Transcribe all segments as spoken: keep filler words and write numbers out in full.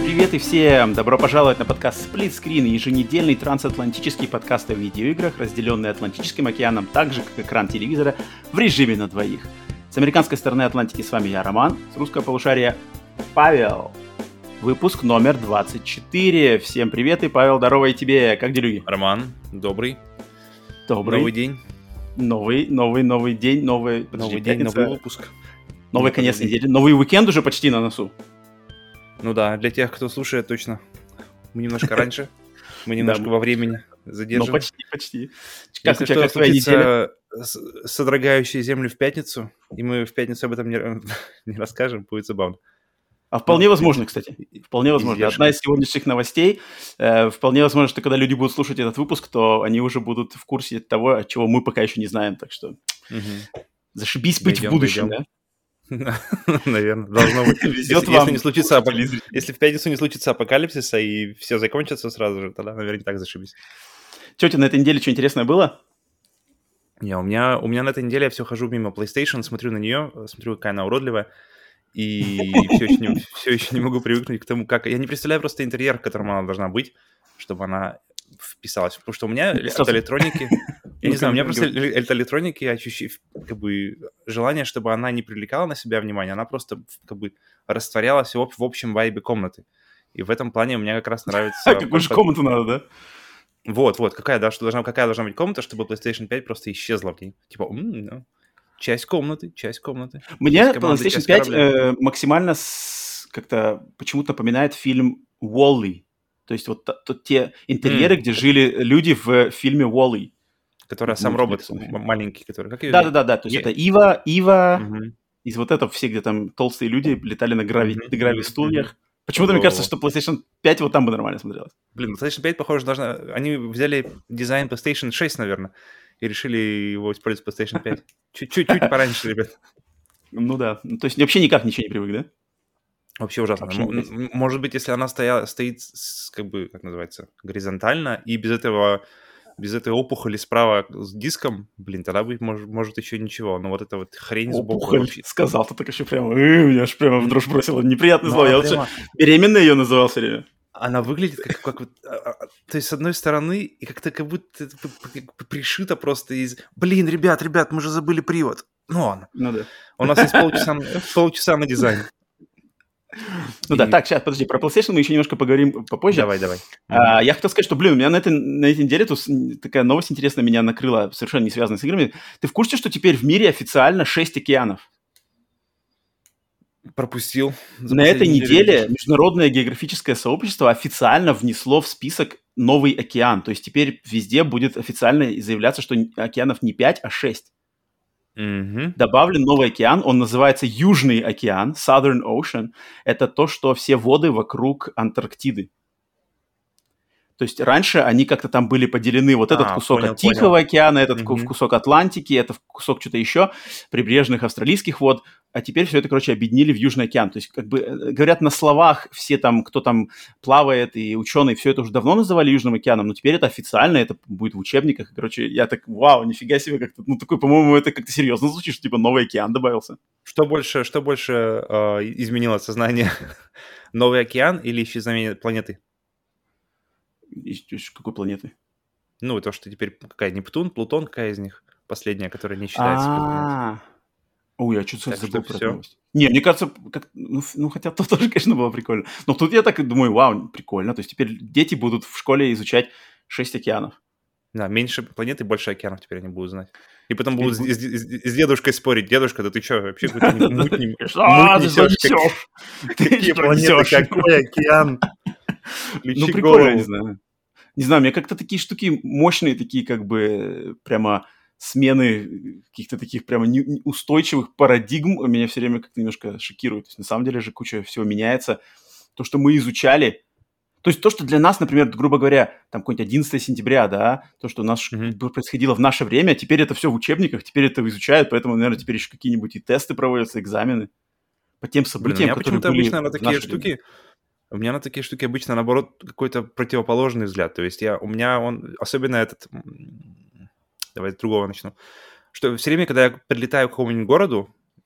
Привет и всем! Добро пожаловать на подкаст Split Screen, еженедельный трансатлантический подкаст о видеоиграх, разделенный Атлантическим океаном, так же, как экран телевизора, в режиме на двоих. С американской стороны Атлантики с вами я, Роман, с русского полушария Павел. Выпуск номер двадцать четыре. Всем привет и, Павел, здорово и тебе. Как делюги? Роман, добрый. Добрый. Новый день. Новый, новый, новый день, новый... Подожди, новый день, пятница. новый выпуск. Новый конец недели. Новый уикенд уже почти на носу. Ну да, для тех, кто слушает, точно. Мы немножко раньше, мы немножко во времени задержим. Ну, почти, почти. Как Если у тебя, как что твоя неделя? Содрогающая землю в пятницу, и мы в пятницу об этом не, не расскажем, будет забавно. А вполне ну, возможно, кстати. Вполне возможно. Издержки. Одна из сегодняшних новостей. Э, вполне возможно, что когда люди будут слушать этот выпуск, то они уже будут в курсе того, чего мы пока еще не знаем. Так что угу. Зашибись быть дойдем, в будущем, дойдем. да? Наверное, должно быть. Везет если, вам. Если, не случится, ап... если в пятницу не случится апокалипсиса и все закончится сразу же, тогда, наверное, не так зашибись. Что у тебя на этой неделе, что интересное было? Не, у меня, у меня на этой неделе я все хожу мимо PlayStation, смотрю на нее, смотрю, какая она уродливая, и все еще, не, все еще не могу привыкнуть к тому, как... Я не представляю просто интерьер, в котором она должна быть, чтобы она вписалась. Потому что у меня от электроники... Я не знаю, у меня просто от электроники ощущение, как бы, желание, чтобы она не привлекала на себя внимание, она просто как бы растворялась в, в общем вайбе комнаты. И в этом плане мне как раз нравится... Какую же комнату надо, да? Вот, вот, какая, да, что должна, какая должна быть комната, чтобы PlayStation пять просто исчезла в ней. Типа, м-м, ну, часть комнаты, часть комнаты. Мне PlayStation пять э, максимально с, как-то почему-то напоминает фильм «Уолли». То есть вот т- т- те интерьеры, mm. где жили люди в фильме «Уолли». Который сам робот маленький, который... Да-да-да, то есть yeah. это Ива, Ива, mm-hmm. из вот этого все, где там толстые люди летали на грави, mm-hmm. грави-стульях. Mm-hmm. Почему-то oh. мне кажется, что PlayStation пять вот там бы нормально смотрелась. Блин, PlayStation пять, похоже, должна... Они взяли дизайн PlayStation шесть, наверное, и решили его использовать в PlayStation пять. Чуть-чуть пораньше, ребят. Ну да, то есть вообще никак ничего не привык, да? Вообще ужасно. Вообще Может быть, если она стоя... стоит, как бы, как называется, горизонтально, и без этого... без этой опухоли справа с диском, блин, тогда будет, может, может еще ничего. Но вот эта вот хрень сбоку... Опухоль, вообще... сказал, ты так еще прямо... Меня аж прямо в дрожь бросило. Неприятное слово. Я лучше беременная ее называл все время. Она выглядит как, как вот... То есть, с одной стороны, и как-то как будто пришито просто из... Блин, ребят, ребят, мы же забыли привод. Ну ладно. Ну да. У нас есть полчаса, полчаса на дизайн. Ну и... да, так, сейчас, подожди, про PlayStation мы еще немножко поговорим попозже. Давай, давай. А, я хотел сказать, что, блин, у меня на этой, на этой неделе тут такая новость интересная меня накрыла, совершенно не связанная с играми. Ты в курсе, что теперь в мире официально шесть океанов? Пропустил. На этой неделе Международное географическое сообщество официально внесло в список новый океан. То есть теперь везде будет официально заявляться, что океанов не пять, а шесть. Mm-hmm. Добавлен новый океан, он называется Южный океан, Southern Ocean. Это то, что все воды вокруг Антарктиды. То есть раньше они как-то там были поделены. Вот этот а, кусок понял, от Тихого понял. океана, этот Mm-hmm. кусок Атлантики, это кусок что-то еще, прибрежных австралийских вод. А теперь все это, короче, объединили в Южный океан. То есть, как бы, говорят, на словах все там, кто там плавает, и ученые, все это уже давно называли Южным океаном, но теперь это официально, это будет в учебниках. И, короче, я так, вау, нифига себе, как-то, ну, такой, по-моему, это как-то серьезно звучит, что, типа, новый океан добавился. Что больше, что больше э, изменило сознание? Новый океан или исчезновение планеты? Из, из какой планеты? Ну, то, что теперь какая, Нептун, Плутон, какая из них последняя, которая не считается планетой? Ой, я что-то забыл про эту новость. Не, мне кажется, как, ну, ну, хотя то тоже, конечно, было прикольно. Но тут я так и думаю, вау, прикольно. То есть теперь дети будут в школе изучать шесть океанов. Да, меньше планет и больше океанов теперь они будут знать. И потом будут с, с, с дедушкой спорить. Дедушка, да ты что, вообще какой-то муть несешь? Какие планеты, какой океан? Ну, прикольно, не знаю. Не знаю, мне как-то такие штуки мощные, такие как бы прямо... смены каких-то таких прямо устойчивых парадигм меня все время как-то немножко шокирует. То есть, на самом деле же куча всего меняется. То, что мы изучали, то есть то, что для нас, например, грубо говоря, там какое-нибудь одиннадцатое сентября, да, то, что у нас mm-hmm. происходило в наше время, теперь это все в учебниках, теперь это изучают, поэтому, наверное, теперь еще какие-нибудь и тесты проводятся, экзамены по тем событиям, Блин, которые были обычно на такие штуки... время. У меня на такие штуки обычно, наоборот, какой-то противоположный взгляд. То есть я, у меня он, особенно этот... Давай с другого начну. Что все время, когда я прилетаю к какому-нибудь городу,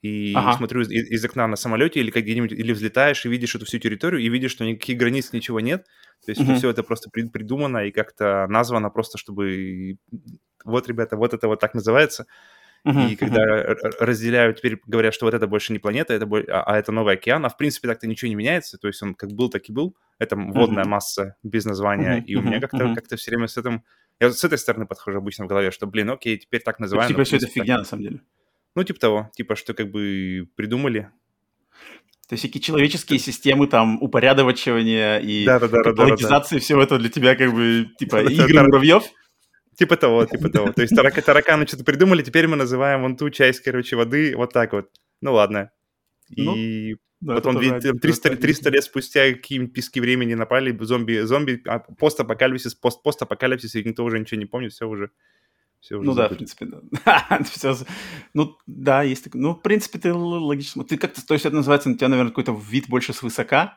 и Ага. смотрю из, из окна на самолете или как где-нибудь, или взлетаешь и видишь эту всю территорию, и видишь, что никаких границ, ничего нет. То есть, что Мгм. все это просто при- придумано и как-то названо просто, чтобы... Вот, ребята, вот это вот так называется. И Мгм. когда Мгм. р- р- разделяют, теперь говорят, что вот это больше не планета, это, бо- а, а это новый океан, а в принципе так-то ничего не меняется, то есть он как был, так и был, это водная Мгм. масса без названия, Мгм. и у меня Мгм. как-то Мгм. как-то все время с этим, я вот с этой стороны подхожу обычно в голове, что, блин, окей, теперь так То есть, называем, но типа, в все это принципе так, фигня на самом деле. ну типа того, типа что как бы придумали. То есть всякие человеческие системы, там, упорядочивания и Да-да-да-да-да-да. каталогизации всего этого для тебя как бы, типа, игры Да-да-да. муравьев? Типа того, типа того. То есть тарака- тараканы что-то придумали, теперь мы называем вон ту часть, короче, воды вот так вот. Ну ладно. Ну, И да, это потом тоже ви- од- там это триста, триста объяснимо. лет спустя какие-нибудь пески времени напали, зомби, зомби, а, постапокалипсис, пост, постапокалипсис, и никто уже ничего не помнит, все уже, все уже Ну да, в забыли. принципе, да. Всё з- Ну, да, есть такое. Ну, в принципе, ты л- логично. Ты как-то, то есть это называется у тебя, наверное, какой-то вид больше свысока,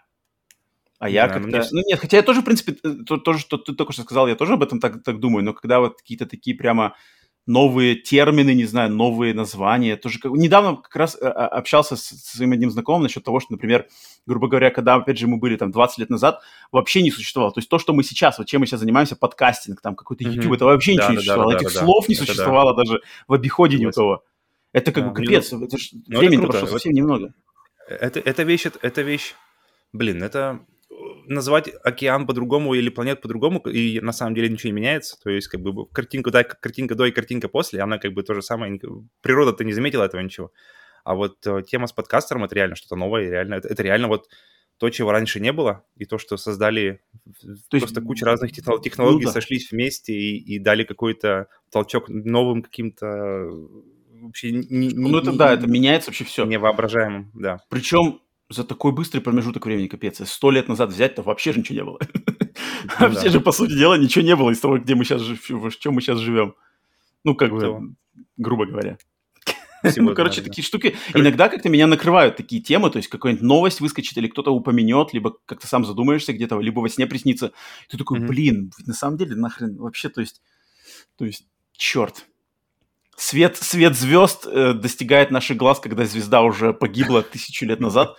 а Не я знаю, но мне... как-то... вс- Ну, нет, хотя я тоже, в принципе, э, то, тоже, что ты только что сказал, я тоже об этом так, так думаю, но когда вот какие-то такие прямо новые термины, не знаю, новые названия, тоже как... Недавно как раз э, а, общался с, со своим одним знакомым насчет того, что, например, грубо говоря, когда, опять же, мы были там двадцать лет назад, вообще не существовало. То есть то, что мы сейчас, вот чем мы сейчас занимаемся, подкастинг, там какой-то YouTube, Мгм. это вообще ничего Да, не да, да, да, существовало. да, Этих да, да. слов не Это да, существовало даже в обиходе ни у согласен. кого. Это как бы Да, мне, ну, капец. Это ж- ну, это времени-то круто. прошло Вот совсем немного. это, это вещь, это, это вещь, блин, это э, назвать океан по-другому или планет по-другому, и на самом деле ничего не меняется. То есть, как бы картинку дай, картинка до и картинка после, она как бы то же самое. ник- Природа-то не заметила этого ничего. А вот э, тема с подкастером это реально что-то новое, и реально, это, это реально вот то, чего раньше не было, и то, что создали в- То есть, просто куча разных техно- ну технологий, да. сошлись вместе и, и дали какой-то толчок новым каким-то э, вообще не- не- Ну это да, это не- меняется вообще все. невоображаемым, да. Причем за такой быстрый промежуток времени, капец. Если сто лет назад взять, то вообще же ничего не было. Ну Вообще да, же, по сути дела, ничего не было из того, где мы сейчас, в чем мы сейчас живем. Ну, как типа бы, того. грубо говоря. Ну, Всего короче, знали, да. такие штуки. Короче, Иногда как-то меня накрывают такие темы, то есть какая-нибудь новость выскочит, или кто-то упомянет, либо как-то сам задумаешься где-то, либо во сне приснится. Ты такой, мгм. блин, ведь на самом деле нахрен вообще, то есть, то есть, черт. Свет, свет звезд э, достигает наших глаз, когда звезда уже погибла тысячу лет назад.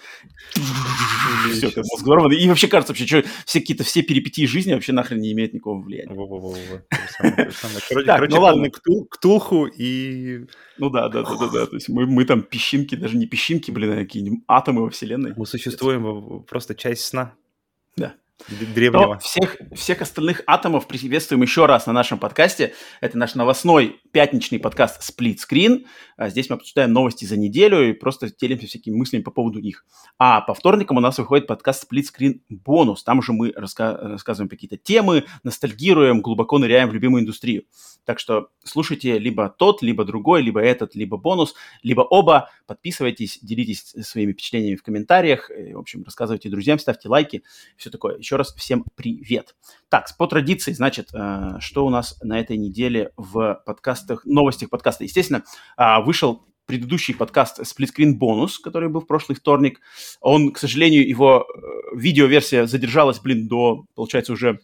Или Все, как сейчас... мозг взорван. И вообще кажется, вообще, что все какие-то все перипетии жизни вообще нахрен не имеют никакого влияния. Во-во-во-во. То же самое, то же самое. Короче, Так, ну короче, полный ладно. ктул, ктулху и... Ну да, да, да, да, да. То есть мы, мы там песчинки, даже не песчинки, блин, а какие-нибудь атомы во Вселенной. Мы Пипец. существуем в- просто часть сна Да. д- То древнего. всех, всех остальных атомов приветствуем еще раз на нашем подкасте. Это наш новостной пятничный подкаст «Split Screen». А здесь мы обсуждаем новости за неделю и просто делимся всякими мыслями по поводу них. А по вторникам у нас выходит подкаст «Split Screen Бонус». Там уже мы раска- рассказываем какие-то темы, ностальгируем, глубоко ныряем в любимую индустрию. Так что слушайте либо тот, либо другой, либо этот, либо бонус, либо оба. Подписывайтесь, делитесь своими впечатлениями в комментариях. И, в общем, рассказывайте друзьям, ставьте лайки. Все такое. Еще раз всем привет. Так, по традиции, значит, э, что у нас на этой неделе в подкастах, новостях подкаста. Естественно, э, вышел предыдущий подкаст Split Screen Бонус, который был в прошлый вторник. Он, к сожалению, его э, видеоверсия задержалась, блин, до, получается, уже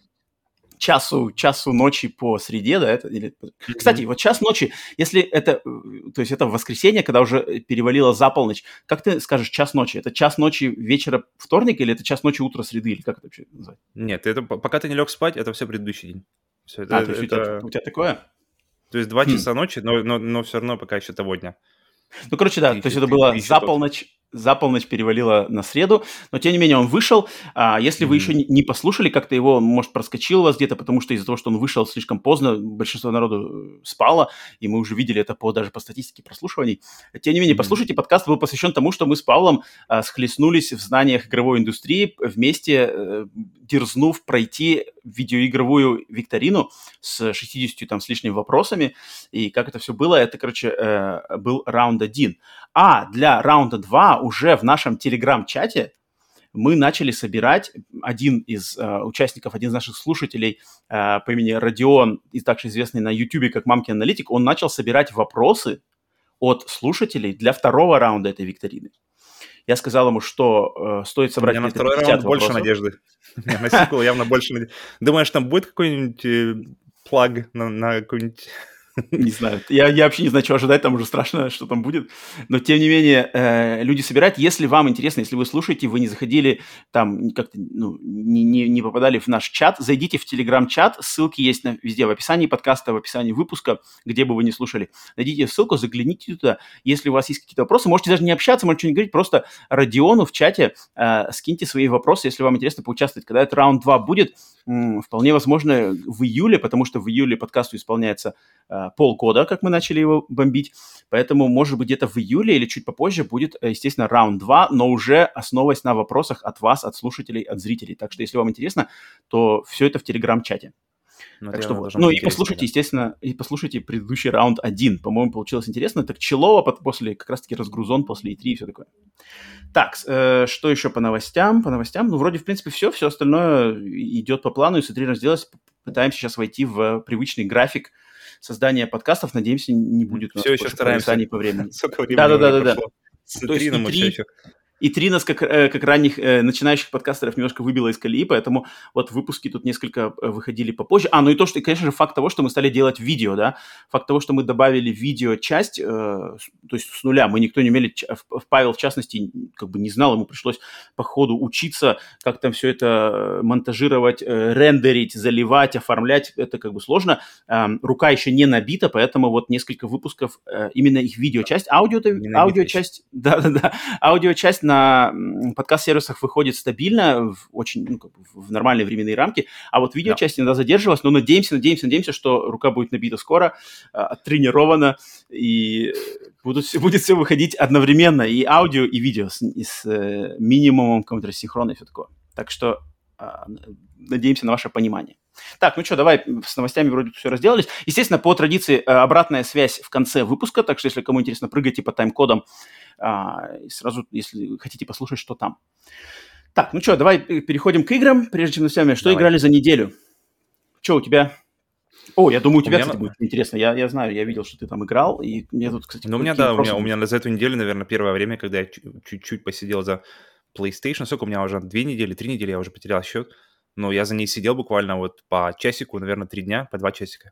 часу, часу ночи по среде, да, это, или... Кстати, Мгм. вот час ночи, если это, э, то есть это в воскресенье, когда уже перевалило за полночь, как ты скажешь час ночи? Это час ночи вечера вторника или это час ночи утра среды, или как это вообще назвать? Нет, это п- пока ты не лег спать, это все предыдущий день. Все, это, А, то есть у тебя, это- у тебя такое? то есть два Хм. часа ночи, но, но, но все равно пока еще того дня. Ну, короче, да, Ты то есть еще, это ты, ты было еще за тот. полночь, за полночь перевалило на среду, но тем не менее он вышел. А, если вы Мгм. еще не, не послушали, как-то его, может, проскочил у вас где-то, потому что из-за того, что он вышел слишком поздно, большинство народу э, спало, и мы уже видели это по, даже по статистике прослушиваний. Тем не менее, Мгм. послушайте, подкаст был посвящен тому, что мы с Павлом а, схлестнулись в знаниях игровой индустрии, вместе э, дерзнув пройти видеоигровую викторину с шестьюдесятью там с лишним вопросами. И как это все было, это, короче, э, был раунд один. А для раунда два уже в нашем телеграм-чате мы начали собирать, один из э, участников, один из наших слушателей э, по имени Родион, и также известный на Ютубе как Мамкин Аналитик, он начал собирать вопросы от слушателей для второго раунда этой викторины. Я сказал ему, что э, стоит У собрать меня на где-то второй пятьдесят раунд больше вопросов. надежды. У меня на сиквел явно больше надежды. Думаешь, там будет какой-нибудь э, плаг на, на какую-нибудь Не знаю. Я, я вообще не знаю, чего ожидать, там уже страшно, что там будет. Но, тем не менее, э, люди собирают. Если вам интересно, если вы слушаете, вы не заходили там, как-то ну, не, не, не попадали в наш чат, зайдите в Telegram-чат. Ссылки есть на, везде, в описании подкаста, в описании выпуска, где бы вы ни слушали. Найдите ссылку, загляните туда. Если у вас есть какие-то вопросы, можете даже не общаться, можете не говорить, просто Родиону в чате э, скиньте свои вопросы, если вам интересно поучаствовать. Когда этот раунд два будет, м- вполне возможно, в июле, потому что в июле подкасту исполняется э, полгода, как мы начали его бомбить. Поэтому, может быть, где-то в июле или чуть попозже будет, естественно, раунд два, но уже основываясь на вопросах от вас, от слушателей, от зрителей. Так что, если вам интересно, то все это в Телеграм-чате. Ну, так что, вот. ну и послушайте, да. естественно, и послушайте предыдущий раунд один. По-моему, получилось интересно. Так Челово после, как раз-таки разгрузон после и три и все такое. Так, э, что еще по новостям? По новостям, ну, вроде, в принципе, все. Все остальное идет по плану. И с и три разделась. Пытаемся сейчас войти в привычный график создания подкастов. Надеемся, не будет у нас все еще стараемся. По времени. Сколько времени да, да, да, да, да. С и три мы все еще... И три нас, как, как ранних э, начинающих подкастеров, немножко выбило из колеи, поэтому вот выпуски тут несколько выходили попозже. А, ну и то, что, и, конечно же, факт того, что мы стали делать видео, да, факт того, что мы добавили видео-часть, э, то есть с нуля, мы никто не умели, Павел, в частности, как бы не знал, ему пришлось по ходу учиться, как там все это монтажировать, э, рендерить, заливать, оформлять, это как бы сложно. Э, рука еще не набита, поэтому вот несколько выпусков, э, именно их видео-часть, аудио, аудио-часть, да-да-да, аудио-часть на подкаст-сервисах выходит стабильно, в очень ну, как бы в нормальные временные рамки, а вот видеочасть иногда задерживалась, но надеемся, надеемся, надеемся, что рука будет набита скоро, оттренирована, и будут, будет все выходить одновременно, и аудио, и видео с, и с э, минимумом какого-то синхрона и все такое. Так что э, надеемся на ваше понимание. Так, ну что, давай с новостями вроде все разделались. Естественно, по традиции обратная связь в конце выпуска, так что если кому интересно, прыгайте по тайм-кодам а, сразу, если хотите послушать, что там. Так, ну что, давай переходим к играм, прежде чем с вами. Что давай. Играли за неделю? Что у тебя? О, я думаю, у тебя, у меня... кстати, будет интересно. Я, я знаю, я видел, что ты там играл, и мне тут, кстати... Ну, у меня, да, у меня, у меня за эту неделю, наверное, первое время, когда я чуть-чуть посидел за PlayStation, сколько у меня уже, две недели, три недели, я уже потерял счет. Но я за ней сидел буквально вот по часику, наверное, три дня, по два часика.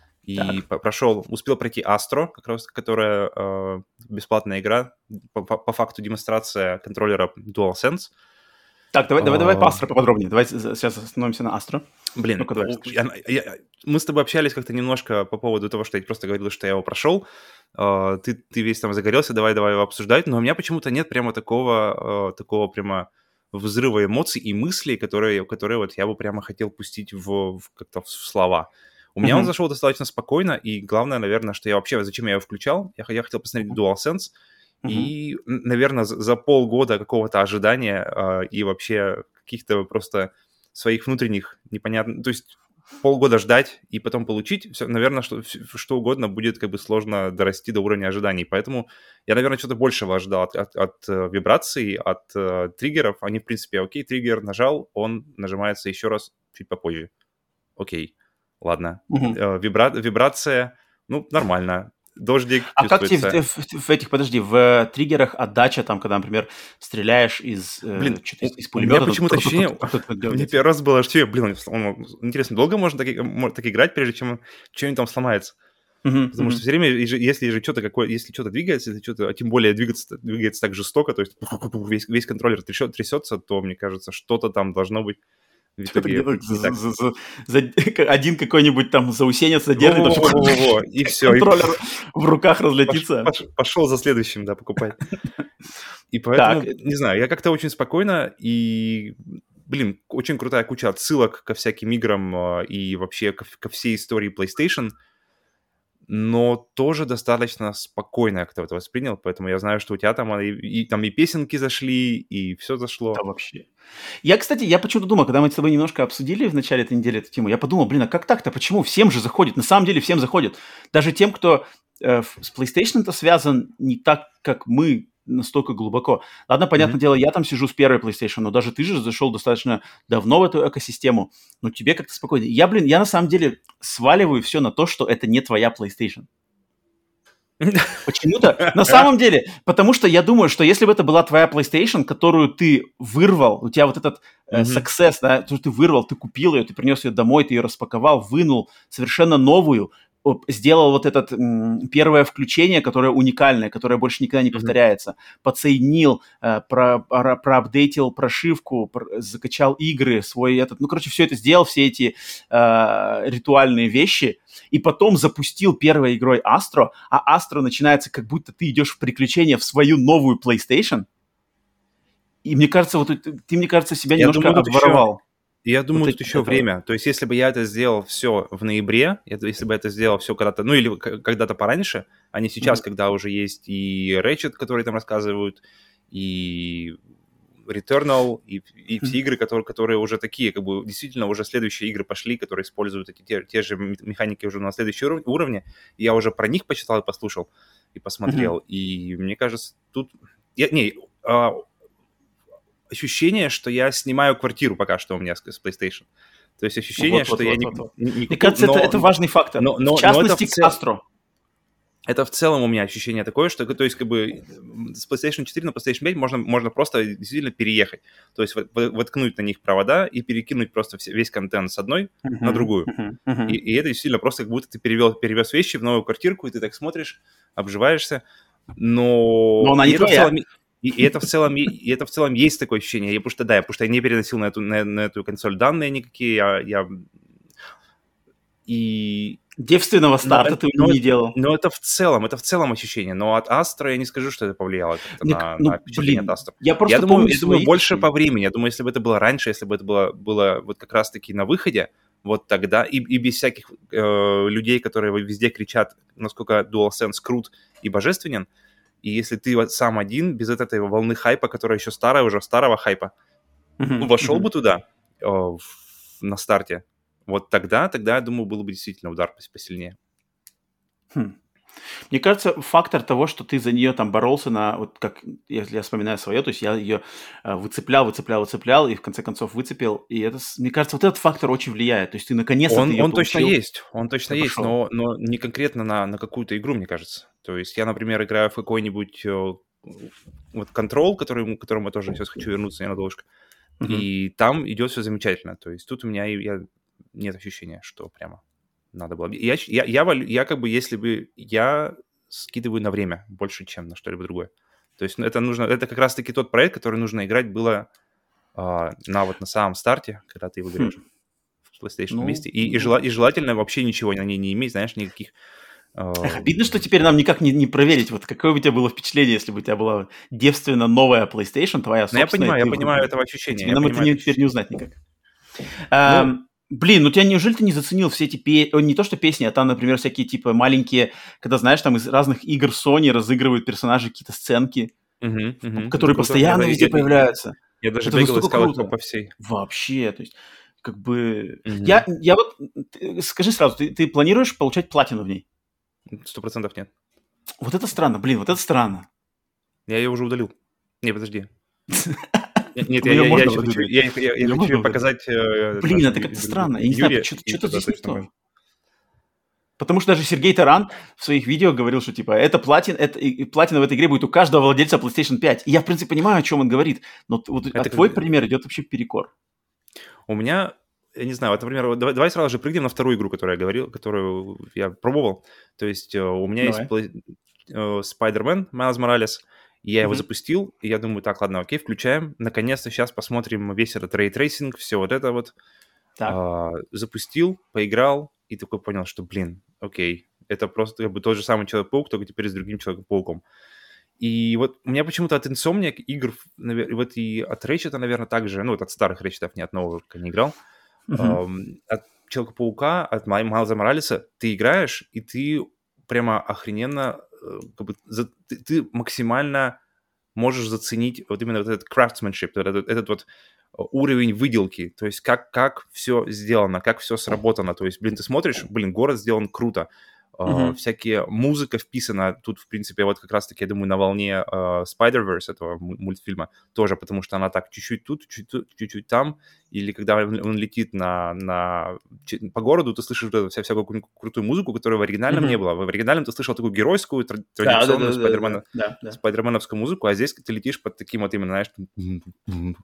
И по- прошел, успел пройти Astro, как раз, которая э, бесплатная игра, по, по, по факту демонстрация контроллера DualSense. Так, давай, давай, давай по Astro поподробнее. Давай сейчас остановимся на Astro. Блин, я, я, мы с тобой общались как-то немножко по поводу того, что я просто говорил, что я его прошел. Uh, ты, ты весь там загорелся, давай-давай его обсуждать. Но у меня почему-то нет прямо такого, uh, такого прямо... взрыва эмоций и мыслей, которые, которые вот я бы прямо хотел пустить в, в как-то в слова. У меня uh-huh. он зашел достаточно спокойно, и главное, наверное, что я вообще, зачем я его включал, я, я хотел посмотреть DualSense, uh-huh. и, наверное, за, за полгода какого-то ожидания э, и вообще каких-то просто своих внутренних непонятных... То есть полгода ждать и потом получить, все, наверное, что, что угодно будет как бы сложно дорасти до уровня ожиданий. Поэтому я, наверное, что-то большего ожидал от, от, от вибраций, от uh, триггеров. Они, в принципе, окей, триггер нажал, он нажимается еще раз чуть попозже. Окей, ладно. Uh-huh. Uh, вибра... Вибрация, ну, нормально. Дождик а чувствуется. Как тебе в, в, в этих, подожди, в триггерах отдача, там, когда, например, стреляешь из, блин, э, из пулемета? У меня почему-то ощущение, мне первый раз было ощущение, блин, он, интересно, долго можно так, так играть, прежде чем что-нибудь там сломается? Uh-huh, Потому uh-huh. что все время, если же что-то какое, если что-то двигается, если что-то, а тем более двигаться, двигается так жестоко, то есть весь, весь контроллер трясется, то, мне кажется, что-то там должно быть. В итоге, за, за, за, за, один какой-нибудь там заусенец задержит, и все. Контроллер в руках разлетится. Пошел, пошел за следующим, да, покупать. И поэтому, так. не знаю, я как-то очень спокойно и, блин, очень крутая куча отсылок ко всяким играм и вообще ко, ко всей истории PlayStation, но тоже достаточно спокойно я как-то это воспринял, поэтому я знаю, что у тебя там и, и, там и песенки зашли, и все зашло. Да, вообще. Я, кстати, я почему-то думал, когда мы с тобой немножко обсудили в начале этой недели эту тему, я подумал, блин, а как так-то, почему? Всем же заходит, на самом деле всем заходит. Даже тем, кто э, с PlayStation-то связан не так, как мы, настолько глубоко. Ладно, понятное mm-hmm. дело, я там сижу с первой PlayStation, но даже ты же зашел достаточно давно в эту экосистему, но тебе как-то спокойно. Я, блин, я на самом деле сваливаю все на то, что это не твоя PlayStation. Почему-то, на самом деле, потому что я думаю, что если бы это была твоя PlayStation, которую ты вырвал, у тебя вот этот э, success, да, то, что ты вырвал, ты купил ее, ты принес ее домой, ты ее распаковал, вынул, совершенно новую, сделал вот это м, первое включение, которое уникальное, которое больше никогда не повторяется. Mm-hmm. Подсоединил, э, про, про, проапдейтил прошивку, про, закачал игры, свой этот... Ну, короче, все это сделал, все эти э, ритуальные вещи, и потом запустил первой игрой Astro, а Astro начинается, как будто ты идешь в приключения в свою новую PlayStation. И мне кажется, вот ты, мне кажется, себя я немножко думаю, обворовал. Я думаю, вот тут еще это... время. То есть, если бы я это сделал все в ноябре, если бы это сделал все когда-то, ну или когда-то пораньше, а не сейчас, mm-hmm. когда уже есть и Ratchet, которые там рассказывают, и Returnal, и, и все mm-hmm. игры, которые, которые уже такие, как бы действительно уже следующие игры пошли, которые используют эти те, те же механики уже на следующем уровне. И я уже про них почитал и послушал, и посмотрел. Mm-hmm. И мне кажется, тут... Я, не, а... ощущение, что я снимаю квартиру пока что у меня с PlayStation. То есть ощущение, вот, что вот, я вот, не, вот. не, не Мне кажется, но, это, это важный фактор. Но, но, в частности, но это в к Astro. Это в целом у меня ощущение такое, что, то есть, как бы с PlayStation четыре на PlayStation пять можно, можно просто действительно переехать. То есть воткнуть на них провода и перекинуть просто весь контент с одной uh-huh, на другую. Uh-huh, uh-huh. И, и это действительно просто как будто ты перевел, перевез вещи в новую квартирку, и ты так смотришь, обживаешься. Но... Но она не твоя. И, и это в целом, и это в целом есть такое ощущение. Я, потому что да, потому что я не переносил на эту, на, на эту консоль данные никакие. Я, я... И... Девственного старта но, ты но, не делал. Но это в целом, это в целом ощущение. Но от Astro я не скажу, что это повлияло ну, на, ну, на впечатление блин, от Astro. Я, просто я думаю, я думаю больше вещи. по времени. Я думаю, если бы это было раньше, если бы это было, было вот как раз-таки на выходе, вот тогда, и, и без всяких э, людей, которые везде кричат, насколько DualSense крут и божественен, и если ты вот сам один, без этой волны хайпа, которая еще старая, уже старого хайпа, uh-huh, вошел uh-huh. бы туда э, в, на старте, вот тогда, тогда, я думаю, был бы действительно удар посильнее. Хм. Мне кажется, фактор того, что ты за нее там боролся на, вот как, если я вспоминаю свое, то есть я ее э, выцеплял, выцеплял, выцеплял, и в конце концов выцепил, и это, мне кажется, вот этот фактор очень влияет, то есть ты наконец-то он, ты ее Он получил, точно есть, он точно есть, но, но не конкретно на, на какую-то игру, мне кажется. То есть я, например, играю в какой-нибудь э, вот Control, который, к которому я тоже сейчас хочу вернуться ненадолго, uh-huh. и там идет все замечательно, то есть тут у меня я, нет ощущения, что прямо... Надо было. Я, я, я, я как бы, если бы я скидываю на время больше, чем на что-либо другое. То есть это нужно, это как раз-таки тот проект, который нужно играть было а, на вот на самом старте, когда ты его играешь хм. в PlayStation ну, вместе. И, ну. и, жела, и желательно вообще ничего на ней не иметь, знаешь, никаких... А... Обидно, что теперь нам никак не, не проверить, вот какое у тебя было впечатление, если бы у тебя была девственно новая PlayStation, твоя собственная. Я понимаю, я понимаю этого ощущения. Тебе нам это не, теперь не узнать никак. Ну, а, Блин, ну тебя неужели ты не заценил все эти песни, не то что песни, а там, например, всякие типа маленькие, когда, знаешь, там из разных игр Sony разыгрывают персонажи какие-то сценки, uh-huh, uh-huh. которые постоянно я, везде я, появляются. Я, я даже это бегал, искал их по всей. Вообще, то есть, как бы... Uh-huh. Я, я вот... Ты, скажи сразу, ты, ты планируешь получать платину в ней? Сто процентов нет. Вот это странно, блин, вот это странно. Я ее уже удалил. Не, подожди. Нет, я, я, я, еще хочу, я, я, я хочу показать... Э, Блин, это как-то странно. Я не знаю, что-то здесь не то. Потому что даже Сергей Таран в своих видео говорил, что типа это платин, это, и платина в этой игре будет у каждого владельца PlayStation пять. И я, в принципе, понимаю, о чем он говорит. Но вот это твой как... пример идет вообще перекор. У меня, я не знаю, вот, например, давай, давай сразу же прыгнем на вторую игру, которую я говорил, которую я пробовал. То есть у меня давай. есть Spider-Man Miles Morales. Я mm-hmm. его запустил, и я думаю, так, ладно, окей, включаем. Наконец-то сейчас посмотрим весь этот рейтрейсинг, все вот это вот. А, запустил, поиграл, и такой понял, что, блин, окей, это просто как бы тот же самый Человек-паук, только теперь с другим Человеком-пауком. И вот у меня почему-то от Insomniac игр, вот и от Ratchet, наверное, также, ну, вот от старых Ratchet'ов, не от нового, пока не играл, mm-hmm. um, от Человека-паука, от Майлза Моралеса ты играешь, и ты прямо охрененно... Как бы, за, ты, ты максимально можешь заценить вот именно вот этот craftsmanship, этот, этот вот уровень выделки, то есть как, как все сделано, как все сработано, то есть, блин, ты смотришь, блин, город сделан круто, Uh-huh. Uh, всякие музыка вписана тут, в принципе, вот как раз-таки, я думаю, на волне uh, Spider-Verse этого мультфильма тоже, потому что она так чуть-чуть тут, чуть-чуть, чуть-чуть там, или когда он, он летит на, на, по городу, ты слышишь вот вся, всякую крутую музыку, которой в оригинальном uh-huh. не было. В оригинальном ты слышал такую геройскую, тр- традиционную да, да, спайдермена, да, да. спайдерменовскую музыку, а здесь ты летишь под таким вот именно, знаешь,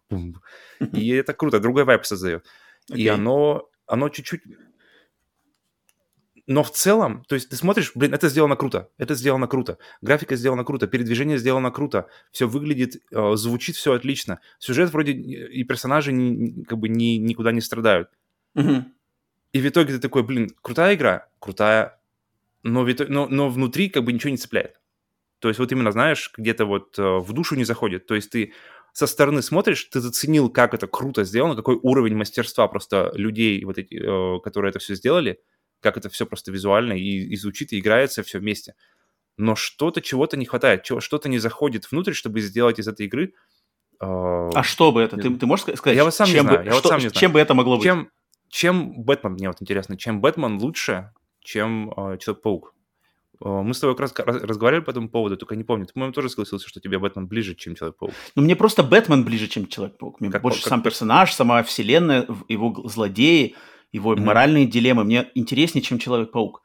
и это круто, другой вайб создает. Okay. И оно, оно чуть-чуть... Но в целом, то есть ты смотришь, блин, это сделано круто, это сделано круто, графика сделана круто, передвижение сделано круто, все выглядит, э, звучит все отлично, сюжет вроде и персонажи ни, как бы ни, никуда не страдают. Угу. И в итоге ты такой, блин, крутая игра, крутая, но, в итоге, но, но внутри как бы ничего не цепляет. То есть вот именно, знаешь, где-то вот э, в душу не заходит. То есть ты со стороны смотришь, ты заценил, как это круто сделано, какой уровень мастерства просто людей, вот эти, э, которые это все сделали, как это все просто визуально и, и звучит, и играется все вместе. Но что-то, чего-то не хватает, чего, что-то не заходит внутрь, чтобы сделать из этой игры... Э, а что бы это? Ты, ты можешь сказать, я вот сам чем, не знаю, бы, я вот что, сам не знаю. чем бы это могло чем, быть? Чем Бэтмен, мне вот интересно, чем Бэтмен лучше, чем э, Человек-паук? Э, мы с тобой как раз разговаривали по этому поводу, только не помню. Ты, по-моему, тоже согласился, что тебе Бэтмен ближе, чем Человек-паук. Ну, мне просто Бэтмен ближе, чем Человек-паук. Мне как, больше как, сам как... персонаж, сама вселенная, его злодеи, его mm-hmm. моральные дилеммы. Мне интереснее, чем Человек-паук.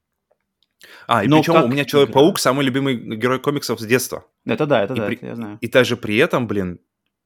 А, и Но причем у меня Человек-паук игра... самый любимый герой комиксов с детства. Это да, это и да, при... это я знаю. И даже при этом, блин,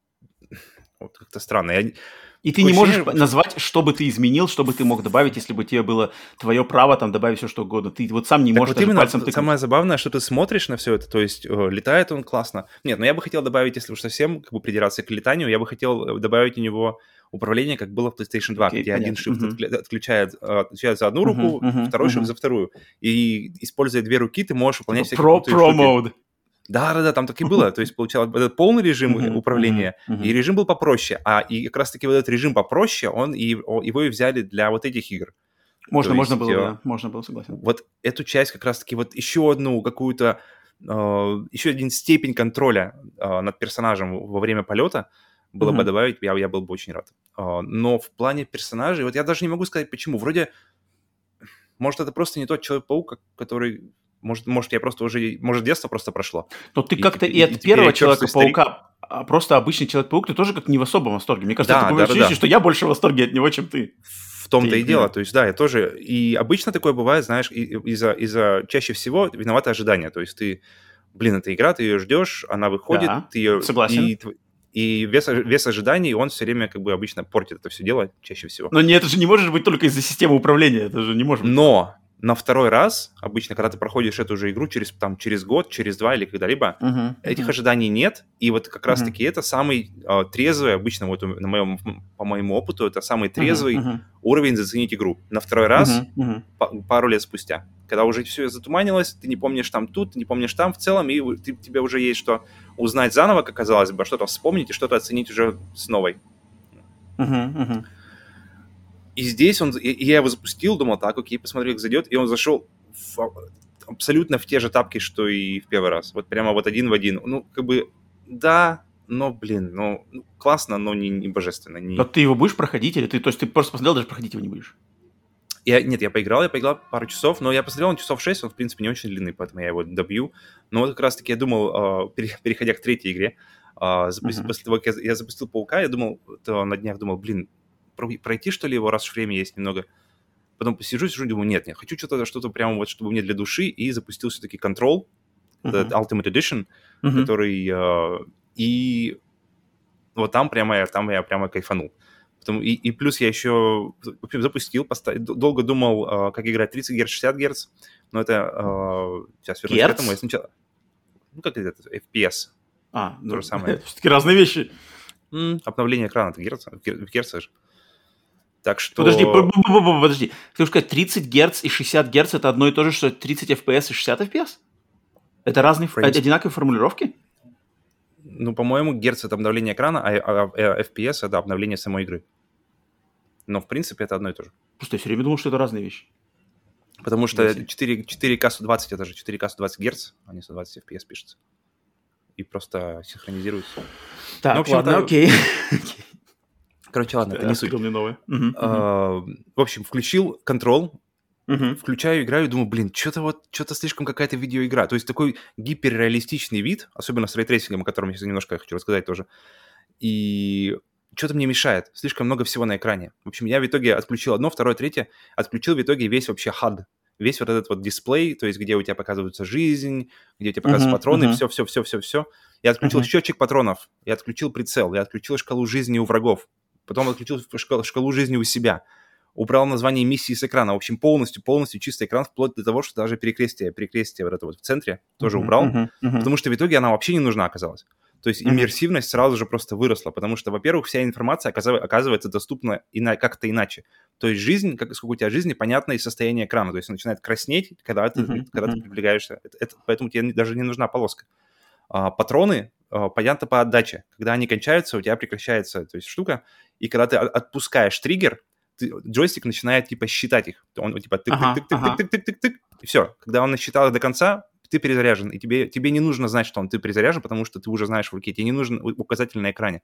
вот как-то странно. Я... И ты не можешь назвать, что бы ты изменил, что бы ты мог добавить, если бы тебе было твое право там добавить все, что угодно. Ты вот сам не так можешь вот даже именно пальцем тыкнуть. Самое забавное, что ты смотришь на все это, то есть э, летает он классно. Нет, но я бы хотел добавить, если уж совсем как бы придираться к летанию, я бы хотел добавить у него управление, как было в PlayStation два, okay, где понятно. Один shift uh-huh. отключает, отключает за одну руку, uh-huh, uh-huh, второй uh-huh. shift за вторую. И используя две руки, ты можешь выполнять всякие Pro, крутые Pro штуки. Mode. Да-да-да, там так и было. То есть получалось этот полный режим uh-huh, управления, uh-huh, uh-huh. и режим был попроще. А и как раз-таки вот этот режим попроще, он и, его и взяли для вот этих игр. Можно, можно было, да, можно было, согласен. Вот эту часть как раз-таки, вот еще одну какую-то, э, еще один степень контроля э, над персонажем во время полета было uh-huh. бы добавить, я, я был бы очень рад. Э, но в плане персонажей, вот я даже не могу сказать, почему. Вроде, может, это просто не тот Человек-паук, который... Может, может, я просто уже... Может, детство просто прошло. Но ты и, как-то и, и от и первого Человека-паука, а просто обычный Человек-паук, ты тоже как не в особом восторге. Мне кажется, да, такое да, ощущение, да, да. что я больше в восторге от него, чем ты. В том-то и дело. То есть, да, я тоже... И обычно такое бывает, знаешь, из-за, из-за чаще всего виноваты ожидания. То есть ты... Блин, эта игра, ты ее ждешь, она выходит, да, ты ее... Согласен. И, и вес, вес ожиданий, он все время как бы обычно портит это все дело, чаще всего. Но нет, это же не может быть только из-за системы управления. Это же не может быть. Но... На второй раз, обычно, когда ты проходишь эту же игру через, там, через год, через два или когда-либо, uh-huh, этих uh-huh. ожиданий нет. И вот как uh-huh. раз-таки это самый э, трезвый, обычно вот на моем, по моему опыту, это самый трезвый uh-huh, uh-huh. уровень заценить игру. На второй раз, uh-huh, uh-huh. По, пару лет спустя, когда уже все затуманилось, ты не помнишь там тут, ты не помнишь там в целом, и ты, тебе уже есть что узнать заново, как казалось бы, что-то вспомнить и что-то оценить уже с новой. Uh-huh, uh-huh. И здесь он, и я его запустил, думал, так, окей, посмотрю, как зайдет, и он зашел в, абсолютно в те же тапки, что и в первый раз. Вот прямо вот один в один. Ну, как бы, да, но, блин, ну, классно, но не, не божественно. Не... Но ты его будешь проходить, или ты, то есть ты просто посмотрел, даже проходить его не будешь? Я, нет, я поиграл, я поиграл пару часов, но я посмотрел, он часов шесть, он, в принципе, не очень длинный, поэтому я его добью. Но вот как раз-таки я думал, переходя к третьей игре, запустил, uh-huh. после того, как я, я запустил Паука, я думал, то на днях думал, блин, пройти, что ли, его, раз время есть немного. Потом посижу, сижу, думаю, нет, нет, хочу что-то, что-то прямо вот, чтобы мне для души, и запустил все-таки Control, uh-huh. Ultimate Edition, uh-huh. который... Э, и вот там прямо я, там я прямо кайфанул. Потом, и, и плюс я еще запустил, поставил, долго думал, э, как играть тридцать герц, шестьдесят герц, но это... Э, сейчас вернусь к этому. Я сначала... Ну, как это? эф пи эс. А, то ну, же самое. Все-таки разные вещи. М, обновление экрана, это герц, в герцах же. Так что... Подожди, подожди. Ты хочешь сказать, тридцать герц и шестьдесят герц это одно и то же, что тридцать эф пи эс и шестьдесят эф пи эс? Это разные, одинаковые формулировки? Ну, по-моему, герц — это обновление экрана, а эф пи эс — это обновление самой игры. Но, в принципе, это одно и то же. Просто я все время думал, что это разные вещи. Потому что четыре ка сто двадцать — это же четыре ка сто двадцать герц, а не сто двадцать эф пи эс пишется. И просто синхронизируется. Так, ну, ладно, окей. Короче, ладно, это не суть. Uh-huh, uh-huh. Uh, в общем, включил Control, uh-huh. включаю, играю и думаю, блин, что-то вот, что-то слишком какая-то видеоигра. То есть такой гиперреалистичный вид, особенно с рейтрейсингом, о котором я сейчас немножко хочу рассказать тоже. И что-то мне мешает. Слишком много всего на экране. В общем, я в итоге отключил одно, второе, третье. Отключил в итоге весь вообще хад. Весь вот этот вот дисплей, то есть где у тебя показывается жизнь, где у тебя показываются uh-huh, патроны, все-все-все-все-все. Uh-huh. Я отключил uh-huh. счетчик патронов, я отключил прицел, я отключил шкалу жизни у врагов. Потом отключил шкалу, шкалу жизни у себя. убрал название миссии с экрана. В общем, полностью, полностью чистый экран, вплоть до того, что даже перекрестие, перекрестие вот это вот в центре тоже uh-huh, убрал, uh-huh, uh-huh. потому что в итоге она вообще не нужна оказалась. То есть иммерсивность uh-huh. сразу же просто выросла, потому что, во-первых, вся информация оказывается доступна ина- как-то иначе. То есть жизнь, как, сколько у тебя жизни, понятно из состояния экрана. То есть он начинает краснеть, когда ты, uh-huh. когда ты приближаешься. Это, это, поэтому тебе даже не нужна полоска. А, патроны, а, понятно, по отдаче. Когда они кончаются, у тебя прекращается то есть, штука. И когда ты отпускаешь триггер, ты, джойстик начинает типа считать их. Он типа тык-тык-тык-тык-тык-тык-тык-тык. И все. Когда он насчитал их до конца, ты перезаряжен, и тебе, тебе не нужно знать, что он ты перезаряжен, потому что ты уже знаешь в руке, тебе не нужен указатель на экране.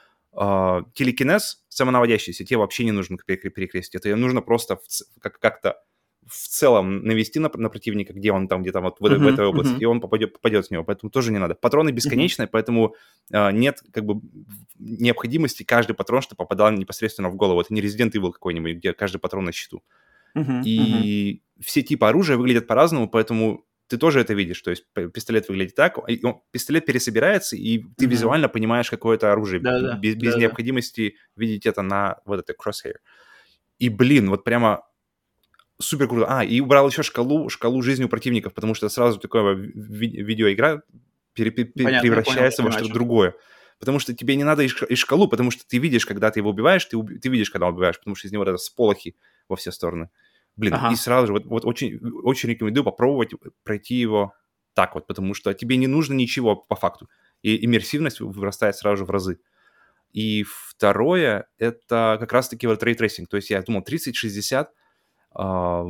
Uh, телекинез самонаводящийся, тебе вообще не нужно перекрестить, это нужно просто в, как, как-то в целом навести на, на противника, где он там, где там вот в, uh-huh, в этой области, uh-huh. и он попадет, попадет в него, поэтому тоже не надо. Патроны бесконечные, uh-huh. поэтому uh, нет как бы необходимости каждый патрон, что попадал непосредственно в голову. Это не Resident Evil какой-нибудь, где каждый патрон на счету. Uh-huh, и uh-huh. все типы оружия выглядят по-разному, поэтому ты тоже это видишь, то есть пистолет выглядит так, он, пистолет пересобирается, и ты mm-hmm. визуально понимаешь, какое это оружие, да, да, без, без да, необходимости да. видеть это на вот это crosshair. И, блин, вот прямо супер круто. А, и убрал еще шкалу, шкалу жизни у противников, потому что сразу такая ви- видеоигра пере- пере- Понятно, превращается понял, во что-то другое. Потому что тебе не надо и шкалу, потому что ты видишь, когда ты его убиваешь, ты, уб... ты видишь, когда убиваешь, потому что из него вот это сполохи во все стороны. Блин, ага. и сразу же, вот, вот очень, очень рекомендую попробовать пройти его так вот, потому что тебе не нужно ничего по факту. И иммерсивность вырастает сразу же в разы. И второе, это как раз-таки вот рейтрейсинг. То есть я думал тридцать шестьдесят, э,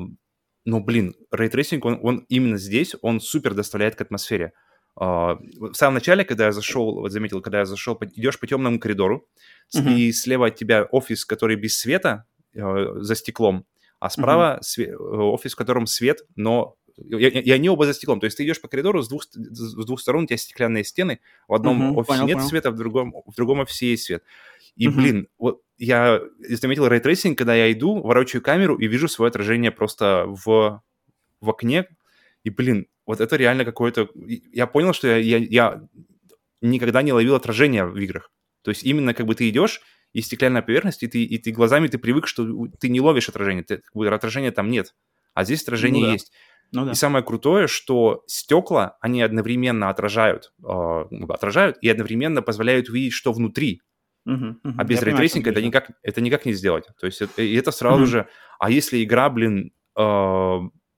но, блин, рейтрейсинг, он, он именно здесь, он супер доставляет к атмосфере. Э, в самом начале, когда я зашел, вот заметил, когда я зашел, идешь по темному коридору, uh-huh. и слева от тебя офис, который без света, э, за стеклом, а справа uh-huh. све- офис, в котором свет, но... И, и они оба за стеклом. То есть ты идешь по коридору, с двух, с двух сторон у тебя стеклянные стены. В одном uh-huh. офисе понял, нет понял. света, в другом, в другом офисе есть свет. И, uh-huh. блин, вот я заметил рейтрейсинг, когда я иду, ворочаю камеру и вижу свое отражение просто в, в окне. И, блин, вот это реально какое-то... Я понял, что я, я, я никогда не ловил отражения в играх. То есть именно как бы ты идешь, и стеклянная поверхность, и ты, и ты глазами ты привык, что ты не ловишь отражение, ты, как бы, отражения там нет, а здесь отражение ну, да. есть. Ну, да. И самое крутое, что стекла, они одновременно отражают, э, отражают и одновременно позволяют увидеть, что внутри. Uh-huh, uh-huh. А без рейтрейсинга это никак, это никак не сделать. То есть это, и это сразу uh-huh. же... А если игра, блин, э,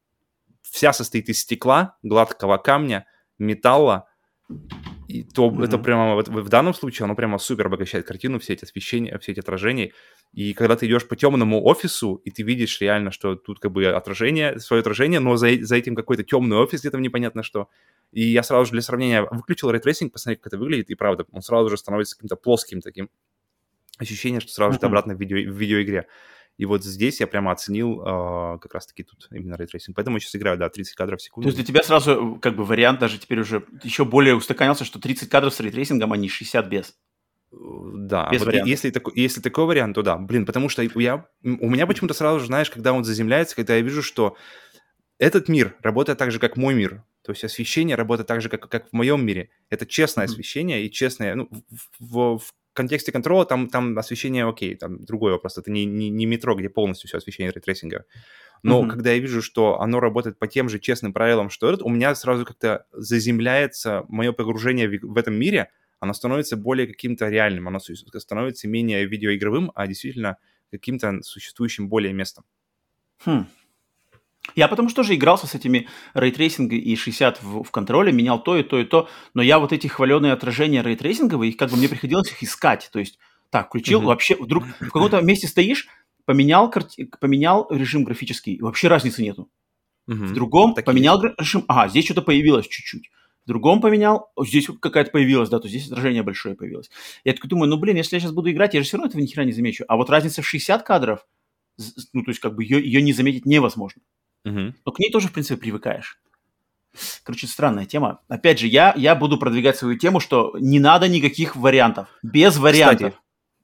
вся состоит из стекла, гладкого камня, металла, и то mm-hmm. это прямо вот в данном случае оно прямо супер обогащает картину, все эти освещения, все эти отражения. И когда ты идешь по темному офису, и ты видишь реально, что тут как бы отражение, свое отражение, но за, за этим какой-то темный офис, где там непонятно что. И я сразу же для сравнения выключил рейтрейсинг, посмотреть, как это выглядит, и правда, он сразу же становится каким-то плоским таким. Ощущение, что сразу mm-hmm. же ты обратно в, видео, в видеоигре. И вот здесь я прямо оценил э, как раз-таки тут именно рейтрейсинг. Поэтому я сейчас играю, да, тридцать кадров в секунду. То есть для тебя сразу как бы вариант даже теперь уже еще более устаканился, что тридцать кадров с рейтрейсингом, а не шестьдесят без. Да, без вот если, такой, если такой вариант, то да. Блин, потому что я, у меня почему-то сразу же, знаешь, когда он заземляется, когда я вижу, что этот мир работает так же, как мой мир. То есть освещение работает так же, как, как в моем мире. Это честное mm-hmm. освещение и честное... Ну, в, в, в контексте контрола там, там освещение окей, там другой вопрос. Это не, не, не метро, где полностью все освещение рейтрейсинга. Но mm-hmm. когда я вижу, что оно работает по тем же честным правилам, что этот, у меня сразу как-то заземляется мое погружение в, в этом мире, оно становится более каким-то реальным, оно становится менее видеоигровым, а действительно каким-то существующим более местом. Хм. Я потому что тоже игрался с этими рейтрейсингом и шестьдесят в, в контроле, менял то и то и то, но я вот эти хваленые отражения рейтрейсинговые, их как бы мне приходилось их искать, то есть так, включил, mm-hmm. вообще вдруг в каком-то месте стоишь, поменял, карти... поменял режим графический, вообще разницы нету. Mm-hmm. В другом так поменял режим, ага, здесь что-то появилось чуть-чуть. В другом поменял, здесь какая-то появилась, да, то здесь отражение большое появилось. Я такой думаю, ну блин, если я сейчас буду играть, я же все равно этого ни хера не замечу. А вот разница в шестьдесят кадров, ну то есть как бы ее, ее не заметить невозможно. Uh-huh. Но к ней тоже, в принципе, привыкаешь. Короче, странная тема. Опять же, я, я буду продвигать свою тему, что не надо никаких вариантов. Без вариантов. Кстати,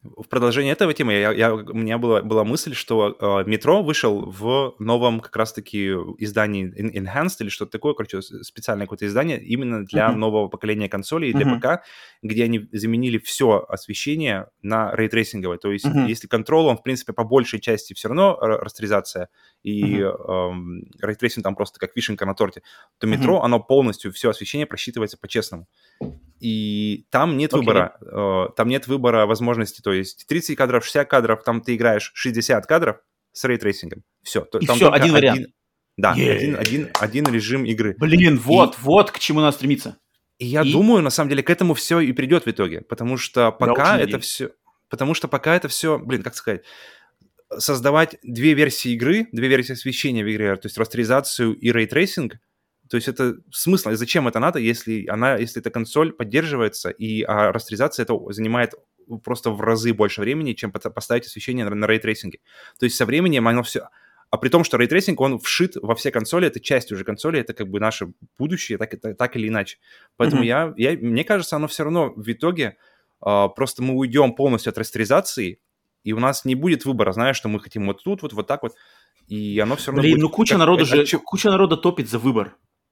В продолжение этого темы я, я, у меня была, была мысль, что э, Metro вышел в новом как раз-таки издании Enhanced или что-то такое, короче, специальное какое-то издание именно для uh-huh. нового поколения консолей и для uh-huh. ПК, где они заменили все освещение на рейтрейсинговое. То есть uh-huh. если контрол, он, в принципе, по большей части все равно растеризация, и uh-huh. э, рейтрейсинг там просто как вишенка на торте, то Metro, uh-huh. оно полностью, все освещение просчитывается по-честному. И там нет okay. выбора, э, там нет выбора возможности, то есть тридцать кадров, шестьдесят кадров, там ты играешь шестьдесят кадров с рейтрейсингом. Все. И там все, один вариант. Один, да, один, один, один режим игры. Блин, вот, и, вот к чему надо стремиться. И я и... думаю, на самом деле, к этому все и придет в итоге, потому что пока это все, потому что пока это все, блин, как сказать, создавать две версии игры, две версии освещения в игре, то есть растеризацию и рейтрейсинг. То есть это смысл, зачем это надо, если она, если эта консоль поддерживается, и а растеризация это занимает просто в разы больше времени, чем поставить освещение на, на рейтрейсинге. То есть со временем оно все... А при том, что рейтрейсинг, он вшит во все консоли, это часть уже консоли, это как бы наше будущее, так, это, так или иначе. Поэтому mm-hmm. я, я, мне кажется, оно все равно в итоге а, просто мы уйдем полностью от растеризации, и у нас не будет выбора, знаешь, что мы хотим вот тут, вот, вот так вот, и оно все равно Блин, будет... ну куча как, народу это, же, куча народа топит за выбор.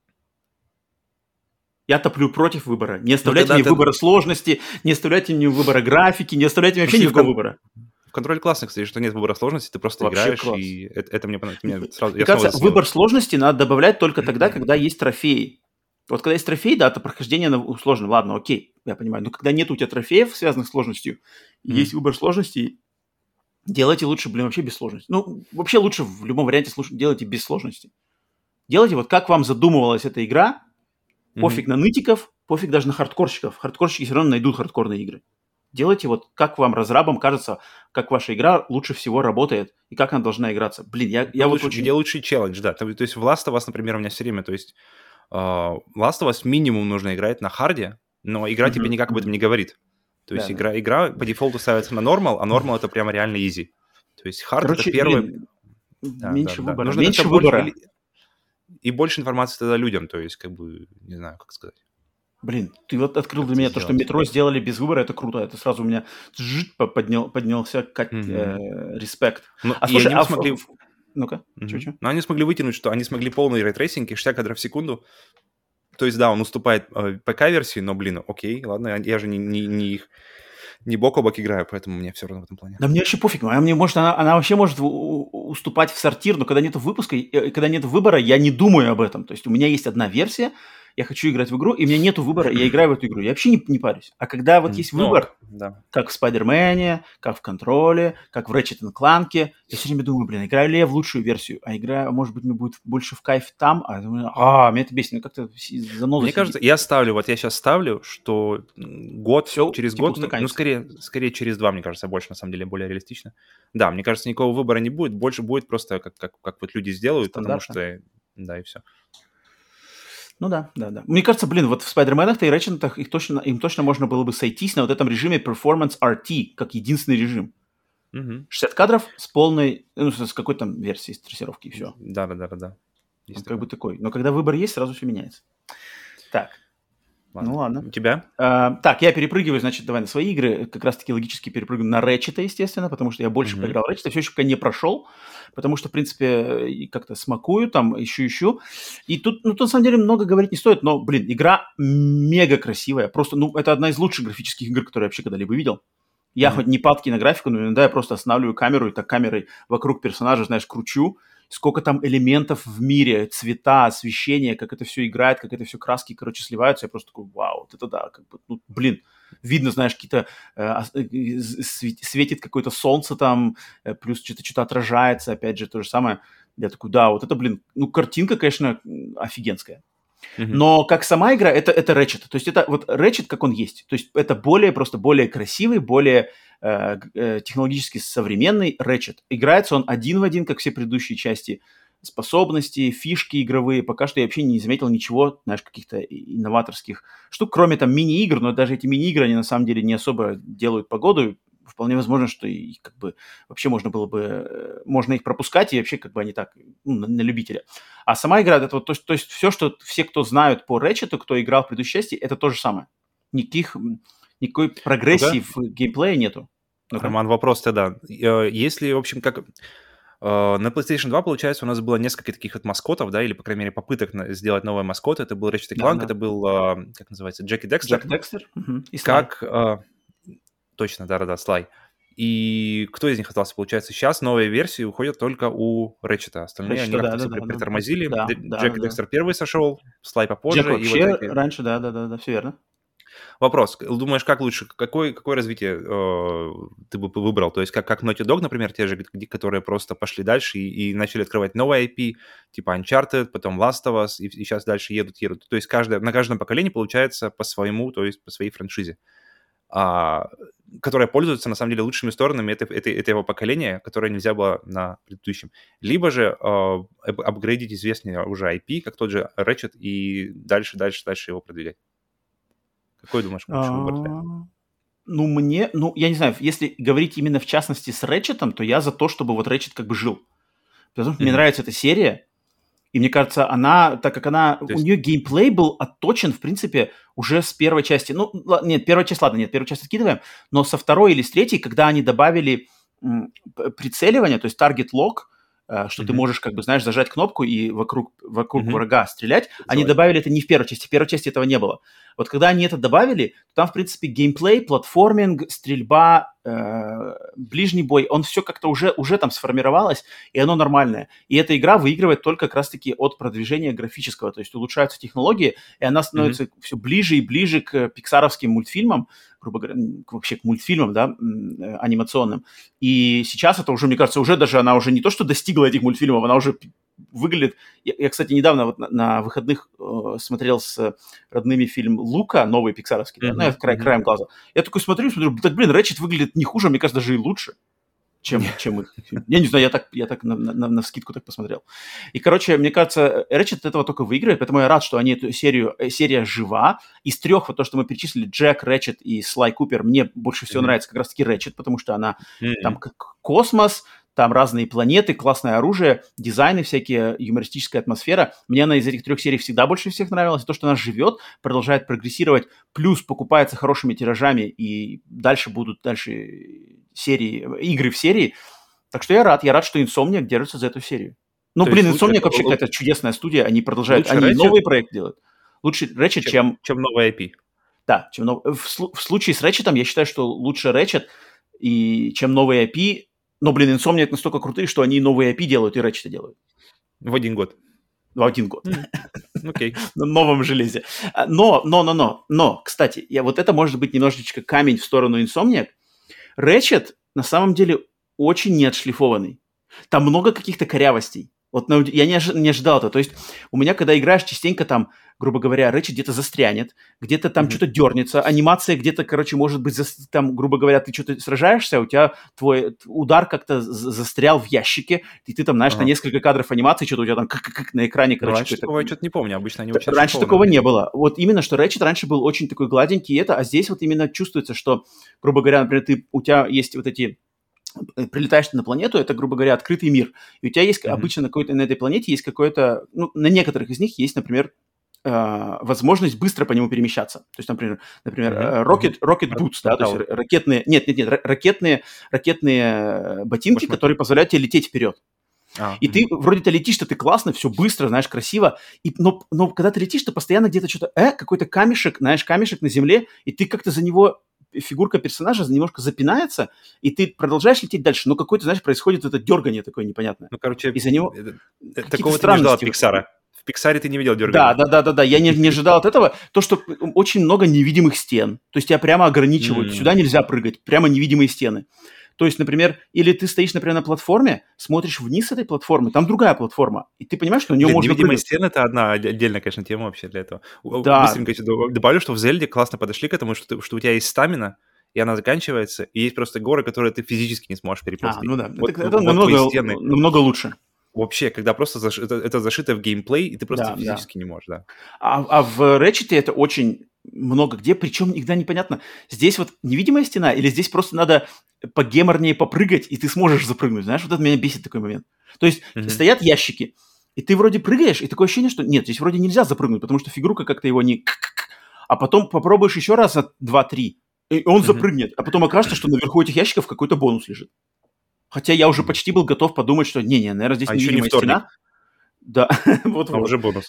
Я топлю против выбора. Не оставляйте ну, мне ты... выбора сложности, не оставляйте мне выбора графики, не оставляйте мне вообще никакого кон... выбора. В контроле классно, кстати, что нет выбора сложности, ты просто вообще играешь, класс. И это, это мне понравилось. Сразу... Мне кажется, выбор сложности надо добавлять только тогда, когда есть трофеи. Вот когда есть трофей, да, то прохождение сложно. Ладно, окей, я понимаю. Но когда нет у тебя трофеев, связанных с сложностью, mm-hmm. есть выбор сложности, делайте лучше, блин, вообще без сложности. Ну, вообще лучше в любом варианте делайте без сложности. Делайте вот как вам задумывалась эта игра. Пофиг mm-hmm. на нытиков, пофиг даже на хардкорщиков. Хардкорщики все равно найдут хардкорные игры. Делайте вот как вам, разрабам, кажется, как ваша игра лучше всего работает и как она должна играться. Блин, я, я лучше, вот очень... Где лучший челлендж, да. То, то есть в Last of Us, например, у меня все время, то есть uh, Last of Us минимум нужно играть на харде, но игра mm-hmm. тебе никак об этом не говорит. То есть да, игра, да. игра по дефолту ставится на нормал, а нормал это прямо реально easy. То есть хард это первый... Блин, да, меньше да, выбора. Да. Меньше выбора. Больше... И больше информации тогда людям, то есть, как бы, не знаю, как сказать. Блин, ты вот открыл как для меня то, что Метро сделали без выбора, это круто. Это сразу у меня поднял, поднялся как mm-hmm. э, респект. Ну, а слушай, они а смогли... В... Ну-ка, mm-hmm. что-что? Ну, они смогли вытянуть, что они смогли полный рейтрейсинг и шестьдесят кадров в секунду. То есть, да, он уступает э, ПК-версии, но, блин, окей, ладно, я же не, не, не их... Не бок о бок играю, поэтому мне все равно в этом плане. Да мне вообще пофиг. Она, мне может, она, она вообще может уступать в сортир, но когда нет выпуска, когда нет выбора, я не думаю об этом. То есть у меня есть одна версия, я хочу играть в игру, и у меня нету выбора, я играю в эту игру. Я вообще не, не парюсь. А когда вот есть выбор, ну, да. как в Спайдермене, как в Контроле, как в Ratchet энд Clank, я все время думаю, блин, играю ли я в лучшую версию, а игра, может быть, мне будет больше в кайф там, а, а меня это бесит, ну как-то заноза Мне сидит. кажется, я ставлю, вот я сейчас ставлю, что год, все, через типа год, ну, ну скорее, скорее через два, мне кажется, больше, на самом деле, более реалистично. Да, мне кажется, никакого выбора не будет, больше будет просто, как, как, как вот люди сделают, потому что, да, и все. Ну да, да, да. Мне кажется, блин, вот в Спайдерменах-то и Рэчетах их точно, им точно можно было бы сойтись на вот этом режиме Performance ар ти, как единственный режим. Угу. шестьдесят кадров с полной, ну, с какой-то там версией трассировки и все. Да, да, да, да. да. Он как бы такой. Но когда выбор есть, сразу все меняется. Так. Ладно. Ну ладно. У тебя? А, так, я перепрыгиваю, значит, давай на свои игры. Как раз-таки логически перепрыгиваю на Рэчета, естественно, потому что я больше mm-hmm. поиграл в Рэчета. Все еще пока не прошел, потому что, в принципе, как-то смакую, там, ищу-ищу. И тут, ну, тут, на самом деле, много говорить не стоит, но, блин, игра мега красивая. Просто, ну, это одна из лучших графических игр, которые я вообще когда-либо видел. Я mm-hmm. хоть не падки на графику, но иногда я просто останавливаю камеру и так камерой вокруг персонажа, знаешь, кручу. Сколько там элементов в мире, цвета, освещение, как это все играет, как это все краски, короче, сливаются. Я просто такой, вау, вот это да, как бы, ну, блин, видно, знаешь, какие-то, э, светит какое-то солнце там, э, плюс что-то что-то отражается, опять же, то же самое. Я такой, да, вот это, блин, ну, картинка, конечно, офигенская. Mm-hmm. Но как сама игра, это, это Ratchet. То есть это вот Ratchet, как он есть. То есть это более, просто более красивый, более э, э, технологически современный Ratchet. Играется он один в один, как все предыдущие части. Способности, фишки игровые. Пока что я вообще не заметил ничего, знаешь, каких-то инноваторских штук, кроме там мини-игр. Но даже эти мини-игры, они на самом деле не особо делают погоду. Вполне возможно, что и как бы вообще можно было бы, можно их пропускать, и вообще как бы они так, ну, на, на любителя. А сама игра, это вот, то, то есть все, что все, кто знают по Ratchet, кто играл в предыдущей части, это то же самое. Никаких, никакой прогрессии ну, да? в геймплее нету. Ну-ка. Роман, вопрос тогда. Э, Если, в общем, как... э, На PlayStation два, получается, у нас было несколько таких вот маскотов, да, или, по крайней мере, попыток на- сделать новые маскоты. Это был Ratchet и Да, Clank, да. это был, э, как называется, Джек и Декстер. Джек Декстер мгм, и Слай. Как... э, Точно, да-да-да, Слай. И кто из них остался? Получается, сейчас новые версии уходят только у Ratchet. Остальные, они Рэчета, как-то да, да, все да, да. притормозили. Да, Д- да, Джек и да. Декстер первый сошел, Слай Джек попозже, и в вообще итоге... раньше, да, да, да, да, все верно. Вопрос. К- Думаешь, как лучше, какое, какое развитие э, ты бы выбрал? То есть как, как Naughty Dog, например, те же, где- которые просто пошли дальше и, и начали открывать новые ай пи, типа Uncharted, потом Last of Us, и, и сейчас дальше едут, едут. То есть каждое, на каждом поколении получается по своему, то есть по своей франшизе, а, которая пользуется, на самом деле, лучшими сторонами этой, этой, этого поколения, которое нельзя было на предыдущем. Либо же э, ап- апгрейдить известные уже ай пи, как тот же Ratchet, и дальше, дальше, дальше его продвигать. Какой, думаешь, лучший выбор для? А, Ну, мне, ну, я не знаю, если говорить именно в частности с Рэчетом, то я за то, чтобы вот Рэчет как бы жил. Потому что мне Мгм. нравится эта серия, и мне кажется, она, так как она, То у есть... нее геймплей был отточен, в принципе, уже с первой части. Ну, ла- нет, первая часть, ладно, нет, первую часть откидываем, но со второй или с третьей, когда они добавили м, п- прицеливание, то есть target lock, э, что ты Мгм. можешь, как бы, знаешь, зажать кнопку и вокруг, вокруг Мгм. врага стрелять, они Целое. добавили это не в первой части, в первой части этого не было. Вот когда они это добавили, то там, в принципе, геймплей, платформинг, стрельба, э, ближний бой, он все как-то уже, уже там сформировалось, и оно нормальное. И эта игра выигрывает только как раз-таки от продвижения графического, то есть улучшаются технологии, и она Мгм. становится все ближе и ближе к пиксаровским мультфильмам, грубо говоря, м, к- вообще к мультфильмам, да, м, э, анимационным. И сейчас это уже, мне кажется, уже даже она уже не то, что достигла этих мультфильмов, она уже п- выглядит... Я, я, кстати, недавно вот на, на выходных э, смотрел с родными фильм «Лука», новый пиксаровский, да, ну, я Мгм. край, Мгм. краем глаза. Я такой смотрю, смотрю, так, блин, Рэчет выглядит не хуже, а мне кажется, даже и лучше, чем, чем их фильм. Я не знаю, я так, я так на, на, на вскидку так посмотрел. И, короче, мне кажется, Рэчет от этого только выигрывает, поэтому я рад, что они эту серию, э, серия жива. Из трех, вот то, что мы перечислили, Джек, Рэчет и Слай Купер, мне больше всего Мгм. нравится как раз-таки Рэчет, потому что она там Мгм. как космос, там разные планеты, классное оружие, дизайны всякие, юмористическая атмосфера. Мне она из этих трех серий всегда больше всех нравилась. И то, что она живет, продолжает прогрессировать, плюс покупается хорошими тиражами, и дальше будут дальше серии, игры в серии. Так что я рад, я рад, что Insomniac держится за эту серию. Ну, То блин, есть лу- Insomniac это вообще л- какая-то чудесная студия, они продолжают, лучше они Ratchet, новые проекты делают. Лучше Ratchet, чем, чем, чем новый ай пи. да, чем нов- в, слу- в случае с Ratchet, я считаю, что лучше Ratchet, и чем новые ай пи, но, блин, Insomniac настолько крутые, что они новые ай пи делают и Ratchet делают В один год. в один год. М, Окей. На новом железе. А, Но, но, но, но, но, кстати, я, вот это может быть немножечко камень в сторону Insomniac. Ratchet на самом деле очень неотшлифованный. Там много каких-то корявостей. Вот на уд- я не, ожи- не ожидал этого. То есть у меня, когда играешь, частенько там, грубо говоря, Ratchet где-то застрянет, где-то там Мгм. что-то дернется, анимация где-то, короче, может быть, зас- там, грубо говоря, ты что-то сражаешься, у тебя твой т- удар как-то з- застрял в ящике, и ты там, знаешь, на Ага. несколько кадров анимации, что-то у тебя там как на экране, Ну, короче, раньше какой-то... такого я что-то не помню. Обычно они Т- очень Раньше отшлифованно такого не выглядят. было. Вот именно, что Ratchet раньше был очень такой гладенький, и это, а здесь вот именно чувствуется, что, грубо говоря, например, ты, у тебя есть вот эти э, прилетаешь ты на планету, это, грубо говоря, открытый мир. И у тебя есть Мгм. обычно на, какой-то, на этой планете есть какое-то... Ну, на некоторых из них есть, например, э, возможность быстро по нему перемещаться. То есть, например, например Мгм. э, Мгм. rocket, rocket boots, да, то есть Порталы. р- ракетные... Нет, нет, нет, ра- ракетные, ракетные э, ботинки, Башмаки. которые позволяют тебе лететь вперед. А, И ты мгм. вроде ты летишь-то ты классно, все быстро, знаешь, красиво. И, но, но когда ты летишь, ты постоянно где-то что-то, э, какой-то камешек, знаешь, камешек на земле, и ты как-то за него, фигурка персонажа немножко запинается, и ты продолжаешь лететь дальше, но какое-то, знаешь, происходит это дергание такое непонятное. Ну, короче, Из-за него э, э, какие-то такого ты не ждал от странности. Пиксара. В Пиксаре ты не видел Да, дергания. да, да, да, да. Я не, не ожидал от этого. То, что очень много невидимых стен. То есть тебя прямо ограничивают. М. Сюда нельзя прыгать. Прямо невидимые стены. То есть, например, или ты стоишь, например, на платформе, смотришь вниз с этой платформы, там другая платформа, и ты понимаешь, что на нее Блин, можно невидимые прыгать. стены — это одна отде- отдельная, конечно, тема вообще для этого. У- Да, Быстренько еще д- добавлю, что в Зельде классно подошли к этому, что, ты- что у тебя есть стамина, и она заканчивается, и есть просто горы, которые ты физически не сможешь а, переползти. ну да, Вот, это, это вот намного, твои стены. намного лучше. Вообще, когда просто заш- это, это зашито в геймплей, и ты просто Да, да. физически не можешь, да. А, а в Ratchet это очень много где, причем иногда непонятно, здесь вот невидимая стена или здесь просто надо погеморнее попрыгать, и ты сможешь запрыгнуть, знаешь, вот это меня бесит такой момент. То есть Мгм. стоят ящики, и ты вроде прыгаешь, и такое ощущение, что нет, здесь вроде нельзя запрыгнуть, потому что фигурка как-то его не... А потом попробуешь еще раз от два-три, и он Мгм. запрыгнет, а потом окажется, что наверху этих ящиков какой-то бонус лежит. Хотя я уже Мгм. почти был готов подумать, что не-не, наверное, здесь А еще не невидимая стена. вторник, Да, а вот-вот. уже бонус.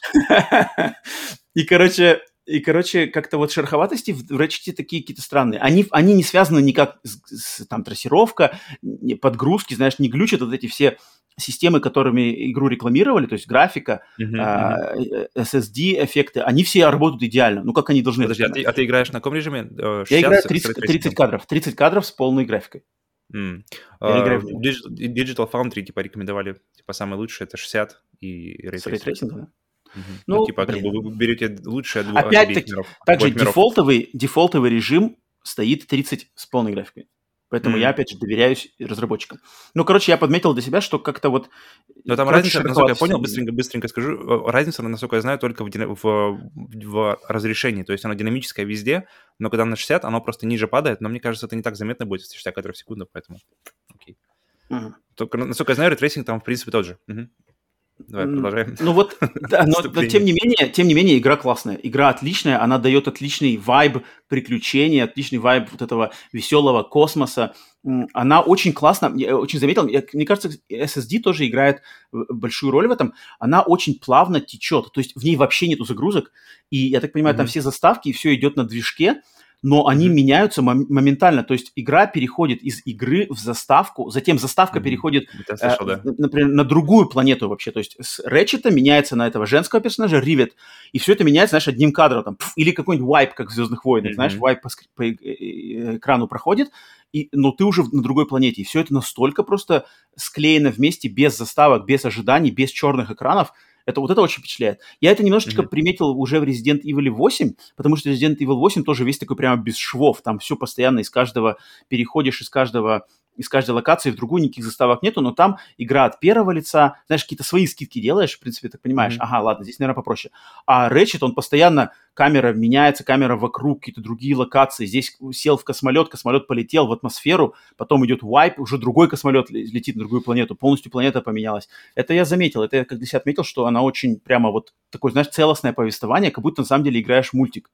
И, короче, и, короче, как-то вот шероховатости в Ratchet такие какие-то странные. Они, они не связаны никак с, с, там, трассировка, не- подгрузки, знаешь, не глючат вот эти все системы, которыми игру рекламировали, то есть графика, Мгм, мгм. а, э, эс эс ди-эффекты, они все работают идеально, ну, как они должны Подожди, а работать. ты, а ты играешь на каком режиме? Э, Я шестьдесят играю с, с тридцать, тридцать рейтрейсингом? кадров, тридцать кадров с полной графикой. М. Я А, играю в него Digital, Digital Foundry, типа, рекомендовали, типа, самый лучший это шестьдесят и с рейтрейсинг. рейтрейсингом, да? Мгм. Ну, Ну, типа, как бы блин, вы берете лучшее от, дву- от обеих опять-таки, миров, также обоих миров. дефолтовый, дефолтовый режим стоит тридцать с полной графикой. Поэтому я, М. опять же, доверяюсь разработчикам. Ну, короче, я подметил для себя, что как-то вот... Но там Короче, разница, насколько я шероховатости понял, они. быстренько, быстренько скажу, э, разница, насколько я знаю, только в, дина- в, в разрешении. То есть оно динамическое везде, но когда на шестьдесят, оно просто ниже падает. Но мне кажется, это не так заметно будет, если шестьдесят кадров в секунду, поэтому окей. Мгм. Только, насколько я знаю, ретрейсинг там, в принципе, тот же. Мгм. Давай, М, продолжаем. Ну вот, да, но, но тем Отступление. не менее, тем не менее, игра классная. Игра отличная, она дает отличный вайб приключений, отличный вайб вот этого веселого космоса. М, Она очень классно, я очень заметил, я- мне кажется, эс эс ди тоже играет э, большую роль в этом. Она очень плавно течет, то есть в ней вообще нету загрузок. И я так понимаю, там Мгм. все заставки, и все идет на движке, но они Мгм. меняются мом- моментально. То есть игра переходит из игры в заставку, затем заставка Мгм. переходит Это я э, слышал, в- да. например, на другую планету вообще. То есть с Рэтчета меняется на этого женского персонажа, Ривет, и все это меняется, знаешь, одним кадром. Там, пф, или какой-нибудь вайп, как в «Звездных войнах», знаешь, Мгм. вайп по, скр- по э- э- экрану проходит, и, но ты уже в- на другой планете. И все это настолько просто склеено вместе, без заставок, без ожиданий, без черных экранов. Это вот это очень впечатляет. Я это немножечко Мгм. приметил уже в Resident Evil восемь, потому что Resident Evil восемь тоже весь такой прямо без швов. Там все постоянно из каждого переходишь, из каждого из каждой локации в другую никаких заставок нету, но там игра от первого лица, знаешь, какие-то свои скидки делаешь, в принципе, так понимаешь, Мгм. ага, ладно, здесь, наверное, попроще. А Ratchet, он постоянно, камера меняется, камера вокруг, какие-то другие локации, здесь сел в космолет, космолет полетел в атмосферу, потом идет вайп, уже другой космолет летит на другую планету, полностью планета поменялась. Это я заметил, это я как для себя отметил, что она очень прямо вот такое, знаешь, целостное повествование, как будто на самом деле играешь в мультик.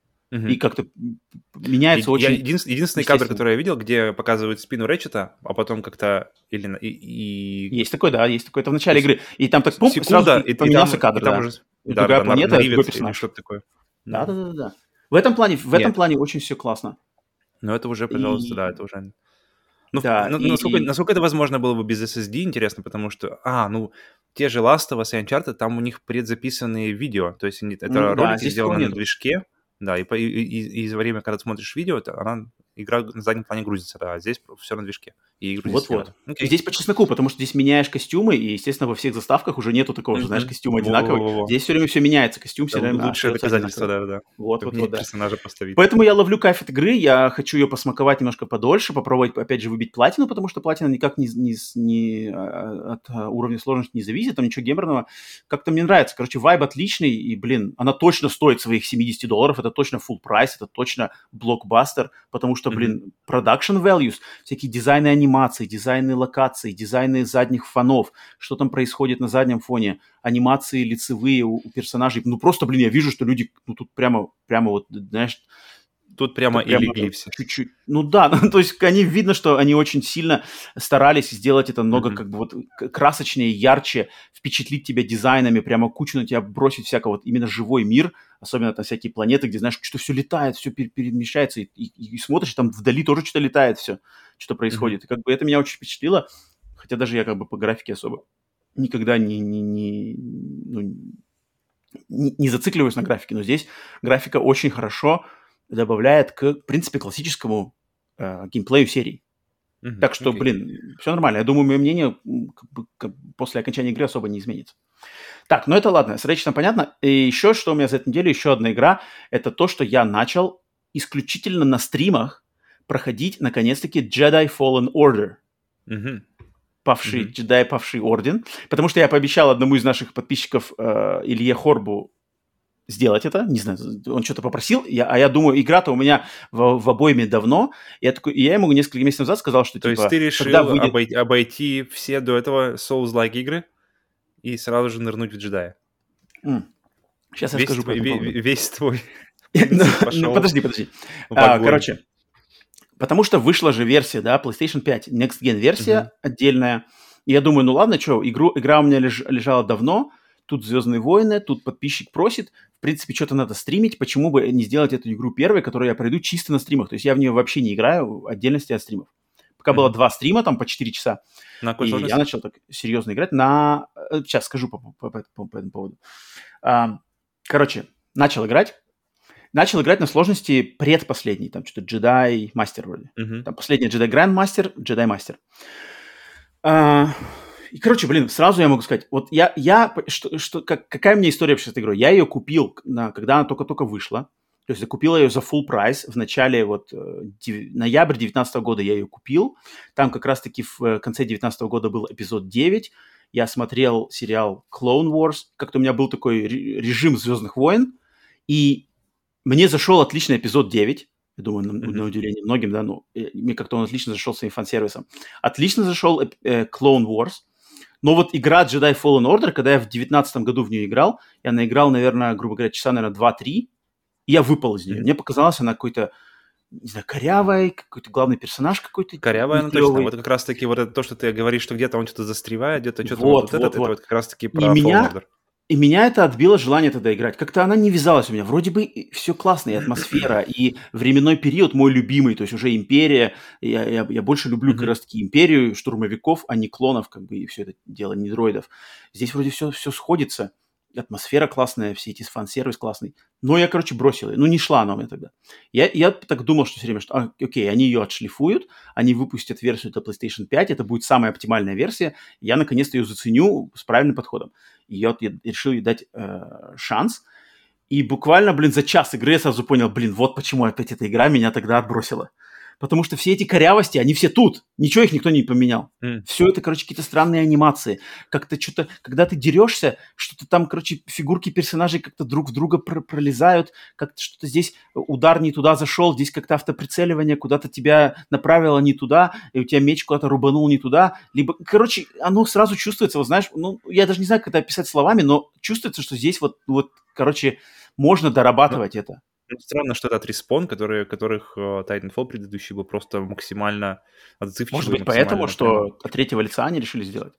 И Мгм. как-то меняется И- Я очень единственный, единственный кадр, естественно. который я видел, где показывают спину Рэтчета, а потом как-то или на- и, и- Есть такой, да, есть такой. Это в то начале есть игры. И там так с- пум, и сразу секунда, и и, и поменялся там, и кадр, там да. уже, И да, другая да, на, на планета, другой Ривет или персонаж. что-то такое. Да, Мгм. да, да, да. В этом плане, в этом Нет, плане очень все классно. но это уже, пожалуйста, И да, это уже... Ну, в- да, на- насколько, и насколько это возможно было бы без эс эс ди, интересно, потому что, а, ну, те же Last of Us и Uncharted, там у них предзаписанные видео, то есть они- м, это да, ролики здесь такого сделаны на нету. движке, да, и, по- и, и- и за время, когда ты смотришь видео, это она, игра на заднем плане грузится, да, а здесь все на движке, и грузится Вот-вот. сразу. И Окей. здесь по чесноку, потому что здесь меняешь костюмы, и, естественно, во всех заставках уже нету такого же, знаешь, Мгм. костюм одинаковый. Во-во-во-во. Здесь все время все меняется, костюм Это все лу- время лучшее остается доказательство, одинаковым. да-да-да. Вот-вот-вот, Поменять да. персонажа просто видно. Поэтому я ловлю кайф от игры, я хочу ее посмаковать немножко подольше, попробовать, опять же, выбить платину, потому что платина никак не, не, с- не, а, от а, уровня сложности не зависит, там ничего геморного. Как-то мне нравится. Короче, вайб отличный, и, блин, она точно стоит своих семьдесят долларов, это точно full прайс, это точно блокбастер, потому что, Мгм. блин, production values, всякие дизайны анимации, дизайны локаций, дизайны задних фонов, что там происходит на заднем фоне, анимации лицевые у, у персонажей. Ну, просто, блин, я вижу, что люди, ну, тут прямо, прямо вот, знаешь, Тут прямо так и прямо легли все. чуть-чуть. Ну да, то есть они видно, что они очень сильно старались сделать это много Мгм. как бы вот к- красочнее, ярче, впечатлить тебя дизайнами, прямо кучу на тебя бросить всякого вот именно живой мир, особенно там всякие планеты, где знаешь, что все летает, все перемещается, и, и- и смотришь, там вдали тоже что-то летает все, что Мгм. происходит. И как бы это меня очень впечатлило, хотя даже я как бы по графике особо никогда не, не, не, ну, не, не зацикливаюсь на графике, но здесь графика очень хорошо добавляет к, в принципе, классическому э, геймплею серии. Мгм. Так что, Окей. блин, все нормально. Я думаю, мое мнение м, как бы, как бы после окончания игры особо не изменится. Так, ну это ладно, с Ratchet понятно. И еще, что у меня за эту неделю, еще одна игра, это то, что я начал исключительно на стримах проходить, наконец-таки, Jedi Fallen Order. Мгм. Павший Мгм. джедай, павший орден. Потому что я пообещал одному из наших подписчиков, э, Илье Хорбу, сделать это. Не знаю, он что-то попросил, я, а я думаю, игра-то у меня в, в обойме давно. Я, такой, и я ему несколько месяцев назад сказал, что, То есть типа, ты когда решил выйдет... обой- обойти все до этого Souls-like игры и сразу же нырнуть в джедая. Сейчас я Весь скажу по твой, этому ве- поводу. ве- весь твой Ну, принцип ну, пошел подожди, подожди. в А, огонь. короче, Потому что вышла же версия, да, PlayStation пять, Next Gen версия Мгм. отдельная. И я думаю, ну ладно, что, игру, игра у меня леж- лежала давно, тут «Звездные войны», тут подписчик просит, в принципе, что-то надо стримить, почему бы не сделать эту игру первой, которую я пройду чисто на стримах. То есть я в нее вообще не играю, в отдельности от стримов. Пока было Мгм. два стрима, там по четыре часа, На какой и я сложности? начал так серьезно играть на... э, Сейчас скажу по, по- по- по- по этому поводу. А, Короче, начал играть. Начал играть на сложности предпоследней, там что-то джедай мастер вроде. Мгм. Там последний джедай гранд-мастер, джедай мастер. А, и, короче, блин, сразу я могу сказать, вот я, я п- что, что, как, какая у меня история вообще с этой игрой? Я ее купил, на, когда она только-только вышла. То есть я купил ее за full прайс в начале, вот, э, дев- ноябрь девятнадцатого года я ее купил. Там как раз-таки в э, конце девятнадцатого года был эпизод девять. Я смотрел сериал Clone Wars. Как-то у меня был такой ре- режим «Звездных войн». И мне зашел отлично эпизод девять. Я думаю, на, на Мгм. удивление многим, да, ну, э, мне как-то он отлично зашел своим фан-сервисом. Отлично зашел эп- э, Clone Wars. Но вот игра Jedi Fallen Order, когда я в девятнадцатом году в нее играл, я наиграл, наверное, грубо говоря, часа, наверное, два-три, и я выпал из нее. Мгм. Мне показалось, она какой-то, не знаю, корявой, какой-то главный персонаж какой-то Корявая она точно. неклевый. Вот как раз-таки вот это то, что ты говоришь, что где-то он что-то застревает, где-то что-то вот, Вот, вот этот, вот, это вот. вот как раз-таки И про Fallen меня, Order. и меня это отбило желание тогда играть. Как-то она не вязалась у меня. Вроде бы все классно, и атмосфера, и временной период мой любимый, то есть уже Империя. Я, я, я больше люблю как Мгм. раз-таки Империю, штурмовиков, а не клонов, как бы, и все это дело, не дроидов. Здесь вроде все, все сходится. Атмосфера классная, все эти фан-сервис классный. Но я, короче, бросил ее. Ну, не шла она у меня тогда. Я, я так думал, что все время, что, а, окей, они ее отшлифуют, они выпустят версию для PlayStation пять, это будет самая оптимальная версия, и я наконец-то ее заценю с правильным подходом. И я, вот, я решил ей дать э, шанс. И буквально, блин, за час игры я сразу понял, блин, вот почему опять эта игра меня тогда отбросила. Потому что все эти корявости, они все тут. Ничего их никто не поменял. М. Все это, короче, какие-то странные анимации. Как-то что-то, когда ты дерешься, что-то там, короче, фигурки персонажей как-то друг в друга пр- пролезают, как-то что-то здесь удар не туда зашел, здесь как-то автоприцеливание куда-то тебя направило не туда, и у тебя меч куда-то рубанул не туда. Либо, короче, оно сразу чувствуется, вот знаешь, ну, я даже не знаю, как это описать словами, но чувствуется, что здесь вот, вот, короче, можно Ну, дорабатывать это. ну, странно, что это от Respawn, которые, которых э, Titanfall предыдущий был просто максимально Может отзывчивый, быть, поэтому, максимально прямо, что от третьего лица они решили сделать?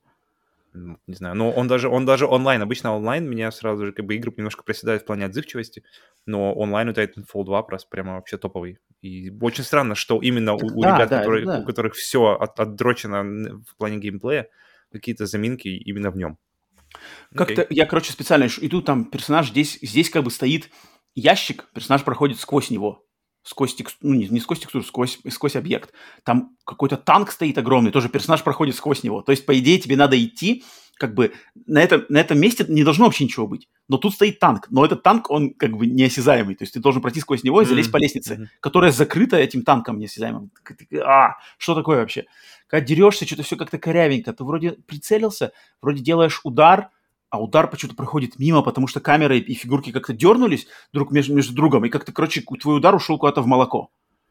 м, не знаю. Но он даже, он даже онлайн, обычно онлайн меня сразу же как бы игры немножко проседают в плане отзывчивости, но онлайн у Titanfall два просто прямо вообще топовый. И очень странно, что именно у, Так у да, ребят, да, это которые, у да. которых все от, отдрочено н- в плане геймплея, какие-то заминки именно в нем. Как-то Окей. я, короче, специально ш- иду, там персонаж, здесь, здесь как бы стоит ящик, персонаж проходит сквозь него. Сквозь текстуру, ну не, не сквозь текстуру, сквозь, сквозь объект. Там какой-то танк стоит огромный, тоже персонаж проходит сквозь него. То есть, по идее, тебе надо идти, как бы на этом, на этом месте не должно вообще ничего быть. Но тут стоит танк, но этот танк, он как бы неосязаемый. То есть ты должен пройти сквозь него и залезть по М, лестнице, мгм. которая закрыта этим танком неосязаемым. А, что такое вообще? Когда дерешься, что-то все как-то корявенько. Ты вроде прицелился, вроде делаешь удар, а удар почему-то проходит мимо, потому что камера и, и фигурки как-то дернулись друг между, между другом, и как-то, короче, твой удар ушел куда-то в молоко.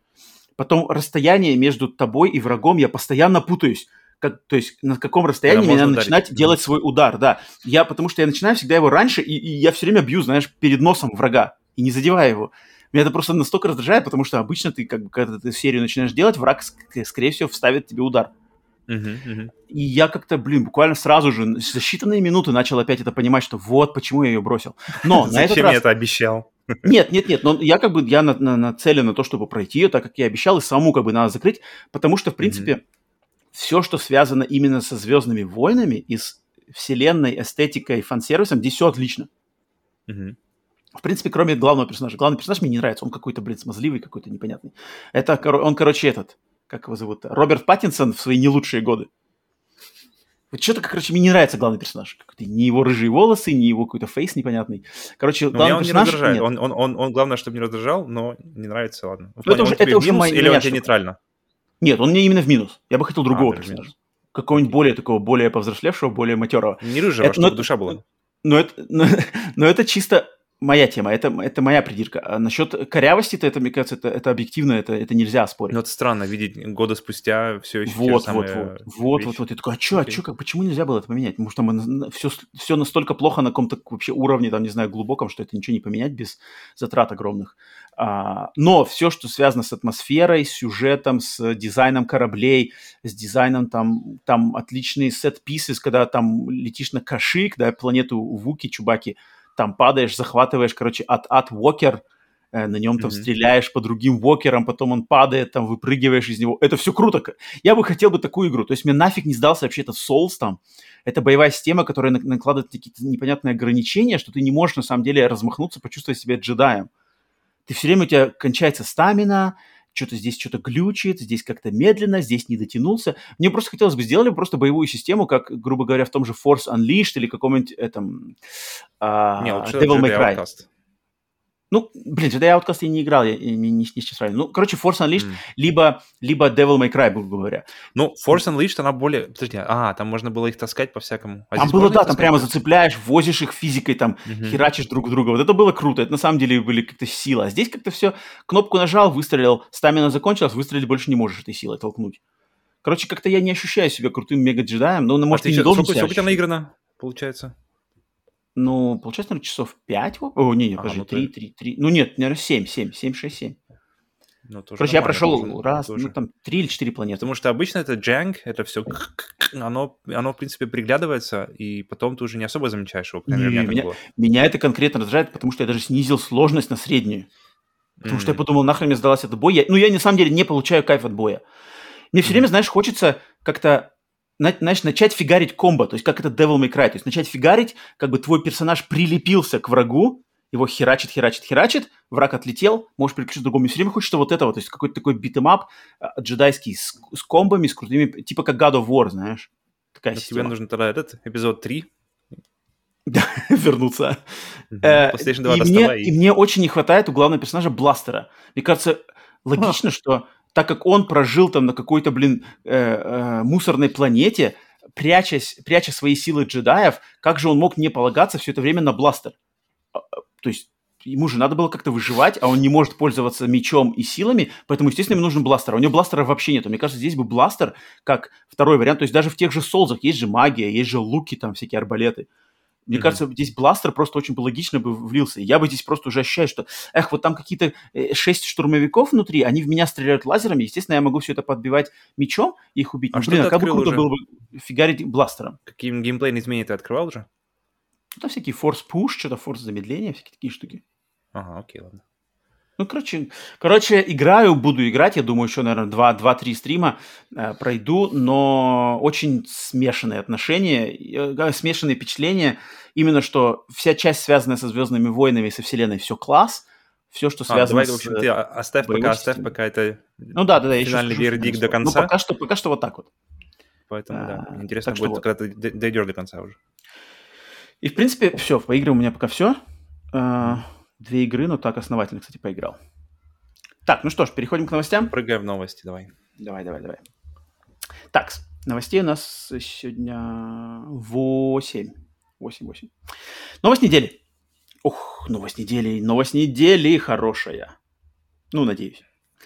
Потом расстояние между тобой и врагом, я постоянно путаюсь. Как, то есть на каком Когда расстоянии мне можно надо ударить. начинать Мгм. делать свой удар, да. Я, потому что я начинаю всегда его раньше, и, и я все время бью, знаешь, перед носом врага, и не задевая его. Меня это просто настолько раздражает, потому что обычно ты, как бы, когда ты серию начинаешь делать, враг, ск- скорее всего, вставит тебе удар. Мгм, мгм. И я как-то, блин, буквально сразу же, за считанные минуты начал опять это понимать, что вот почему я ее бросил. Но на этот Зачем я раз... это обещал? Нет, нет, нет, но я как бы, я на, на, нацелен на то, чтобы пройти ее, так как я обещал, и саму как бы надо закрыть, потому что, в Мгм. принципе, все, что связано именно со «Звездными войнами» и с вселенной, эстетикой, фан-сервисом, здесь все отлично. Мгм. В принципе, кроме главного персонажа. Главный персонаж мне не нравится, он какой-то, блин, смазливый, какой-то непонятный. Это, коро- он, короче, этот, как его зовут, Роберт Паттинсон в свои не лучшие годы. Вот что-то, короче, мне не нравится главный персонаж. Какой-то ни его рыжие волосы, ни его какой-то фейс непонятный. Короче, Ну, меня главный он не персонаж раздражает. нет. Он, он, он, он, главное, чтобы не раздражал, но не нравится, ладно. В Но это плане, уже, он тебе это в уже минус моя, или моя он тебе штука. нейтрально? Нет, он мне именно в минус. Я бы хотел А, другого даже в персонажа. минус. Какого-нибудь Окей. более такого, более повзрослевшего, более матерого. Не рыжего, Это, но, чтобы это, душа была. но, это, но, но это чисто моя тема, это, это моя придирка. А насчет корявости-то, это, мне кажется, это, это объективно, это, это нельзя спорить. Ну, это странно видеть года спустя все еще те же Вот, вот, самые вот, вот, вещи. вот, вот. Я такой, а чё, а Окей. чё, как, почему нельзя было это поменять? Потому что мы все, все настолько плохо на каком-то вообще уровне, там, не знаю, глубоком, что это ничего не поменять без затрат огромных. А, но все, что связано с атмосферой, с сюжетом, с дизайном кораблей, с дизайном там, там отличные сет-писы, когда там летишь на Кашик, да, планету Вуки, Чубаки, там падаешь, захватываешь, короче, от-от Уокер, э, на нем там Мгм. стреляешь по другим Уокерам, потом он падает, там выпрыгиваешь из него. Это все круто. Я бы хотел бы такую игру. То есть мне нафиг не сдался вообще этот Souls там. Это боевая система, которая на- накладывает какие-то непонятные ограничения, что ты не можешь на самом деле размахнуться, почувствовать себя джедаем. Ты все время, у тебя кончается стамина, что-то здесь что-то глючит, здесь как-то медленно, здесь не дотянулся. Мне просто хотелось бы сделали просто боевую систему, как, грубо говоря, в том же Force Unleashed или каком-нибудь этом а, Не, лучше Devil May Jedi Cry. Outcast. Ну, блин, Jedi Outcast я не играл, я не, не, не сейчас правильно. Ну, короче, Force Unleashed, М. либо, либо Devil May Cry, грубо говоря. Ну, Force Unleashed, она более... Подожди, а, там можно было их таскать по-всякому. А Там здесь было, можно да, их там таскать? прямо зацепляешь, возишь их физикой, там, Мгм. херачишь друг друга. Вот это было круто. Это на самом деле были как-то сила. А здесь как-то все, кнопку нажал, выстрелил, стамина закончилась, выстрелить больше не можешь этой силой толкнуть. Короче, как-то я не ощущаю себя крутым мега-джедаем, но, А может, ты и не щас- должен сколько, себя сколько у тебя ощущать. наиграно, получается? Ну, получается, наверное, часов пять. О, не, не, Ага, подожди, ну три, ты... три, три. Ну, нет, наверное, семь, семь, семь, шесть, семь. Ну, тоже Короче, я нормально, прошел тоже, раз, ну, тоже. там, три или четыре планеты. Потому что обычно это Jank, это все... Оно, оно, в принципе, приглядывается, и потом ты уже не особо замечаешь его, по крайней мере, у Не, меня так меня, было. меня это конкретно раздражает, потому что я даже снизил сложность на среднюю. Потому что я М. подумал, нахрен мне сдалась этот бой. Я- ну, я на самом деле не получаю кайф от боя. Мне все Мгм. время, знаешь, хочется как-то, на- знаешь, начать фигарить комбо, то есть как это Devil May Cry, то есть начать фигарить, как бы твой персонаж прилепился к врагу, его херачит, херачит, херачит, враг отлетел, можешь переключиться к другому. И все время хочется вот этого, то есть какой-то такой битэмап а, джедайский с, с комбами, с крутыми, типа как God of War, знаешь, такая Ну, тебе система. нужно тогда этот, эпизод три. Да, вернуться. Мгм. Э, PlayStation два И мне, доставай. и мне очень не хватает у главного персонажа бластера. Мне кажется, логично, что так как он прожил там на какой-то, блин, э, э, мусорной планете, прячась, пряча свои силы джедаев, как же он мог не полагаться все это время на бластер? А, а, То есть ему же надо было как-то выживать, а он не может пользоваться мечом и силами, поэтому, естественно, ему нужен бластер. А у него бластера вообще нету. Мне кажется, здесь бы бластер как второй вариант. То есть даже в тех же Солзах есть же магия, есть же луки, там всякие арбалеты. Мне Мгм. кажется, здесь бластер просто очень бы логично бы влился. Я бы здесь просто уже ощущаю, что, эх, вот там какие-то э, шесть штурмовиков внутри, они в меня стреляют лазерами, естественно, я могу все это подбивать мечом и их убить. А Ну, что блин, ты а как бы открыл круто уже? было бы фигарить бластером. Какие геймплейные изменения ты открывал уже? Ну, там всякие форс-пуш, что-то форс-замедление, всякие такие штуки. Ага, окей, ладно. Ну, короче, короче, играю, буду играть, я думаю, еще, наверное, два-три стрима э, пройду, но очень смешанные отношения, э, смешанные впечатления, именно что вся часть, связанная со «Звездными войнами» и со вселенной, все класс, все, что А, связано давай, в с общем, э, ты о- оставь боевой пока, оставь системой. пока это Ну да, да, да, я еще финальный скажу финальное вердикт до слово. Ну, конца. пока что, пока что вот так вот. Поэтому, да, А, интересно так что будет, вот. когда ты д- дойдешь до конца уже. И, в принципе, все, по играм у меня пока все. Мгм. Две игры, но так основательно, кстати, поиграл. Так, ну что ж, переходим к новостям. Прыгай в новости, давай. Давай, давай, давай. Так, новостей у нас сегодня восемь. восемь, восемь. Новость недели. Ух, новость недели. Новость недели хорошая. Ну, надеюсь.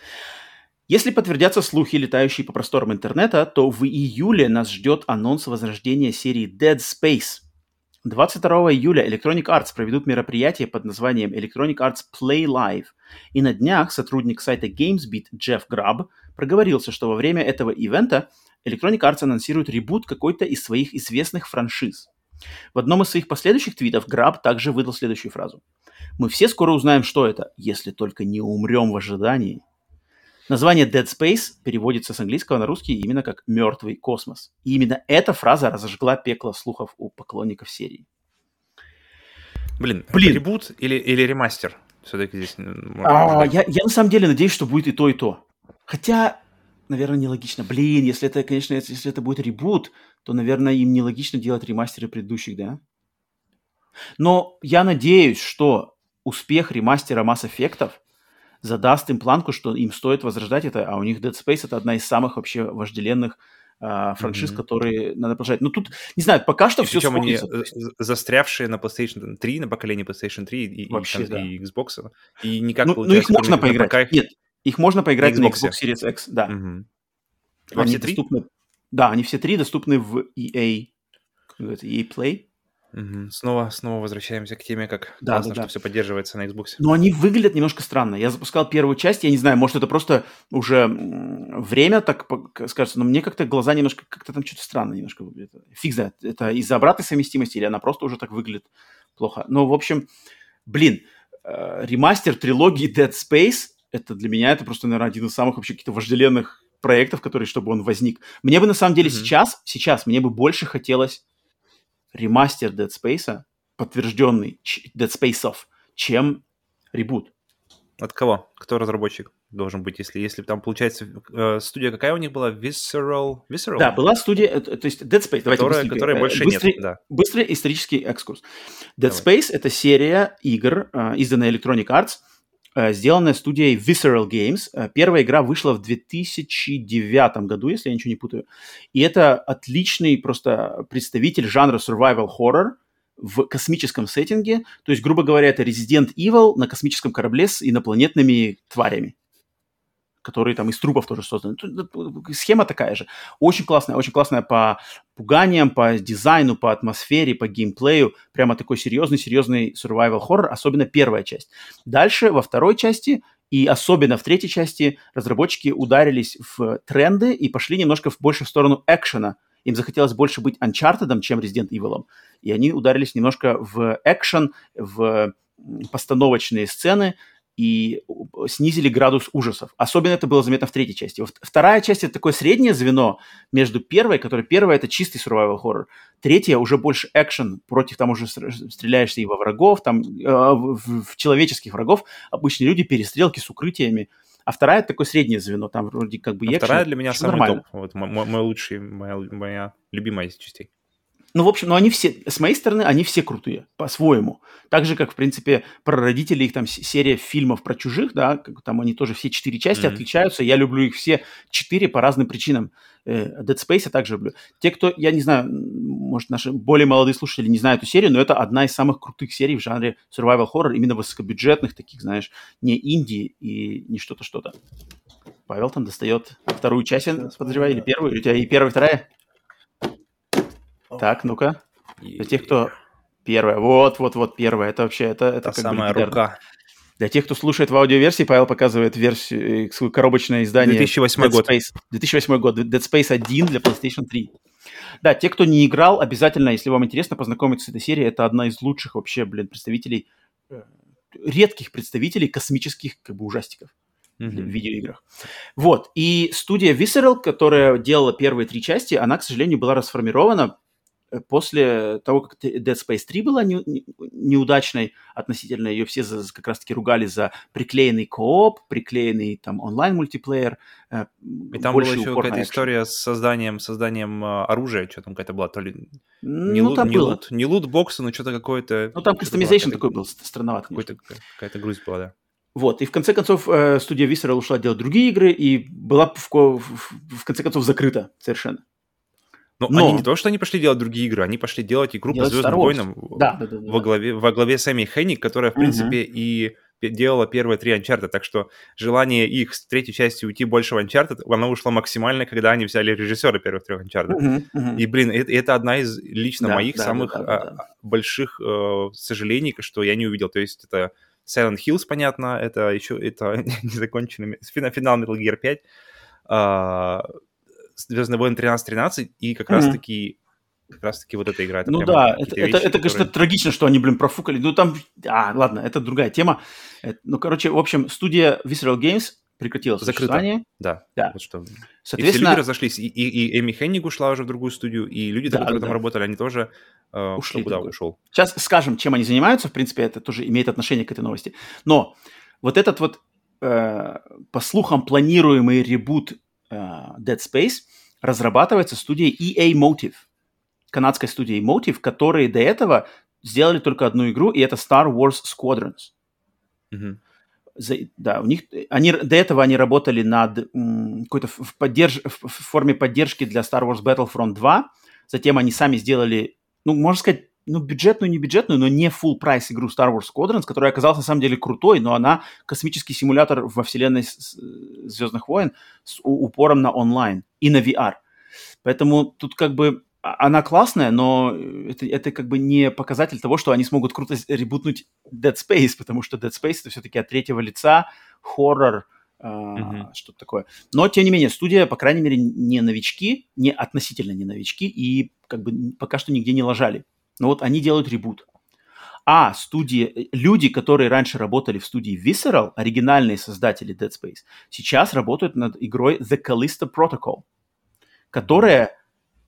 Если подтвердятся слухи, летающие по просторам интернета, то в июле нас ждет анонс возрождения серии Dead Space. двадцать второго июля Electronic Arts проведут мероприятие под названием Electronic Arts Play Live. И на днях сотрудник сайта GamesBeat Джефф Граб проговорился, что во время этого ивента Electronic Arts анонсирует ребут какой-то из своих известных франшиз. В одном из своих последующих твитов Граб также выдал следующую фразу. «Мы все скоро узнаем, что это, если только не умрем в ожидании». Название Dead Space переводится с английского на русский именно как «мертвый космос». И именно эта фраза разожгла пекло слухов у поклонников серии. Блин, Блин. это ребут или, или ремастер? Все-таки здесь можно А, ожидать. я, я на самом деле надеюсь, что будет и то, и то. Хотя, наверное, нелогично. Блин, если это, конечно, если, если это будет ребут, то, наверное, им нелогично делать ремастеры предыдущих, да? Но я надеюсь, что успех ремастера Mass Effect'ов задаст им планку, что им стоит возрождать это, а у них Dead Space — это одна из самых вообще вожделенных а, франшиз, Мгм. которые надо продолжать. Но тут, не знаю, пока что И все причем они э, сходится. То есть з- застрявшие на PlayStation три, на поколении PlayStation три и, и, вообще, кон- да. и Xbox. И никак, Ну, ну, их получается, можно кроме на поиграть. ПК их Нет, их можно на поиграть на Xbox Xbox. Series X, да. Мгм. Во Они все три? доступны, да, они все три доступны в и эй, как называется, и эй Play. Мгм. Снова, снова возвращаемся к теме, как Да, да, классно, что да. все поддерживается на Xbox. Но они выглядят немножко странно. Я запускал первую часть, я не знаю, может, это просто уже м, время так по- к- скажется, но мне как-то глаза немножко, как-то там что-то странно немножко выглядит. Фиг знает, это из-за обратной совместимости или она просто уже так выглядит плохо. Но, в общем, блин, э, ремастер трилогии Dead Space, это для меня, это просто, наверное, один из самых вообще каких-то вожделенных проектов, который, чтобы он возник. Мне бы, на самом деле, Мгм. сейчас, сейчас мне бы больше хотелось ремастер Dead Space, подтвержденный ч- Dead Space, чем ребут. От кого? Кто разработчик должен быть, если, если там, получается, э, студия какая у них была? Visceral? Visceral? Да, была студия, э, то есть Dead Space, давайте Которая, быстренько, которой э, больше нет, быстрый, да. быстрый исторический экскурс. Dead Давай. Space — это серия игр, э, изданная Electronic Arts, э, сделанная студией Visceral Games. Э, Первая игра вышла в две тысячи девятом году, если я ничего не путаю. И это отличный просто представитель жанра survival horror в космическом сеттинге. То есть, грубо говоря, это Resident Evil на космическом корабле с инопланетными тварями, которые там из трупов тоже созданы. Тут, э, Схема такая же. Очень классная, очень классная по пуганиям, по дизайну, по атмосфере, по геймплею. Прямо такой серьезный-серьезный survival horror, особенно первая часть. Дальше, во второй части и особенно в третьей части, разработчики ударились в тренды и пошли немножко в, больше в сторону экшена. Им захотелось больше быть Uncharted, чем Resident Evil. И они ударились немножко в экшен, в м, постановочные сцены, и снизили градус ужасов. Особенно это было заметно в третьей части. Во- Вторая часть — это такое среднее звено между первой, которая первая — это чистый survival horror. Третья уже больше экшен, против там уже стр- стреляешься и во врагов, там э, в, в- в человеческих врагов, обычные люди, перестрелки с укрытиями. А вторая — это такое среднее звено, там вроде как бы А и экшен, вторая для меня всё самый нормально. топ. Вот мо- мо- мой лучший, моя, моя любимая из частей. Ну, в общем, ну они все, с моей стороны, они все крутые, по-своему. Так же, как, в принципе, про родителей, их там с- серия фильмов про чужих, да, как там они тоже все четыре части Мгм. отличаются. Я люблю их все четыре по разным причинам. Э, Dead Space я также люблю. Те, кто, я не знаю, м, может, наши более молодые слушатели не знают эту серию, но это одна из самых крутых серий в жанре survival horror, именно высокобюджетных таких, знаешь, не инди и не что-то, что-то. Павел там достает вторую часть, я подозреваю, или первую, или у тебя и первая, и вторая? Так, ну-ка. Для тех, И кто... Первая. Вот, вот, вот, первая. Это вообще, это, это та как бы самая легендарно. рука. Для тех, кто слушает в аудиоверсии, Павел показывает версию, э, свое коробочное издание две тысячи восьмой Dead год. Space. две тысячи восьмой год. Dead Space один для PlayStation три. Да, те, кто не играл, обязательно, если вам интересно, познакомиться с этой серией. Это одна из лучших вообще, блин, представителей, э, редких представителей космических, как бы, ужастиков в Мгм. видеоиграх. Вот. И студия Visceral, которая делала первые три части, она, к сожалению, была расформирована э, после того, как т- Dead Space три была не- не- неудачной относительно, ее все за- как раз-таки ругали за приклеенный кооп, приклеенный там онлайн-мультиплеер, э, И там была больше еще упор какая-то на экшен. история с созданием, созданием а, оружия, что там какая-то была, то ли не Ну, лут, там не было. лут, не лут-боксы, но что-то какое-то, Ну, там что-то была customization какая-то, такой был, ст- странновато, какой-то, конечно. какая-то грусть была, да. Вот, и в конце концов э, студия Visceral ушла делать другие игры и была в, ко- в- в конце концов закрыта совершенно. Но они не Но то, что они пошли делать другие игры, они пошли делать игру по делать Star Звездным Wars. войнам Да, да, да, да. во да. главе, во главе Сэмми Хенник, которая, в Мгм. принципе, и пе- делала первые три Uncharted, так что желание их с третьей части уйти больше в Uncharted, оно ушло максимально, когда они взяли режиссера первых трех Uncharted. Мгм, мгм. И, блин, это, это одна из лично Да, моих да, да, самых да, да, а, да. больших э, сожалений, что я не увидел. То есть это Silent Hills, понятно, это еще это незаконченный финал, финал Metal Gear пять, а, Звездные войны тринадцать тринадцать, и как Мгм. раз-таки как раз-таки вот эта игра, это Ну прямо да, это, какие-то это, вещи, это, конечно, которые... трагично, что они, блин, профукали. Ну там, а, ладно, это другая тема. Это- ну, короче, в общем, студия Visceral Games прекратила Закрыто, существование. да. Да. Вот что. И все люди Соответственно, разошлись. И, и, и Эми Хенник ушла уже в другую студию, и люди, да, которые да, там да, работали, они тоже... э, кто ушли в куда другой. ушел. Сейчас скажем, чем они занимаются. В принципе, это тоже имеет отношение к этой новости. Но вот этот вот, э, по слухам, планируемый ребут э, Dead Space разрабатывается студией и эй Motive, канадской студией Motive, которые до этого сделали только одну игру, и это Star Wars Squadrons. Мгм. За, да, у них, они, до этого они работали над м, какой-то в, поддерж, в, в форме поддержки для Star Wars Battlefront два. Затем они сами сделали, ну, можно сказать, ну, бюджетную, не бюджетную, но не full прайс игру Star Wars Squadrons, которая оказалась на самом деле крутой, но она космический симулятор во вселенной Звездных войн с упором на онлайн и на ви ар. Поэтому тут как бы она классная, но это, это как бы не показатель того, что они смогут круто ребутнуть Dead Space, потому что Dead Space это все-таки от третьего лица, хоррор, э, mm-hmm. что-то такое. Но, тем не менее, студия, по крайней мере, не новички, не относительно не новички, и как бы пока что нигде не лажали. Но вот они делают ребут. А студии, люди, которые раньше работали в студии Visceral, оригинальные создатели Dead Space, сейчас работают над игрой The Callisto Protocol, которая...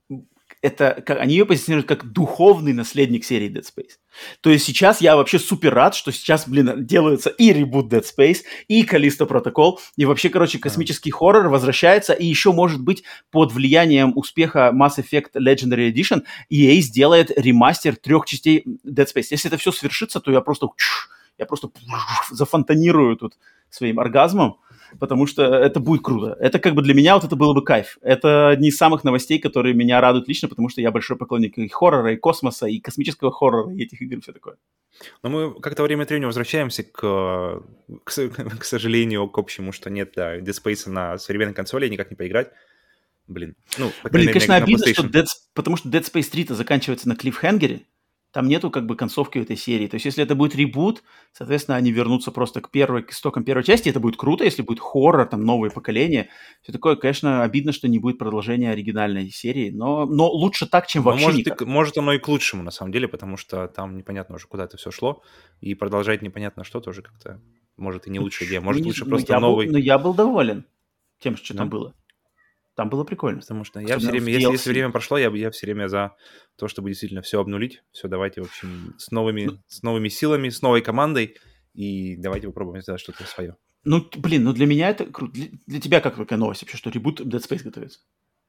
Это, как, они ее позиционируют как духовный наследник серии Dead Space. То есть сейчас я вообще супер рад, что сейчас, блин, делается и ребут Dead Space, и Callisto Protocol, и вообще, короче, космический хоррор возвращается, и еще, может быть, под влиянием успеха Mass Effect Legendary Edition и эй сделает ремастер трех частей Dead Space. Если это все свершится, то я просто, я просто зафонтанирую тут своим оргазмом, потому что это будет круто. Это как бы для меня вот это было бы кайф. Это одни из самых новостей, которые меня радуют лично, потому что я большой поклонник и хоррора, и космоса, и космического хоррора, и этих игр, и все такое. Но мы как-то время от времени возвращаемся к, к, к сожалению, к общему, что нет, да, Dead Space на современной консоли никак не поиграть. Блин. Ну, Блин, конечно, обидно, что Dead, потому что Dead Space три-то заканчивается на клиффхенгере. Там нету как бы концовки в этой серии. То есть если это будет ребут, соответственно, они вернутся просто к первой, к истокам первой части. Это будет круто, если будет хоррор, там, новые поколения. Все такое, конечно, обидно, что не будет продолжения оригинальной серии. Но, но лучше так, чем но вообще может, никак. И, может, оно и к лучшему, на самом деле, потому что там непонятно уже, куда это все шло. И продолжать непонятно что тоже как-то, может, и не лучшая идея. Может, ну, лучше ну, просто новый... Был, но я был доволен тем, что да? там было. Там было прикольно. Потому что я все время, если, если время прошло, я, я все время за то, чтобы действительно все обнулить. Все, давайте, в общем, с новыми, ну, с новыми силами, с новой командой. И давайте попробуем сделать что-то свое. Ну, блин, ну для меня это круто. Для, для тебя как такая новость вообще, что ребут Dead Space готовится?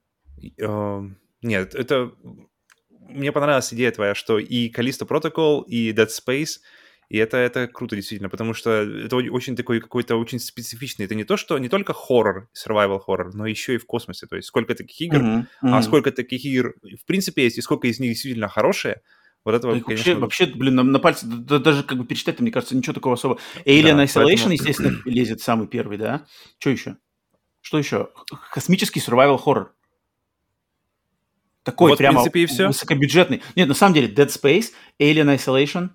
Uh, нет, это... Мне понравилась идея твоя, что и Callisto Protocol, и Dead Space... И это, это круто, действительно, потому что это очень такой какой-то очень специфичный. Это не то, что не только хоррор, survival хоррор, но еще и в космосе. То есть сколько таких игр, mm-hmm. Mm-hmm. а сколько таких игр в принципе есть, и сколько из них действительно хорошие. Вот этого, да, конечно... Вообще, вообще, блин, на, на пальце, да, даже как бы перечитать, мне кажется, ничего такого особого. Alien да, Isolation, поэтому... естественно, лезет самый первый, да? Что еще? Что еще? Космический survival хоррор. Такой вот, прямо в принципе, и все. Высокобюджетный. Нет, на самом деле, Dead Space, Alien Isolation...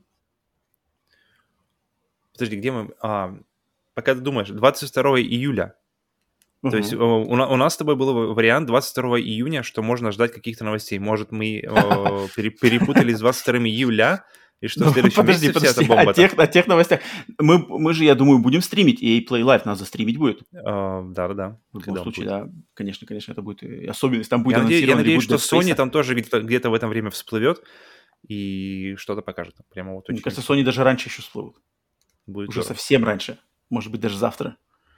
Подожди, где мы? А, пока ты думаешь, двадцать второго июля. Uh-huh. То есть у, у нас с тобой был вариант двадцать второго июня, что можно ждать каких-то новостей. Может, мы о, перепутали с двадцать второго июля, и что в следующем подожди, месяце подожди, вся эта бомба? О тех, о тех новостях. Мы, мы же, я думаю, будем стримить, и эй Play Live нас застримить будет. Uh, да-да-да. В любом случае, да. Конечно, конечно, это будет особенность. Там будет я надеюсь, я надеюсь, что Sony там тоже где-то, где-то в этом время всплывет и что-то покажет. Прямо вот Мне кажется, Sony даже раньше еще всплывут. Будет уже здорово. Совсем раньше. Может быть, даже завтра.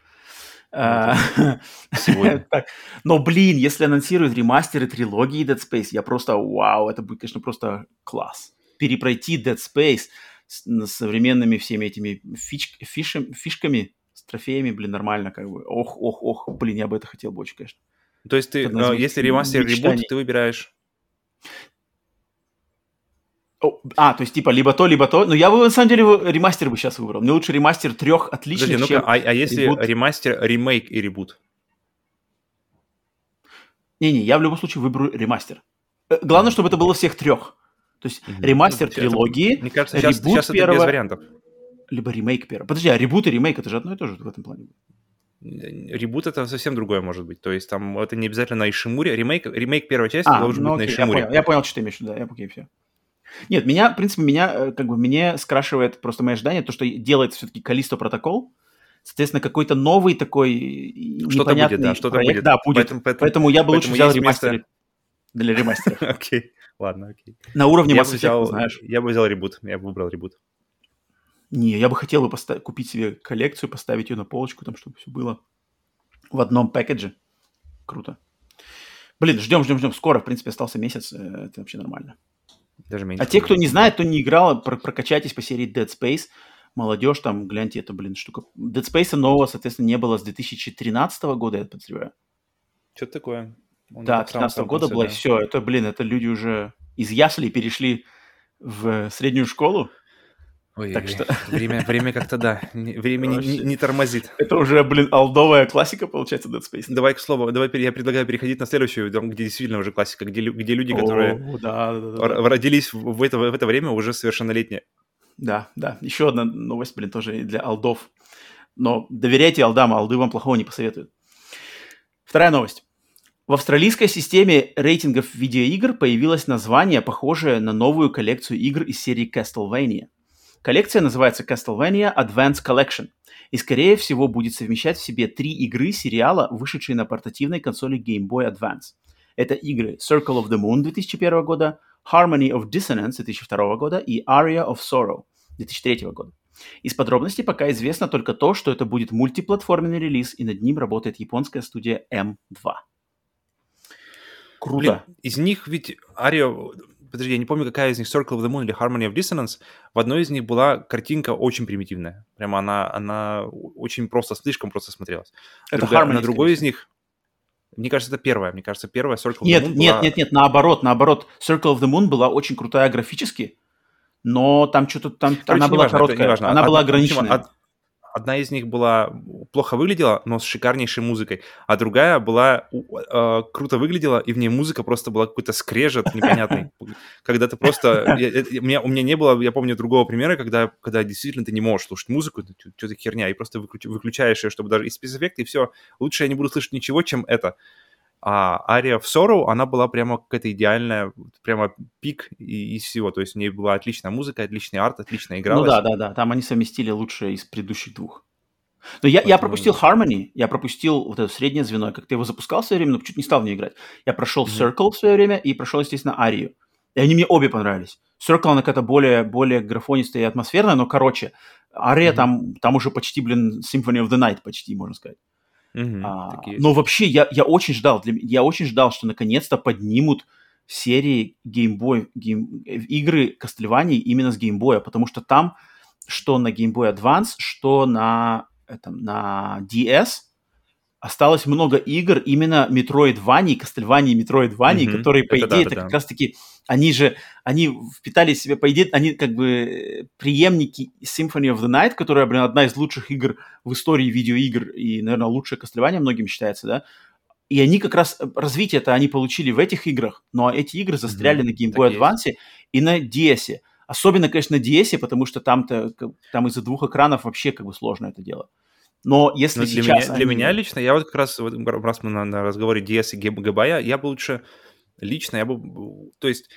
Сегодня. Но, блин, если анонсируют ремастеры трилогии Dead Space, я просто, вау, это будет, конечно, просто класс. Перепройти Dead Space с современными всеми этими фич, фишем, фишками, с трофеями, блин, нормально, как бы. Ох, ох, ох, блин, я бы это хотел бы очень, конечно. То есть ты, если ремастер ребут, ты выбираешь... А, то есть типа либо то, либо то. Но я бы на самом деле ремастер бы сейчас выбрал. Мне лучше ремастер трех отличных, Подожди, чем ну-ка, а, а если ребут? Ремастер, ремейк и ребут? Не-не, я в любом случае выберу ремастер. Главное, чтобы это было всех трех. То есть mm-hmm. ремастер ну, трилогии, это, мне кажется, сейчас, ребут сейчас первого, это без вариантов. Либо ремейк первого. Подожди, а ребут и ремейк это же одно и то же в этом плане? Ребут это совсем другое может быть. То есть там это не обязательно на Ишимуре. Ремейк, ремейк первой части а, должен ну, быть окей, на Ишимуре. Я понял, я понял, что ты имеешь в виду, да, я окей, все. Нет, меня, в принципе, меня, как бы, мне скрашивает просто мои ожидания, то, что делает все-таки Callisto Protocol, соответственно, какой-то новый такой что-то непонятный будет, да, что-то проект. будет. Да, будет. Поэтому, поэтому, поэтому я бы лучше взял ремастер место... для ремастера. Окей, ладно, окей. На уровне я Mass Effect, взял, знаешь. Я бы взял ребут, я бы выбрал ребут. Не, я бы хотел бы поставить, купить себе коллекцию, поставить ее на полочку, там, чтобы все было в одном пэкэдже. Круто. Блин, ждем, ждем, ждем. Скоро, в принципе, остался месяц. Это вообще нормально. Даже меньше. А те, кто не знает, кто не играл, прокачайтесь по серии Dead Space. молодежь, там, гляньте, это, блин, штука. Dead Space нового, соответственно, не было с две тысячи тринадцатого года, я подозреваю. Что-то такое. Он Да, тринадцатого года было, и все. Это, блин, это люди уже из яслей перешли в среднюю школу. Ой, так что... время, время как-то, да, время не, не, не тормозит. Это уже, блин, олдовая классика, получается, Dead Space. Давай, к слову, давай я предлагаю переходить на следующую, где действительно уже классика, где, где люди, которые О, да, да, да, да. родились в это, в это время, уже совершеннолетние. Да, да. Еще одна новость, блин, тоже для олдов. Но доверяйте олдам, а олды вам плохого не посоветуют. Вторая новость. В австралийской системе рейтингов видеоигр появилось название, похожее на новую коллекцию игр из серии Castlevania. Коллекция называется Castlevania Advance Collection и, скорее всего, будет совмещать в себе три игры сериала, вышедшие на портативной консоли Game Boy Advance. Это игры Circle of the Moon две тысячи первого года, Harmony of Dissonance две тысячи второго года и Aria of Sorrow две тысячи третьего года. Из подробностей пока известно только то, что это будет мультиплатформенный релиз, и над ним работает японская студия эм два. Круто. Блин, из них ведь Aria... Подожди, я не помню, какая из них, Circle of the Moon или Harmony of Dissonance. В одной из них была картинка очень примитивная. Прямо она, она очень просто, слишком просто смотрелась. Это Другая, Harmony, на другой из них... Мне кажется, это первая. Мне кажется, первая Circle нет, of the Moon Нет, была... нет, нет, наоборот, наоборот. Circle of the Moon была очень крутая графически, но там что-то... Там, Короче, она была важно, короткая, важно. она Одна, была ограниченная. Од, одна из них была плохо выглядела, но с шикарнейшей музыкой, а другая была э, круто выглядела, и в ней музыка просто была какой-то скрежет непонятный. Когда ты просто... У меня, у меня не было, я помню, другого примера, когда, когда действительно ты не можешь слушать музыку, что-то херня, и просто выключаешь ее, чтобы даже и спецэффекты, и все. Лучше я не буду слышать ничего, чем это. А Aria of Sorrow, она была прямо какая-то идеальная, прямо пик из всего. То есть в ней была отличная музыка, отличный арт, отлично игралась. Ну да, да, да. Там они совместили лучшее из предыдущих двух. Но я, Поэтому... я пропустил Harmony, я пропустил вот это среднее звено. Как-то его запускал в свое время, но чуть не стал в нее играть. Я прошел mm-hmm. Circle в свое время и прошел, естественно, Арию. И они мне обе понравились. Circle, она какая-то более, более графонистая и атмосферная, но короче. Ария, mm-hmm. там, там уже почти, блин, Symphony of the Night почти, можно сказать. Mm-hmm, а, но вообще я, я очень ждал, для, я очень ждал, что наконец-то поднимут серии Game Boy, Game, игры Castlevania именно с Game Boy, потому что там, что на Game Boy Advance, что на, этом, на ди эс, осталось много игр именно Metroidvania, Castlevania и Metroidvania, mm-hmm. которые, по это идее, да, это да, как да. раз-таки, они же, они впитали в себя, по идее, они как бы преемники Symphony of the Night, которая, блин, одна из лучших игр в истории видеоигр и, наверное, лучшее Castlevania многим считается, да, и они как раз, развитие-то они получили в этих играх, но эти игры застряли mm-hmm. на Game Boy Advance и на ди эс. Особенно, конечно, на ди эс, потому что там-то, там из-за двух экранов вообще как бы сложно это дело. Но если Но сейчас... Для, меня, они... для меня лично, я вот как раз, вот, раз мы на, на разговоре ди эс и джи би ай, я бы лучше лично, я бы... То есть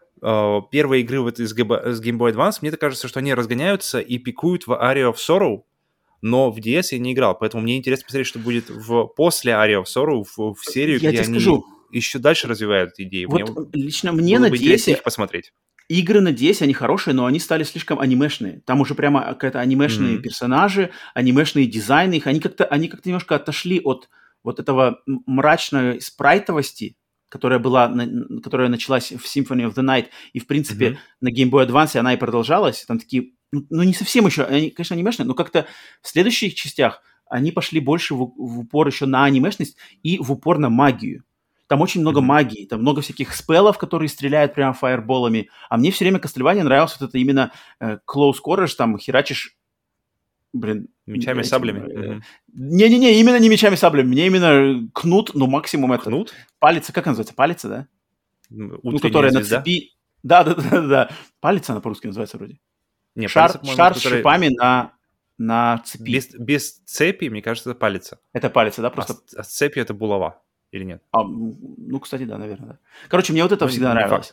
э, первые игры вот из, с Game Boy Advance, мне кажется, что они разгоняются и пикуют в Aria of Sorrow, но в ди эс я не играл, поэтому мне интересно посмотреть, что будет в, после Aria of Sorrow, в, в серию, я где они скажу, еще дальше развивают идеи. Вот мне лично мне на ди эс... их посмотреть. Игры на ди эс, они хорошие, но они стали слишком анимешные. Там уже прямо какие-то анимешные mm-hmm. персонажи, анимешные дизайны их. Они как-то, они как-то немножко отошли от вот этого мрачной спрайтовости, которая была, на, которая началась в Symphony of the Night. И, в принципе, mm-hmm. на Game Boy Advance она и продолжалась. Там такие, ну, ну не совсем еще, они, конечно, анимешные, но как-то в следующих частях они пошли больше в, в упор еще на анимешность и в упор на магию. Там очень много mm-hmm. магии, там много всяких спеллов, которые стреляют прямо фаерболами. А мне все время Castlevania нравилось вот это именно э, close quarters, там херачишь, блин... Мечами, этим, саблями? Э, mm-hmm. Не-не-не, именно не мечами, саблями. Мне именно кнут, ну максимум это... Кнут? Палец, как она называется? Палец, да? Утренняя ну, которая звезда? на цепи... Да-да-да, палец она по-русски называется вроде. Не, шар палец, шар который... с шипами на, на цепи. Без, без цепи, мне кажется, это палец. Это палец, да? Просто... А, а с цепью это булава. Или нет? А, ну, кстати, да, наверное, да. Короче, мне вот это ну, всегда нравилось.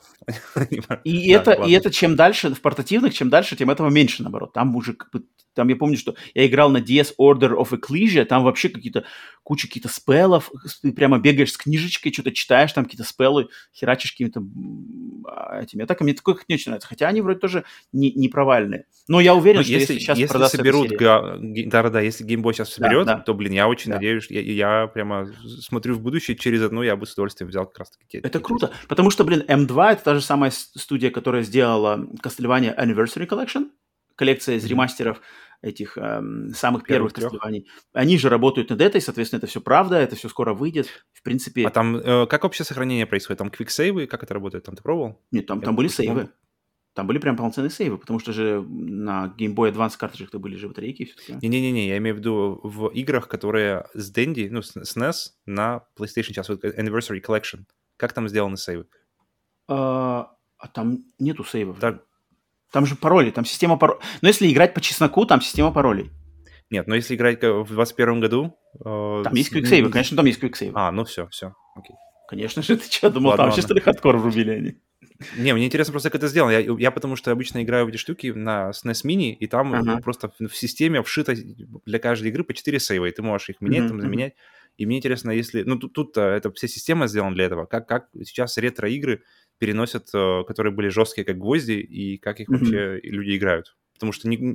И, да, это, и это чем дальше, в портативных, чем дальше, тем этого меньше, наоборот. Там уже, как бы, там я помню, что я играл на ди эс Order of Ecclesia, там вообще какие-то, куча каких-то спеллов, ты прямо бегаешь с книжечкой, что-то читаешь, там какие-то спеллы, херачишь какими-то этими атаками. Мне такое как не очень нравится. Хотя они вроде тоже не, не провальные. Но я уверен, Но что если, если сейчас если продастся соберут, да-да-да, если Game Boy сейчас соберет, да, да. то, блин, я очень да. надеюсь, я, я прямо смотрю в будущее, через одну я бы с удовольствием взял как раз-таки. Это круто, потому что, блин, эм два — это та же самая студия, которая сделала Castlevania Anniversary Collection, коллекция из Мгм. ремастеров этих эм, самых Первых первых трех. Castlevania. Они же работают над этой, соответственно, это все правда, это все скоро выйдет. В А принципе, там э, как вообще сохранение происходит? Там квиксейвы, как это работает? Там ты пробовал? нет, там, Я там были просто помню. сейвы. Там были прям полноценные сейвы, потому что же на Game Boy Advance картриджах-то были же батарейки и все такое. Не-не-не, я имею в виду в играх, которые с Dendy, ну, с с эн и эс на PlayStation сейчас, вот Anniversary Collection. Как там сделаны сейвы? А, а там нету сейвов Так, же. Там же пароли, там система паролей. Но если играть по чесноку, там система паролей. нет, но если играть ка- в двадцать первом году... э, Там с- есть н- квиксейвы, н- конечно, там есть квиксейвы. А, ну все, все, окей. Конечно же, ты что, думал, Ладно, там вообще, что ладно. ли, хардкор врубили они? Не, мне интересно просто, как это сделано. Я, я потому что обычно играю в эти штуки на эс эн и эс Mini, и там э, Ага. просто в, в системе вшито для каждой игры по четыре сейва, и ты можешь их менять, Мгм, там, мгм. заменять. И мне интересно, если... Ну, тут, тут эта вся система сделана для этого. Как, как сейчас ретро-игры переносят, э, которые были жесткие, как гвозди, и как их Мгм. вообще люди играют. Потому что не,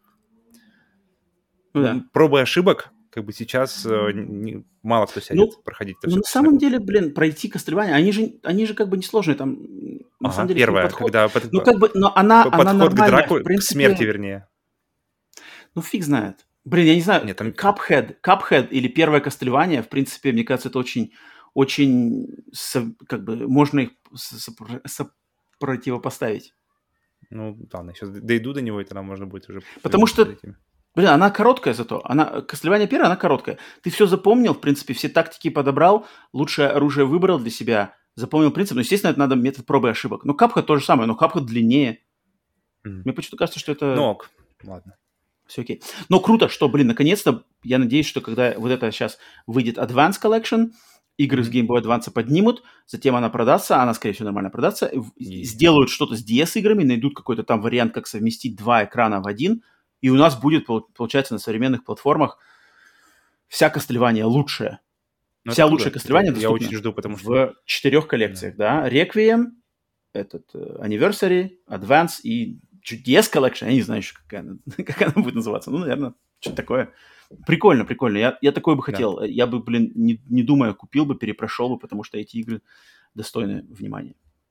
Ну да. м, пробы ошибок, как бы сейчас э, не- мало кто Ну, сядет проходить это ну, все на по самом чесноку. деле, блин, пройти Castlevania, они же, они же как бы несложные, там, м, на самом Ага, деле, к ним первое, подход, когда под- ну, как бы, но она, по- она подход к нормальная, в драку, к смерти, принципе, вернее. ну, фиг знает. Блин, я не знаю, Нет, там... Cuphead, Cuphead или первое Castlevania, в принципе, мне кажется, это очень, очень, со- как бы, можно их с- сопро- сопротивопоставить. Ну, ладно, сейчас дойду до него, и тогда можно будет уже Потому поделиться что, этими. блин, она короткая зато. Она, Castlevania первая, она короткая. Ты все запомнил, в принципе, все тактики подобрал, лучшее оружие выбрал для себя, запомнил принцип. Ну, естественно, это надо метод пробы и ошибок. Но Cuphead то же самое, но Cuphead длиннее. Мгм. Мне почему-то кажется, что Ну, это ок, ладно. все окей. Но круто, что, блин, наконец-то, я надеюсь, что когда вот это сейчас выйдет Advance Collection, игры с Мгм. Game Boy Advance поднимут, затем она продастся, она, скорее всего, нормально продастся, в- И- сделают что-то с ди эс-играми, найдут какой-то там вариант, как совместить два экрана в один, и у нас будет, пол- получается, на современных платформах вся Castlevania лучшая. Ну, Вся это лучшая круто. Castlevania Это я очень доступна жду, потому что... в четырех Да. коллекциях, да. Requiem, этот э, Anniversary, Advance и ди эс Collection. Я не знаю еще, какая она, как она будет называться. Ну, наверное, что-то такое. Прикольно, прикольно. Я, я такое бы Да. хотел. Я бы, блин, не, не думая, купил бы, перепрошел бы, потому что эти игры достойны внимания.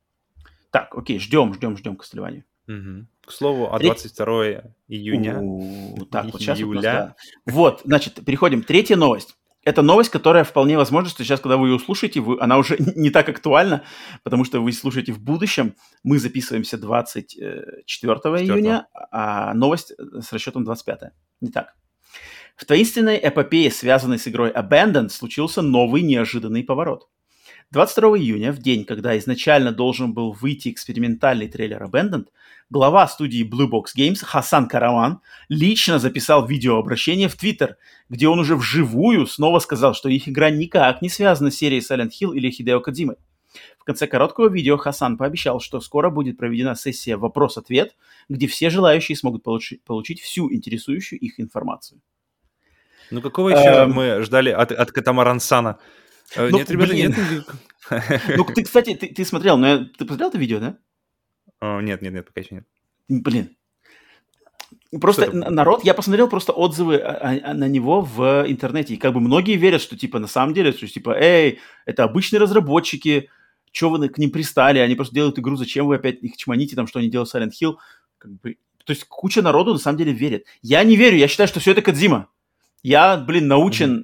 Так, окей, ждем, ждем, ждем Castlevania. Мгм. К слову, а Треть- двадцать второго июня, У, Так, вот сейчас вот у нас, июля. да. Вот, значит, переходим. Третья новость. Это новость, которая вполне возможно, что сейчас, когда вы ее услышите, вы, она уже не так актуальна, потому что вы слушаете в будущем. Мы записываемся двадцать четвёртого июня, а новость с расчетом двадцать пятого. Не так. В таинственной эпопее, связанной с игрой Abandoned, случился новый неожиданный поворот. двадцать второго июня, в день, когда изначально должен был выйти экспериментальный трейлер Abandoned, глава студии Blue Box Games Хасан Караман лично записал видеообращение в Твиттер, где он уже вживую снова сказал, что их игра никак не связана с серией Silent Hill или Хидео Кодзимой. В конце короткого видео Хасан пообещал, что скоро будет проведена сессия «Вопрос-ответ», где все желающие смогут получи- получить всю интересующую их информацию. Ну, какого еще Эм. мы ждали от, от Катамаран-сана? Э, Ну, Нет, ребята, блин. нет никак- Ну, ты, кстати, ты, ты смотрел, но я- ты посмотрел это видео, да? О, Нет, нет, нет, пока еще нет. Блин. Просто Что это? н- народ, я посмотрел просто отзывы о- о- на него в интернете, и как бы многие верят, что типа на самом деле, что типа, эй, это обычные разработчики, что вы на- к ним пристали, они просто делают игру, зачем вы опять их чмоните, там, что они делают Silent Hill. Как бы, то есть куча народу на самом деле верит. Я не верю, я считаю, что все это Кодзима. Я, блин, научен,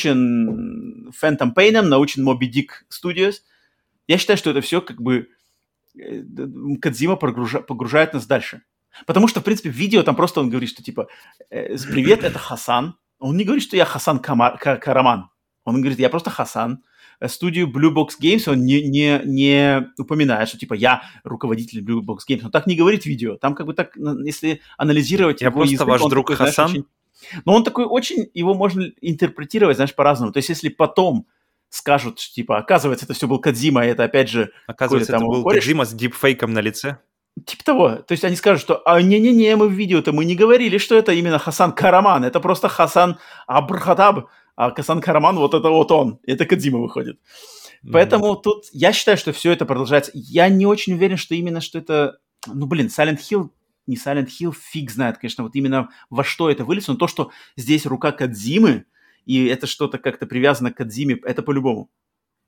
научен Phantom Pain, научен Moby Dick Studios. Я считаю, что это все как бы э, д- д- Кодзима погружа- погружает нас дальше. Потому что, в принципе, в видео там просто он говорит, что типа э, с- «Привет, это Хасан». Он не говорит, что я Хасан Кама- Ка- Караман. Он говорит, я просто Хасан. Э, Студию Blue Box Games он не, не, не упоминает, что типа я руководитель Blue Box Games. Он так не говорит в видео. Там как бы так, н- если анализировать Я его просто язык, ваш он друг такой, знаешь, Хасан. очень- Но он такой очень, его можно интерпретировать, знаешь, по-разному. То есть если потом скажут, что, типа, оказывается, это все был Кодзима, и это, опять же, Оказывается, какой-то это там был кореш. Кодзима с дипфейком на лице. Типа того. То есть они скажут, что а не-не-не, мы в видео-то мы не говорили, что это именно Хасан Караман. Это просто Хасан Абрхатаб, а Хасан Караман вот это вот он. Это Кодзима выходит. Мгм. Поэтому тут я считаю, что все это продолжается. Я не очень уверен, что именно что это... Ну, блин, Silent Hill, не Silent Hill, фиг знает, конечно, вот именно во что это выльется. Но то, что здесь рука Кодзимы, и это что-то как-то привязано к Кодзиме, это по-любому.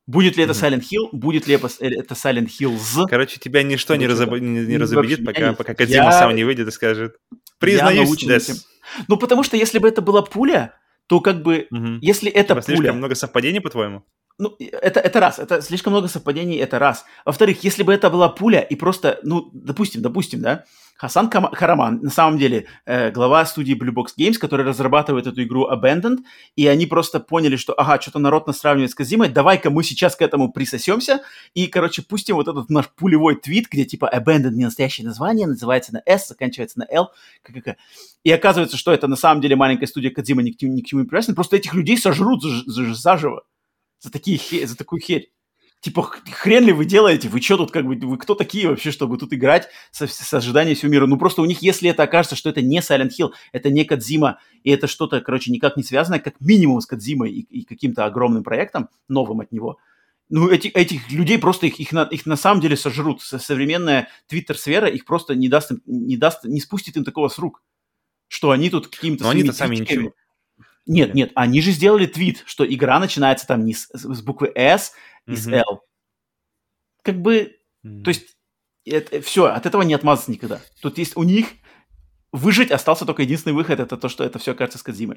Будет ли это Мгм. Silent Hill, будет ли это Silent Hills. Короче, тебя ничто не, Короче, разоб... да. не, не М, разубедит, вообще, пока, я, пока Кодзима я, сам не выйдет и скажет я «Признаюсь, научен этим. дес». Ну, потому что если бы это была пуля, то как бы, Мгм. если это Типа слишком пуля, много совпадений, по-твоему? ну, это, это раз, это слишком много совпадений, это раз. Во-вторых, если бы это была пуля и просто, ну, допустим, допустим, да, Хасан Кама- Хараман, на самом деле, э, глава студии Blue Box Games, который разрабатывает эту игру Abandoned, и они просто поняли, что, ага, что-то народ нас сравнивает с Кодзимой, давай-ка мы сейчас к этому присосемся, и, короче, пустим вот этот наш пулевой твит, где, типа, Abandoned не настоящее название, называется на S, заканчивается на L, ка-ка-ка. И оказывается, что это на самом деле маленькая студия Кодзима ни к, ни к чему не привязана, просто этих людей сожрут заж- заж- заживо. За, такие хе- за такую херь. Типа, хрен ли вы делаете? Вы что тут, как бы, вы кто такие вообще, чтобы тут играть со, с ожиданием всего мира? Ну, просто у них, если это окажется, что это не Silent Hill, это не Кодзима, и это что-то, короче, никак не связанное, как минимум с Кодзимой и, и каким-то огромным проектом, новым от него, ну, эти, этих людей просто, их, их, на, их на самом деле сожрут. Современная твиттер-сфера их просто не даст, им, не даст, не спустит им такого с рук, что они тут какими-то Но своими они-то сами твитчиками... ничего. Нет, Или? нет, они же сделали твит, что игра начинается там не с, с буквы S и с Мгм. L. Как бы, Мгм. то есть, это, все, от этого не отмазаться никогда. Тут есть у них выжить остался только единственный выход, это то, что это все окажется с Кодзимой.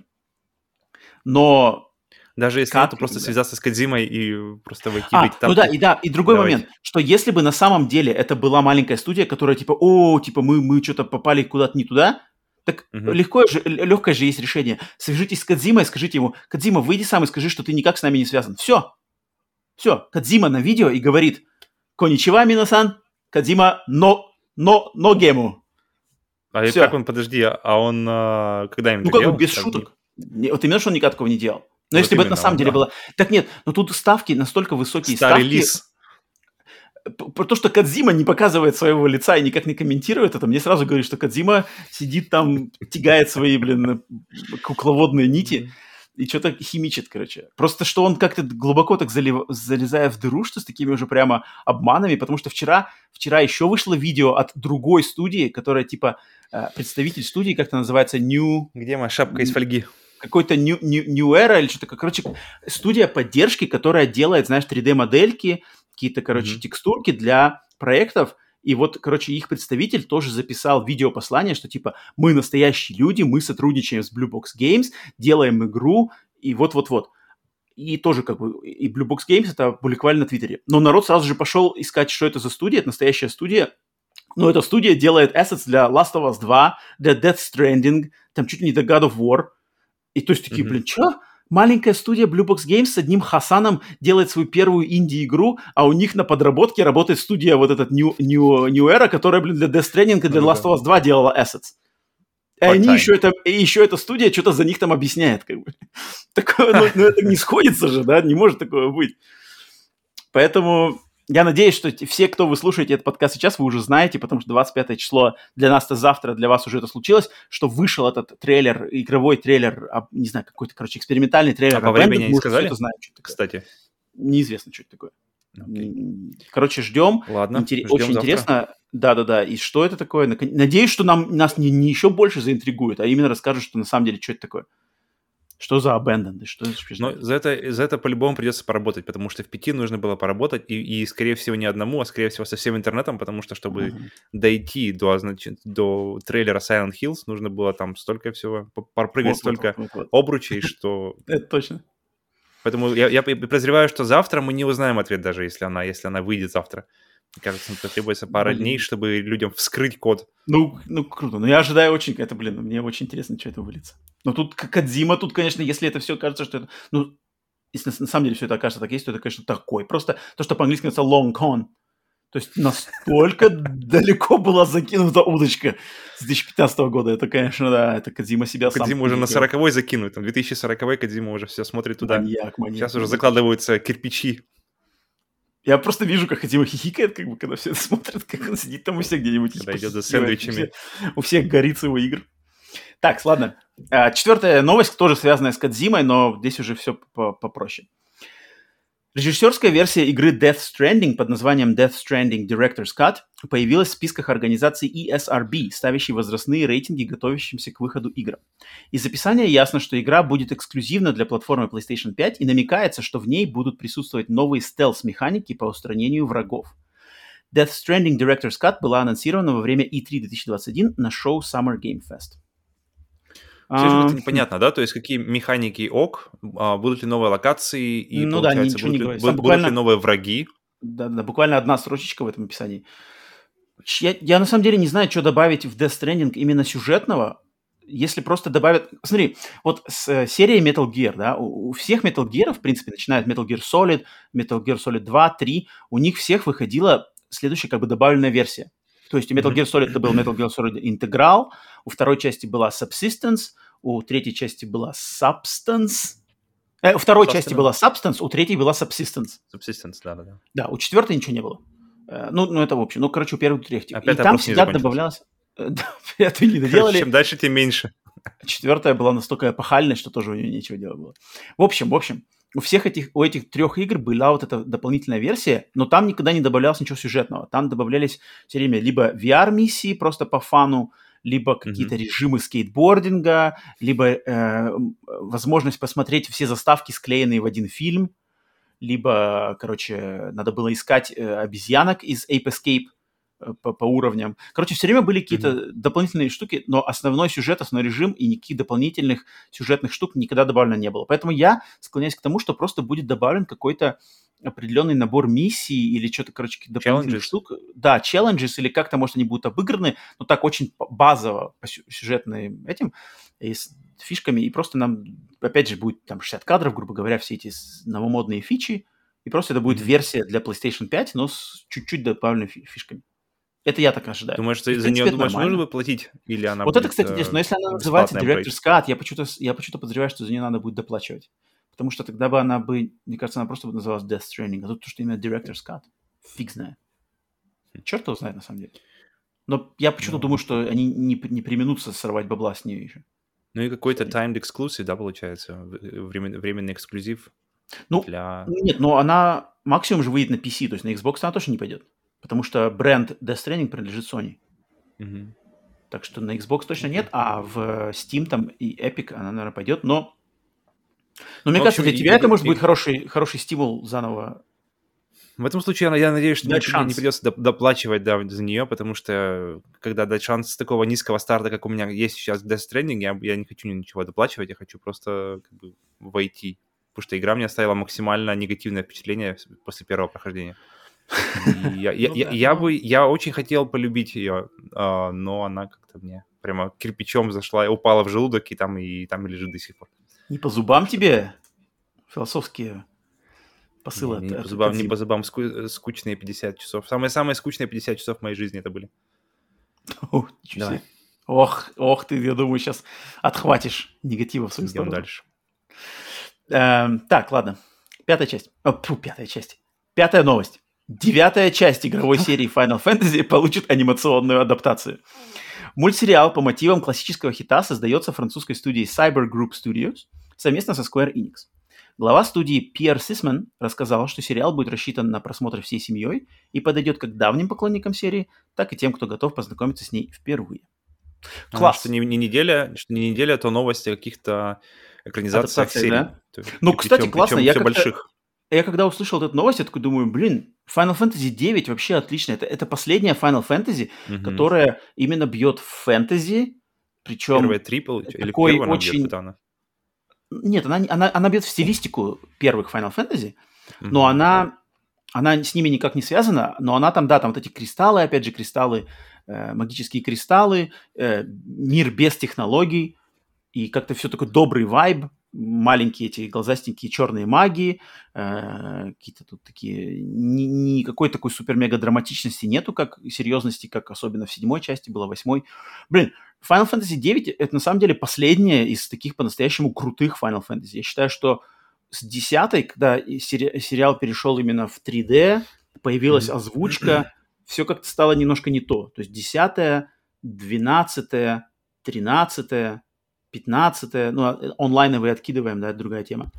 Но Даже если как? нет, то просто Да. связаться с Кодзимой и просто выкидывать А, тапки. ну да, и да, и другой Давайте. момент, что если бы на самом деле это была маленькая студия, которая типа, о, типа мы, мы что-то попали куда-то не туда, так Мгм. легко же, легкое же есть решение. Свяжитесь с Кодзимой, скажите ему, Кодзима, выйди сам и скажи, что ты никак с нами не связан. Все, все, Кодзима на видео и говорит, коничева, Минасан, Кодзима, но, но, но гему. А и Всё. как он, подожди, а он а, когда им Ну это как делал? бы без Как шуток. бы? Не- Вот именно, что он никогда такого не делал. Но Вот если бы это на именно, самом он, деле да. было... Так нет, но тут ставки настолько высокие, Старый ставки... лис. П- Про то, что Кодзима не показывает своего лица и никак не комментирует это, мне сразу говорит, что Кодзима сидит там, тягает свои, блин, кукловодные нити Мгм. и что-то химичит, короче. Просто что он как-то глубоко так залив- залезая в дыру, что с такими уже прямо обманами, потому что вчера, вчера еще вышло видео от другой студии, которая типа э, представитель студии, как-то называется New... Где моя шапка из фольги? какой-то New, New, New Era или что-то. Короче, студия поддержки, которая делает, знаешь, три дэ-модельки, какие-то, короче, Мгм. текстурки для проектов. И вот, короче, их представитель тоже записал видеопослание, что типа мы настоящие люди, мы сотрудничаем с Blue Box Games, делаем игру, и вот-вот-вот. И тоже как бы, и Blue Box Games это публиковали на Твиттере. Но народ сразу же пошел искать, что это за студия, это настоящая студия. Но эта студия делает assets для Last of Us два, для Death Stranding, там чуть ли не до God of War. И то есть такие, Мгм. блин, что? Маленькая студия Blue Box Games с одним Хасаном делает свою первую инди-игру, а у них на подработке работает студия вот этот New, New, New Era, которая, блин, для Death Stranding и для Ну Last да. of Us два делала assets. И они Part-time. еще это, и еще эта студия что-то за них там объясняет, как бы. Такое, ну, ну, это не сходится же, да, не может такого быть. Поэтому я надеюсь, что те- все, кто вы слушаете этот подкаст сейчас, вы уже знаете, потому что двадцать пятое число для нас-то завтра, для вас уже это случилось, что вышел этот трейлер, игровой трейлер, а, не знаю, какой-то, короче, экспериментальный трейлер. А по времени Abandoned. они Мы уже сказали? все это знаем, что это такое. Кстати. Неизвестно, что это такое. Окей. М, Короче, ждем. Ладно, Интере- ждем Очень завтра. интересно. Да-да-да. И что это такое? Након- Надеюсь, что нам, нас не, не еще больше заинтригует, а именно расскажут, что на самом деле, что это такое. Что за Abandoned? Что это вообще Но за- за это, за это по-любому придется поработать, потому что в пяти нужно было поработать, и, и, скорее всего, не одному, а, скорее всего, со всем интернетом, потому что, чтобы Мгм. дойти до, значит, до трейлера Silent Hills, нужно было там столько всего, по- пропрыгать Вот, вот, столько вот, вот, вот. обручей, что... Это точно. Поэтому я, я подозреваю, что завтра мы не узнаем ответ, даже если она, если она выйдет завтра. Мне кажется, потребуется пара Блин. дней, чтобы людям вскрыть код. Ну, ну, круто. Но я ожидаю очень это, блин, ну, мне очень интересно, что это выльется. Но тут К- Кодзима, тут, конечно, если это все кажется, что это... Ну, если на, на самом деле все это окажется так есть, то это, конечно, такой. Просто то, что по-английски называется long con. То есть настолько далеко была закинута удочка с две тысячи пятнадцатого года. Это, конечно, да, это Кодзима себя сам... Кодзима уже на сделал. сороковой закинут, там две тысячи сороковой Кодзима уже все смотрит туда. Маньяк, маньяк. Сейчас уже маньяк. закладываются кирпичи. Я просто вижу, как Кодзима хихикает, как бы, когда все это смотрят, как он сидит там у всех где-нибудь. Когда типа, идет за хихикивает, сэндвичами. У всех, у всех горит с его игр. Так, ладно. А, четвертая новость тоже связанная с Кодзимой, но здесь уже все попроще. Режиссерская версия игры Death Stranding под названием Death Stranding Director's Cut появилась в списках организации и эс ар би, ставящей возрастные рейтинги готовящимся к выходу играм. Из описания ясно, что игра будет эксклюзивна для платформы PlayStation пять и намекается, что в ней будут присутствовать новые стелс-механики по устранению врагов. Death Stranding Director's Cut была анонсирована во время и три две тысячи двадцать один на шоу Summer Game Fest. Все же как-то непонятно, да? То есть какие механики ок, а, будут ли новые локации, и, ну да, получается, ничего будут, не ли, говорится. будут, Там буквально, будут ли новые враги? Да, да, буквально одна строчечка в этом описании. Я, я на самом деле не знаю, что добавить в Death Stranding именно сюжетного, если просто добавят... Смотри, вот с э, серией Metal Gear, да, у, у всех Metal Gear, в принципе, начиная от Metal Gear Solid, Metal Gear Solid два, три, у них всех выходила следующая как бы добавленная версия. То есть у Metal Gear Solid это был Metal Gear Solid Integral, у второй части была Subsistence, у третьей части была Substance, э, у второй Substance. части была Substance, у третьей была Subsistence. Subsistence, да-да-да. Да, у четвертой ничего не было. Э, ну, ну, это в общем. Ну, короче, у первой, у третьей. И там всегда добавлялось... Пятую не доделали. Чем дальше, тем меньше. Четвертая была настолько эпохальной, что тоже у нее нечего делать было. В общем, в общем, у всех этих, у этих трех игр была вот эта дополнительная версия, но там никогда не добавлялось ничего сюжетного. Там добавлялись все время либо ви ар-миссии просто по фану, либо какие-то mm-hmm. режимы скейтбординга, либо э, возможность посмотреть все заставки, склеенные в один фильм, либо, короче, надо было искать э, обезьянок из Ape Escape э, по, по уровням. Короче, все время были какие-то mm-hmm. дополнительные штуки, но основной сюжет, основной режим и никаких дополнительных сюжетных штук никогда добавлено не было. Поэтому я склоняюсь к тому, что просто будет добавлен какой-то определенный набор миссий или что-то, короче, дополнительных challenges. штук. Да, challenges, или как-то, может, они будут обыграны, но так очень базово по сюжетным этим, и с фишками, и просто нам, опять же, будет там шестьдесят кадров, грубо говоря, все эти новомодные фичи, и просто это будет mm-hmm. версия для PlayStation пять, но с чуть-чуть добавленными фишками. Это я так ожидаю. Думаешь, за, за нее, думаешь, нужно бы платить? Или она вот будет, это, кстати, интересно. Но если она называется Director's Cut, я почему-то, я почему-то подозреваю, что за нее надо будет доплачивать. Потому что тогда бы она бы, мне кажется, она просто бы называлась Death Stranding, а тут то, что именно Director's Cut. Фиг знает. Черт его знает, на самом деле. Но я почему-то ну, думаю, что они не, не применутся сорвать бабла с нее еще. Ну и какой-то timed exclusive, да, получается? Времен, временный эксклюзив ну, для... Нет, но она максимум же выйдет на пи си, то есть на Xbox она тоже не пойдет. Потому что бренд Death Stranding принадлежит Sony. Mm-hmm. Так что на Xbox точно нет, а в Steam там и Epic она, наверное, пойдет, но... Но мне ну, кажется, общем, для тебя и, это, и, может и... быть, хороший, хороший стимул заново. В этом случае я, я надеюсь, что мне не придется доплачивать да, за нее, потому что когда дать шанс с такого низкого старта, как у меня есть сейчас в Death Stranding, я, я не хочу ничего доплачивать, я хочу просто как бы войти. Потому что игра мне оставила максимально негативное впечатление после первого прохождения. Я, я, ну, я, да, я, но... бы, я очень хотел полюбить ее, но она как-то мне прямо кирпичом зашла, упала в желудок и там, и там и лежит до сих пор. Не по зубам тебе философские посылы? Не, не, по, зубам, не по зубам, ску, скучные пятьдесят часов. Самые-самые скучные пятьдесят часов в моей жизни это были. О, Давай. Ох, ох ты, я думаю, сейчас отхватишь негатива в свою сторону. Идем дальше. Эм, так, ладно. Пятая часть. О, фу, пятая часть. Пятая новость. Девятая часть игровой серии Final Fantasy получит анимационную адаптацию. Мультсериал по мотивам классического хита создается французской студией Cyber Group Studios совместно со Square Enix. Глава студии Пьер Сисман рассказал, что сериал будет рассчитан на просмотр всей семьей и подойдет как давним поклонникам серии, так и тем, кто готов познакомиться с ней впервые. Класс. А, что не, не, неделя, что не неделя, то новости о каких-то экранизациях серий. Да? Ну, кстати, причем, классно. Причем я, больших. я когда услышал эту новость, я такой думаю, блин, Final Fantasy девять вообще отлично. Это, это последняя Final Fantasy, угу. которая именно бьет в фэнтези. Причем первая трипл или первая она очень... бьет, она? Нет, она, она, она бьет в стилистику первых Final Fantasy, угу. но она, она с ними никак не связана, но она там, да, там вот эти кристаллы, опять же, кристаллы, э, магические кристаллы, э, мир без технологий, и как-то все такой добрый вайб, маленькие эти глазастенькие черные маги, э, какие-то тут такие, ни, никакой такой супер-мега-драматичности нету, как серьезности, как особенно в седьмой части было, восьмой. Блин, Final Fantasy девять это на самом деле последняя из таких по-настоящему крутых Final Fantasy. Я считаю, что с десятой, когда сери- сериал перешел именно в три дэ, появилась озвучка, все как-то стало немножко не то. То есть десятая, двенадцатая, тринадцатая, пятнадцатая, ну, онлайновые откидываем, да, это другая тема.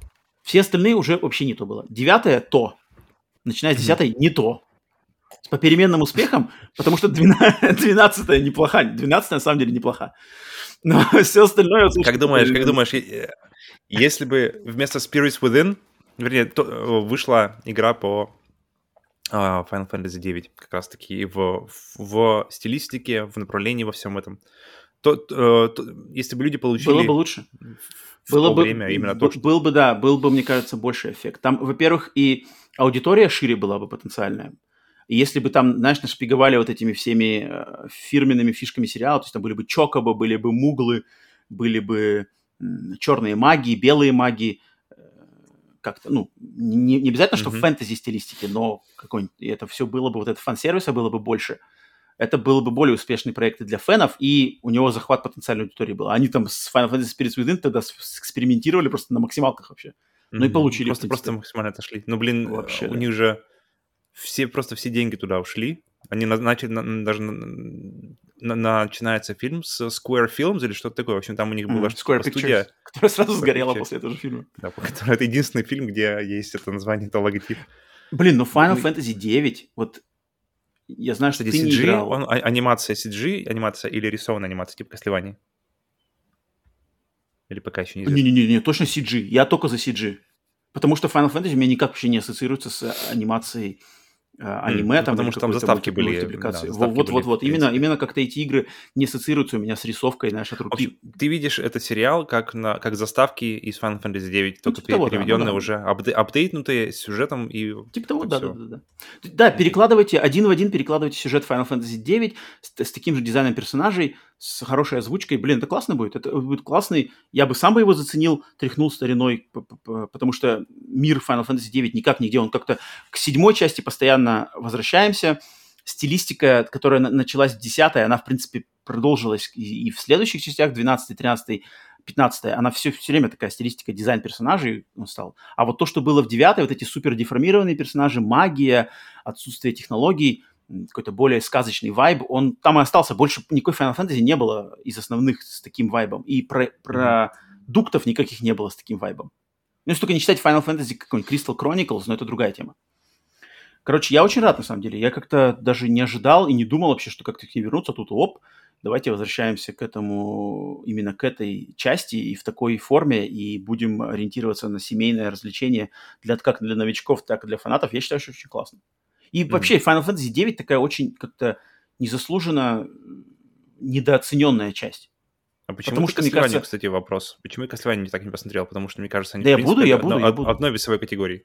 Все остальные уже вообще не то было. Девятое – то. Начиная с десятой – не то. С попеременным успехом, потому что двенадцатая неплоха. двенадцатая на самом деле неплоха. Но все остальное... Вот, как думаешь, как думаешь, если бы вместо Spirits Within, вернее, то, вышла игра по uh, Final Fantasy девять, как раз-таки в, в стилистике, в направлении во всем этом, то, то, то если бы люди получили... Было бы лучше. В было то бы, время именно б, то, что... Был бы, да, был бы, мне кажется, больше эффект. Там, во-первых, и аудитория шире была бы потенциальная. И если бы там, знаешь, нашпиговали вот этими всеми э, фирменными фишками сериала, то есть там были бы чокобо, были бы муглы, были бы м, черные маги, белые маги, э, как-то, ну, не, не обязательно, что mm-hmm. в фэнтези-стилистике, но какой-нибудь, и это все было бы, вот это фан-сервиса было бы больше. Это был бы более успешный проект для фенов, и у него захват потенциальной аудитории был. Они там с Final Fantasy Spirits Within тогда экспериментировали просто на максималках вообще. Ну mm-hmm. и получили. Просто, просто максимально отошли. Ну, блин, вообще, у да. них же все, просто все деньги туда ушли. Они начали, на, даже на, на, начинается фильм с Square Films или что-то такое. В общем, там у них была mm-hmm. Square Pictures, студия, которая сразу Square сгорела Pictures. После этого же фильма. Да, который, это единственный фильм, где есть это название, это логотип. Блин, ну Final Мы... Fantasy девять, вот я знаю, что Кстати, ты си джи, не играл. Он, а, анимация си джи, анимация или рисованная анимация, типа Castlevania? Или пока еще неизвестно? Не-не-не, точно си джи. Я только за си джи. Потому что Final Fantasy у меня никак вообще не ассоциируется с анимацией э, аниме. Mm, там, потому что там заставки были. Вот-вот-вот. Именно, именно как-то эти игры не ассоциируются у меня с рисовкой, знаешь, от руки. Общем, ты видишь этот сериал как, на, как заставки из Final Fantasy девять, только типа того, переведенные да, ну, уже, апде- апдейтнутые с сюжетом и... Типа того, да-да-да. Да, перекладывайте, один в один перекладывайте сюжет Final Fantasy девять с, с таким же дизайном персонажей, с хорошей озвучкой. Блин, это классно будет. Это будет классный. Я бы сам бы его заценил, тряхнул стариной, потому что мир Final Fantasy девять никак нигде. Он как-то к седьмой части постоянно возвращаемся. Стилистика, которая началась в десятой, она, в принципе, продолжилась и в следующих частях, двенадцатой, тринадцатой, пятнадцатой, она все, все время такая стилистика, дизайн персонажей он стал. А вот то, что было в девятой, вот эти супер деформированные персонажи, магия, отсутствие технологий, какой-то более сказочный вайб, он там и остался. Больше никакой Final Fantasy не было из основных с таким вайбом. И про, про продуктов никаких не было с таким вайбом. Ну, если только не считать Final Fantasy какой-нибудь Crystal Chronicles, но это другая тема. Короче, я очень рад, на самом деле. Я как-то даже не ожидал и не думал вообще, что как-то к ней вернуться. Тут, оп, давайте возвращаемся к этому, именно к этой части и в такой форме, и будем ориентироваться на семейное развлечение для, как для новичков, так и для фанатов. Я считаю, что очень классно. И mm-hmm. вообще Final Fantasy девять такая очень как-то незаслуженно недооцененная часть. А почему Потому что, Castlevania, кажется... кстати, вопрос. Почему я Castlevania не так не посмотрел? Потому что, мне кажется, они, да в я принципе, буду, я одно, буду, я буду. одной весовой категории.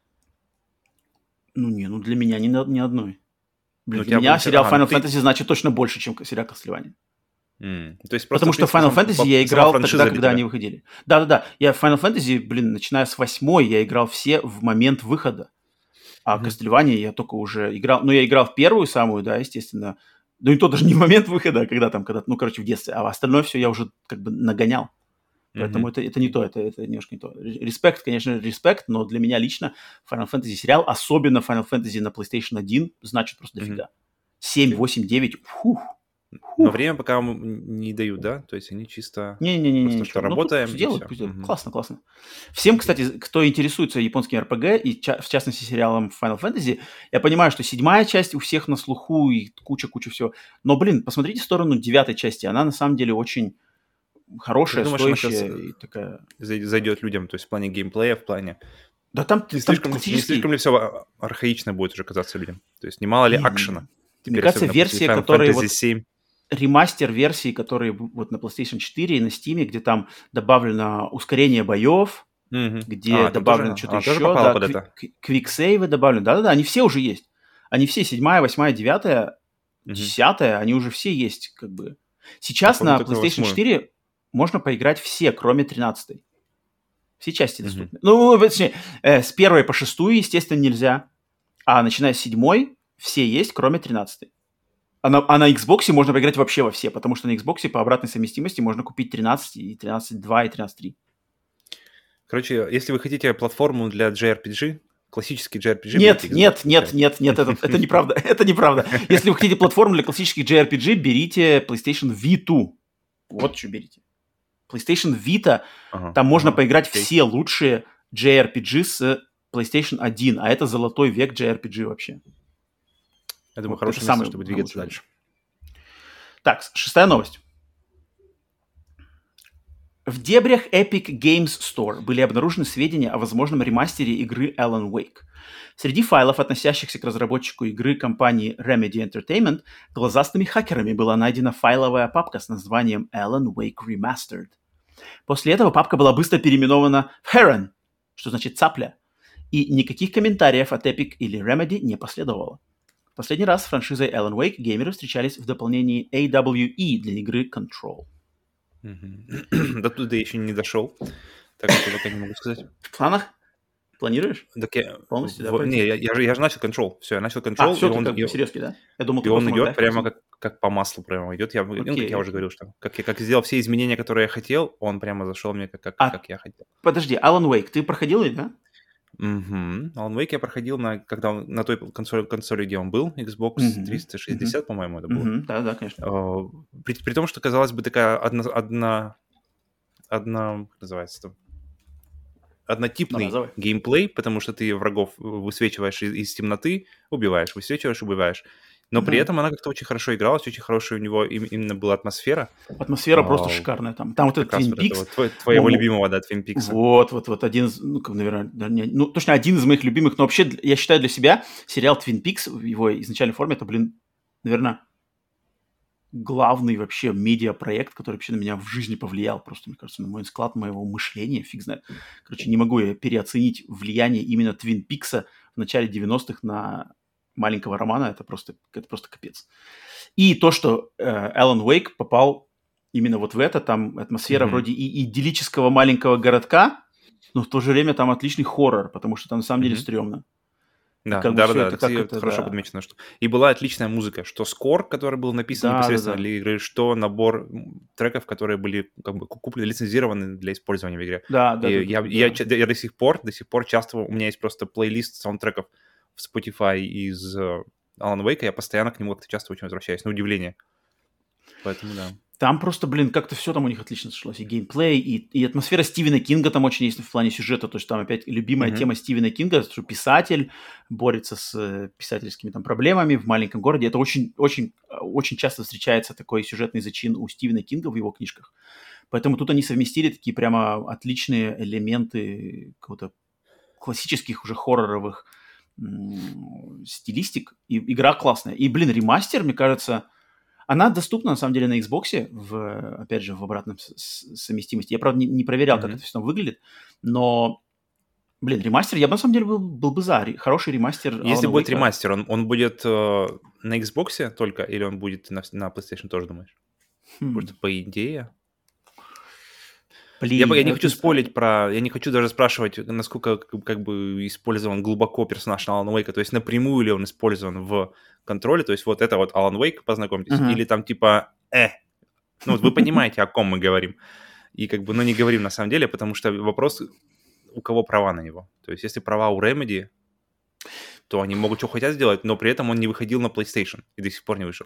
Ну, не, ну для меня ни, ни одной. Блин, ну, для меня сериал а, Final ты... Fantasy значит точно больше, чем сериал Castlevania. Mm. То есть Потому что Final Fantasy сам, я играл тогда, когда тебя. Они выходили. Да-да-да. Я Final Fantasy, блин, начиная с восьмой, я играл все в момент выхода. А mm-hmm. Castlevania я только уже играл... Ну, я играл в первую самую, да, естественно. Ну, и то даже не в момент выхода, а когда там, когда, ну, короче, в детстве. А остальное все я уже как бы нагонял. Поэтому mm-hmm. это, это не то, это, это немножко не то. Респект, конечно, респект, но для меня лично Final Fantasy сериал, особенно Final Fantasy на PlayStation один, значит просто дофига. Mm-hmm. семь, восемь, девять, фух. Но время пока не дают, да? То есть они чисто Не-не-не, просто что ну, работаем. Делают, пусть делают. Mm-hmm. Классно, классно. Всем, кстати, кто интересуется японским эр пи джи и в частности сериалом Final Fantasy, я понимаю, что седьмая часть у всех на слуху и куча-куча всего. Но, блин, посмотрите в сторону девятой части. Она на самом деле очень хорошая, думаешь, стоящая и такая... Зайдет людям, то есть в плане геймплея, в плане... Да там... Не слишком, практически... не слишком ли все архаично будет уже казаться людям? То есть немало ли акшена? Мне кажется, версия, которая... Вот... ремастер версии, которые вот на PlayStation четыре и на Steam, где там добавлено ускорение боев, mm-hmm. где а, добавлено тоже, что-то а, еще, да, кви- квиксейвы добавлены. Да-да-да, они все уже есть. Они все, седьмая, восьмая, девятая, mm-hmm. десятая, они уже все есть, как бы. Сейчас на PlayStation четыре можно поиграть все, кроме тринадцатой. Все части доступны. Mm-hmm. Ну, точнее, э, с первой по шестую, естественно, нельзя. А начиная с седьмой, все есть, кроме тринадцатой. А на, а на Xbox можно поиграть вообще во все, потому что на Xbox по обратной совместимости можно купить тринадцать, и тринадцать два, и тринадцать три. Короче, если вы хотите платформу для джей ар пи джи, классический джей ар пи джи... Нет, нет, нет, нет, нет, это, это неправда, это неправда. Если вы хотите платформу для классических джей ар пи джи, берите PlayStation ви два. Вот что берите. PlayStation Vita, ага, там можно ага, поиграть окей. все лучшие джей ар пи джи с PlayStation один, а это золотой век джей ар пи джи вообще. Я думаю, Вот хорошее это место, самый чтобы двигаться лучший. дальше. Так, шестая новость. В дебрях Epic Games Store были обнаружены сведения о возможном ремастере игры Alan Wake. Среди файлов, относящихся к разработчику игры компании Remedy Entertainment, глазастыми хакерами была найдена файловая папка с названием Alan Wake Remastered. После этого папка была быстро переименована в Heron, что значит цапля, и никаких комментариев от Epic или Remedy не последовало. Последний раз с франшизой Alan Wake геймеры встречались в дополнении эй дабл ю и для игры Control. До туда я еще не дошел, так что пока не могу сказать. В планах? Планируешь? Так я, Полностью, да, в, пройти? не, я, я, же, я же начал Control. Все, я начал Control. А, все, и ты он, как бы и, серьезки, да? Я думал, и ты он просто идет мог, да, прямо фиксить? как, как по маслу прямо идет. Я, ну, как Окей, я уже окей. говорил, что как я как сделал все изменения, которые я хотел, он прямо зашел мне как, как, А, как я хотел. Подожди, Alan Wake, ты проходил ведь, да? Угу. Alan Wake я проходил на, когда он, на той консоли, консоли, где он был, Xbox Мгм, триста шестьдесят, мгм, по-моему, это было. мгм, Да, да, конечно. А, При, при том, что, казалось бы, такая одна, одна, одна как называется там, однотипный Одноразовый. геймплей, потому что ты врагов высвечиваешь из, из темноты, убиваешь, высвечиваешь, убиваешь. Но при Мгм. этом она как-то очень хорошо игралась, очень хорошая у него им- именно была атмосфера. Атмосфера просто А, шикарная там. Там вот этот Как раз Twin вот это Peaks. вот твой- твоего мо- мо- любимого, да, Twin Peaks. Вот, вот, вот один из, ну, как, наверное, да, не- ну, точно один из моих любимых, но вообще для- я считаю для себя сериал Twin Peaks в его изначальной форме, это, блин, наверное, главный вообще медиапроект, который вообще на меня в жизни повлиял, просто, мне кажется, на мой склад моего мышления, фиг знает. Короче, не могу я переоценить влияние именно Твин Пикса в начале девяностых на маленького Романа, это просто, это просто капец. И то, что э, Alan Wake попал именно вот в это, там атмосфера Мгм. вроде и идиллического маленького городка, но в то же время там отличный хоррор, потому что там на самом деле Мгм. стрёмно. И Да, как бы да, все да, это да, как кстати, это, это хорошо да. подмечено. Что... И была отличная музыка, что скор, который был написан Да, непосредственно да, да. для игры, что набор м, треков, которые были как бы ку- куплены, лицензированы для использования в игре. Да, да, И да, я, да, я, да. ча- я до сих пор, до сих пор часто, у меня есть просто плейлист саундтреков в Spotify из э, Alan Wake, я постоянно к нему как-то часто очень возвращаюсь, на удивление. Поэтому да. Там просто, блин, как-то все там у них отлично сошлось. И геймплей, и, и атмосфера Стивена Кинга там очень есть в плане сюжета. То есть там опять любимая Мгм. тема Стивена Кинга, что писатель борется с э, писательскими там проблемами в маленьком городе. Это очень, очень, э, очень часто встречается такой сюжетный зачин у Стивена Кинга в его книжках. Поэтому тут они совместили такие прямо отличные элементы какого-то классических уже хорроровых м, стилистик. И игра классная. И, блин, ремастер, мне кажется... Она доступна, на самом деле, на Xbox, в, опять же, в обратном с- с- совместимости. Я, правда, не, не проверял, как Мгм. это все там выглядит, но, блин, ремастер, я бы, на самом деле, был, был бы за. Ре- Хороший ремастер Если Alan будет Wake'а. ремастер, он, он будет э, на Xbox только или он будет на, на PlayStation тоже, думаешь? Хм, Потому что, по идее... Я, Блин, по- я не вот хочу не знаю. спорить про... Я не хочу даже спрашивать, насколько как, как бы использован глубоко персонаж Алана Уэйка, то есть напрямую ли он использован в контроле, то есть вот это вот Алан Уэйк, познакомьтесь, Мгм. или там типа э. Ну вот вы понимаете, о ком мы говорим. И как бы, ну не говорим на самом деле, потому что вопрос, у кого права на него. То есть если права у Remedy, то они могут что хотят сделать, но при этом он не выходил на PlayStation и до сих пор не вышел.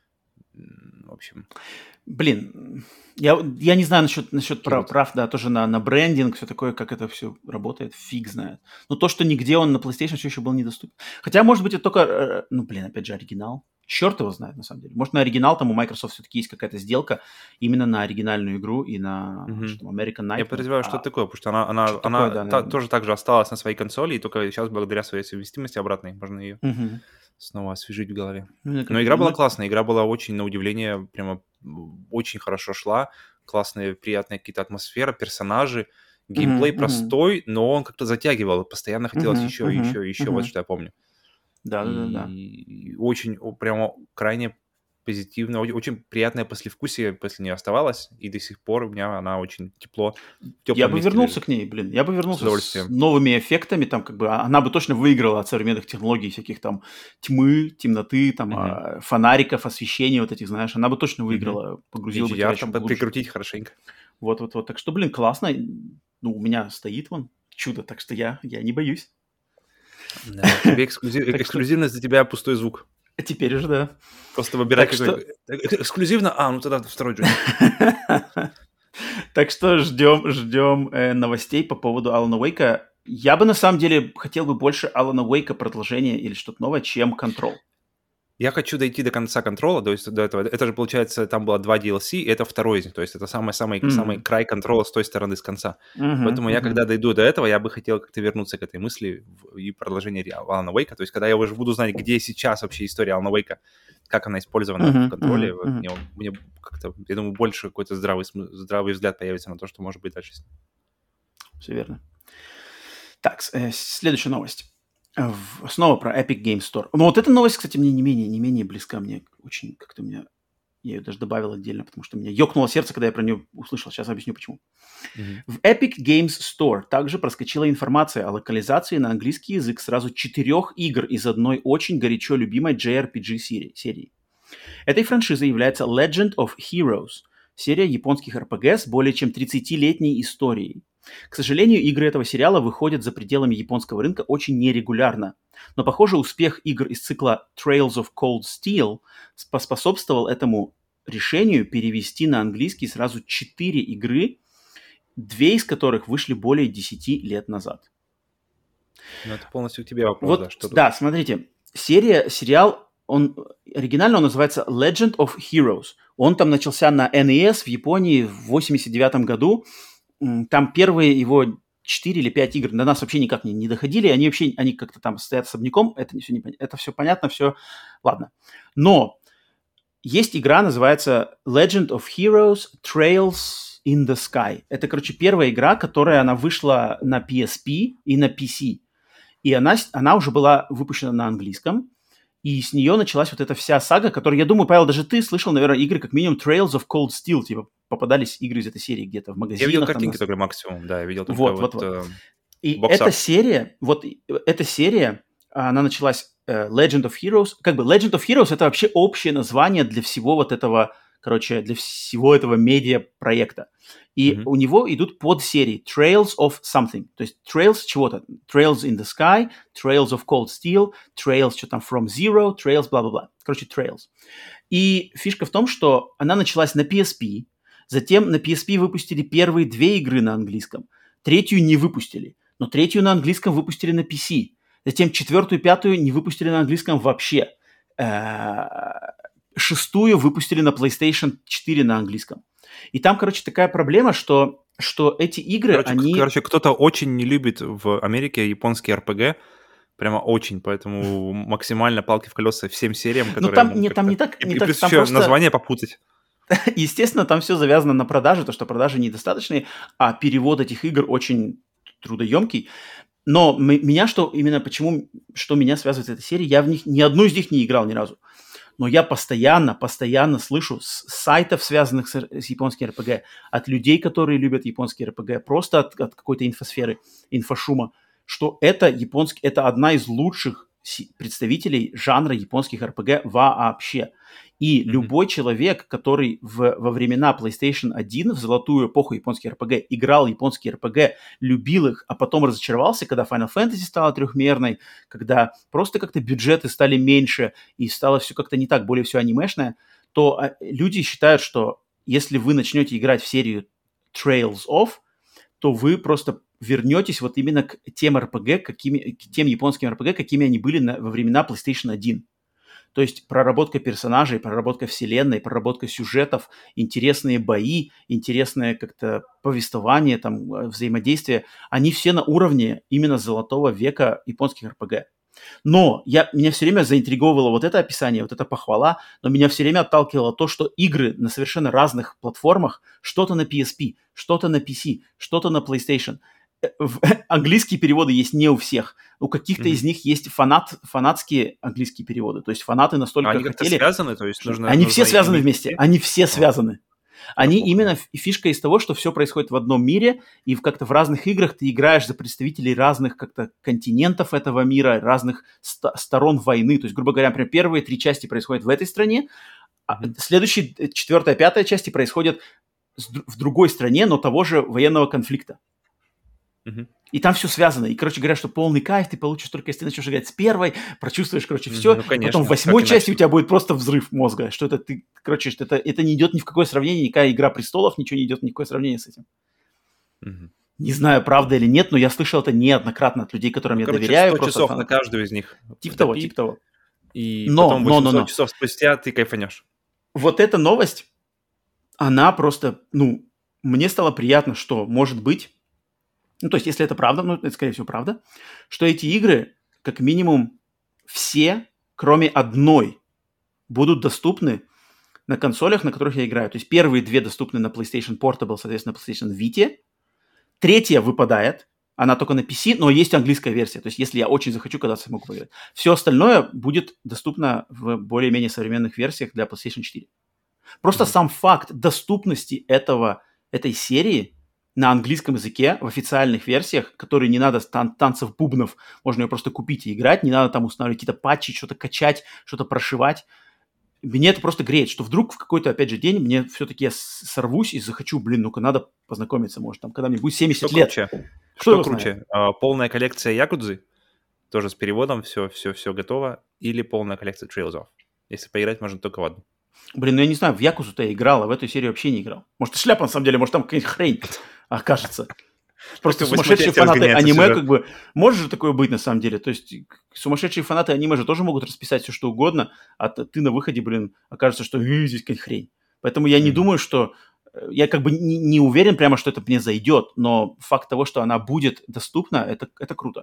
М, В общем... Блин, я, я не знаю насчет, насчет прав, Кибут. прав, да, тоже на, на брендинг, все такое, как это все работает, фиг знает. Но то, что нигде он на PlayStation все еще был недоступен. Хотя, может быть, это только, э, ну, блин, опять же, оригинал. Черт его знает, на самом деле. Может, на оригинал там у Microsoft все-таки есть какая-то сделка именно на оригинальную игру и на Мгм. что там, American Я Nightmare. подозреваю, что А, это такое, потому что она, она, что-то она такое, да, та- наверное. тоже так же осталась на своей консоли, и только сейчас, благодаря своей совместимости обратной, можно ее Мгм. снова освежить в голове. Ну, или Но как- игра была ну, классная, игра была очень, на удивление, прямо м, очень хорошо шла, классные, приятные какие-то атмосферы, персонажи, геймплей мгм, мгм, простой, но он как-то затягивал, и постоянно хотелось мгм, еще, мгм, еще, еще, вот мгм. что я помню. Да, да, да, да. И очень, о, прямо крайне позитивно, о- очень приятное послевкусие после нее оставалось, и до сих пор у меня она очень тепло, в Я теплом бы месте вернулся лежит. к ней, блин. Я бы С вернулся с удовольствием. новыми эффектами, там, как бы, а- она бы точно выиграла от современных технологий, всяких там тьмы, темноты, там, Мгм. а, фонариков, освещения вот этих, знаешь. Она бы точно Мгм. выиграла, погрузила бы тебя H D R еще там под- глубже. прикрутить хорошенько. Вот-вот-вот. Так что, блин, классно. Ну, у меня стоит вон чудо, так что я, я не боюсь. Да, тебе эксклюзив- Так что эксклюзивность за тебя пустой звук. теперь уже, да. Просто выбирай Так какой. что, Э, Эксклюзивно? А, ну тогда второй джойстик. так что ждем, ждем э, новостей по поводу Алана Уэйка. Я бы на самом деле хотел бы больше Алана Уэйка продолжение или что-то новое, чем Control. Я хочу дойти до конца контрола, то есть до этого. Это же, получается, там было два ди эл си, и это второй из них. То есть это самый-самый mm-hmm. самый край контрола с той стороны, с конца. Mm-hmm. Поэтому mm-hmm. я, когда дойду до этого, я бы хотел как-то вернуться к этой мысли и продолжение Алана Уэйка. То есть когда я уже буду знать, где сейчас вообще история Алана Уэйка, как она использована mm-hmm. в контроле, mm-hmm. мне, мне как-то, я думаю, больше какой-то здравый, здравый взгляд появится на то, что может быть дальше. Все верно. Так, э, следующая новость. Снова про Epic Game Store. Но вот эта новость, кстати, мне не менее, не менее близка. Мне очень как-то меня... Я ее даже добавил отдельно, потому что у меня ёкнуло сердце, когда я про нее услышал. Сейчас объясню, почему. Mm-hmm. В Epic Games Store также проскочила информация о локализации на английский язык сразу четырех игр из одной очень горячо любимой джей ар пи джи-серии. Этой франшизой является Legend of Heroes, серия японских эр пи джи с более чем тридцатилетней историей. К сожалению, игры этого сериала выходят за пределами японского рынка очень нерегулярно. Но, похоже, успех игр из цикла Trails of Cold Steel поспособствовал этому решению перевести на английский сразу четыре игры, две из которых вышли более десяти лет назад. Ну, это полностью к тебе вопрос, вот, да? Что да, смотрите, серия, сериал, он, оригинально он называется Legend of Heroes. Он там начался на эн и эс в Японии в восемьдесят девятом году. Там первые его четыре или пять игр до нас вообще никак не, не доходили. Они вообще, они как-то там стоят особняком. Это, не все, не, это все понятно, все, ладно. Но есть игра, называется Legend of Heroes Trails in the Sky. Это, короче, первая игра, которая она вышла на пи эс пи и на пи си. И она, она уже была выпущена на английском. И с нее началась вот эта вся сага, которую, я думаю, Павел, даже ты слышал, наверное, игры как минимум Trails of Cold Steel, типа попадались игры из этой серии где-то в магазинах. Я видел картинки нас... только максимум, да, я видел только вот, вот... вот, вот. Э, и эта серия, вот эта серия, она началась uh, Legend of Heroes, как бы Legend of Heroes это вообще общее название для всего вот этого, короче, для всего этого медиа-проекта. И mm-hmm. у него идут подсерии Trails of something, то есть Trails чего-то, Trails in the Sky, Trails of Cold Steel, Trails что там From Zero, Trails бла-бла-бла, короче, Trails. И фишка в том, что она началась на пи эс пи, затем на пи эс пи выпустили первые две игры на английском, третью не выпустили, но третью на английском выпустили на пи си, затем четвертую и пятую не выпустили на английском вообще, шестую выпустили на PlayStation четыре на английском. И там, короче, такая проблема, что, что эти игры, короче, они... Короче, кто-то очень не любит в Америке японские эр пи джи, прямо очень, поэтому максимально палки в колеса всем сериям, которые... Ну, там, нет, там не так... И, не и так плюс там еще просто... название попутать. Естественно, там все завязано на продаже, то, что продажи недостаточные, а перевод этих игр очень трудоемкий. Но м- меня что, именно почему, что меня связывает с этой серией, я в них, ни одну из них не играл ни разу. Но я постоянно, постоянно слышу с сайтов, связанных с, с японским эр пи джи, от людей, которые любят японский эр пи джи, просто от, от какой-то инфосферы, инфошума, что это японский, это одна из лучших представителей жанра японских эр пи джи вообще. И mm-hmm. любой человек, который в, во времена PlayStation один, в золотую эпоху японских эр пи джи, играл японские эр пи джи, любил их, а потом разочаровался, когда Final Fantasy стала трехмерной, когда просто как-то бюджеты стали меньше и стало все как-то не так, более все анимешное, то люди считают, что если вы начнете играть в серию Trails of, то вы просто вернетесь вот именно к тем эр пи джи, какими, к тем японским эр пи джи, какими они были на, во времена PlayStation один. То есть проработка персонажей, проработка вселенной, проработка сюжетов, интересные бои, интересное как-то повествование, там, взаимодействие, они все на уровне именно золотого века японских эр пи джи. Но я, меня все время заинтриговывало вот это описание, вот эта похвала, но меня все время отталкивало то, что игры на совершенно разных платформах, что-то на пи эс пи, что-то на пи си, что-то на PlayStation. Английские переводы есть не у всех. У каких-то mm-hmm. из них есть фанат, фанатские английские переводы. То есть фанаты настолько они хотели... Они как-то связаны? То есть нужно, они нужно все связаны иметь... вместе. Они все oh. связаны. Они Плохо. Именно фишка из того, что все происходит в одном мире, и в как-то в разных играх ты играешь за представителей разных как-то континентов этого мира, разных ст- сторон войны. То есть, грубо говоря, например, первые три части происходят в этой стране, а mm-hmm. следующие, четвертая, пятая части происходят в другой стране, но того же военного конфликта. Uh-huh. И там все связано. И, короче говоря, что полный кайф ты получишь только если ты начнешь играть с первой, прочувствуешь, короче, все. Ну, конечно, потом в восьмой части у тебя будет просто взрыв мозга. Что это ты, короче, что это, это не идет ни в какое сравнение, никакая Игра престолов, ничего не идет ни в какое сравнение с этим. Uh-huh. Не знаю, правда или нет, но я слышал это неоднократно от людей, которым ну, я короче, доверяю. сто просто часов фан- на каждую из них. Типа того, втопи, типа того. И Но, потом но, но, восемьсот но. часов спустя ты кайфанешь. Вот эта новость, она просто, ну, мне стало приятно, что, может быть, ну, то есть, если это правда, ну, это, скорее всего, правда, что эти игры, как минимум, все, кроме одной, будут доступны на консолях, на которых я играю. То есть, первые две доступны на PlayStation Portable, соответственно, на PlayStation Vita. Третья выпадает, она только на пи си, но есть английская версия. То есть, если я очень захочу, когда-то смогу поиграть. Все остальное будет доступно в более-менее современных версиях для PlayStation четыре. Просто Мгм. сам факт доступности этого, этой серии на английском языке в официальных версиях, которые не надо тан- танцев бубнов, можно ее просто купить и играть, не надо там устанавливать какие-то патчи, что-то качать, что-то прошивать. Мне это просто греет, что вдруг в какой-то, опять же, день мне все-таки я с- сорвусь и захочу, блин, ну-ка надо познакомиться, может, там, когда мне будет Что семьдесят лет. круче? Кто Что его знает? круче? А, Полная коллекция Якудзы, тоже с переводом, все, все, все готово, или полная коллекция Trails of? Если поиграть, можно только в одну. Блин, ну я не знаю, в Якузу-то я играл, а в эту серию вообще не играл. Может, это шляпа, на самом деле, может, там какая-нибудь хрень окажется. Просто Как в сумасшедшие восьмой части фанаты разгоняется аниме, сюжет. как бы, может же такое быть на самом деле. То есть сумасшедшие фанаты аниме же тоже могут расписать все, что угодно, а т- ты на выходе, блин, окажется, что «Э, здесь какая-то хрень». Поэтому я не Мгм. думаю, что... э, Я как бы не, не уверен прямо, что это мне зайдет, но факт того, что она будет доступна, это, это круто.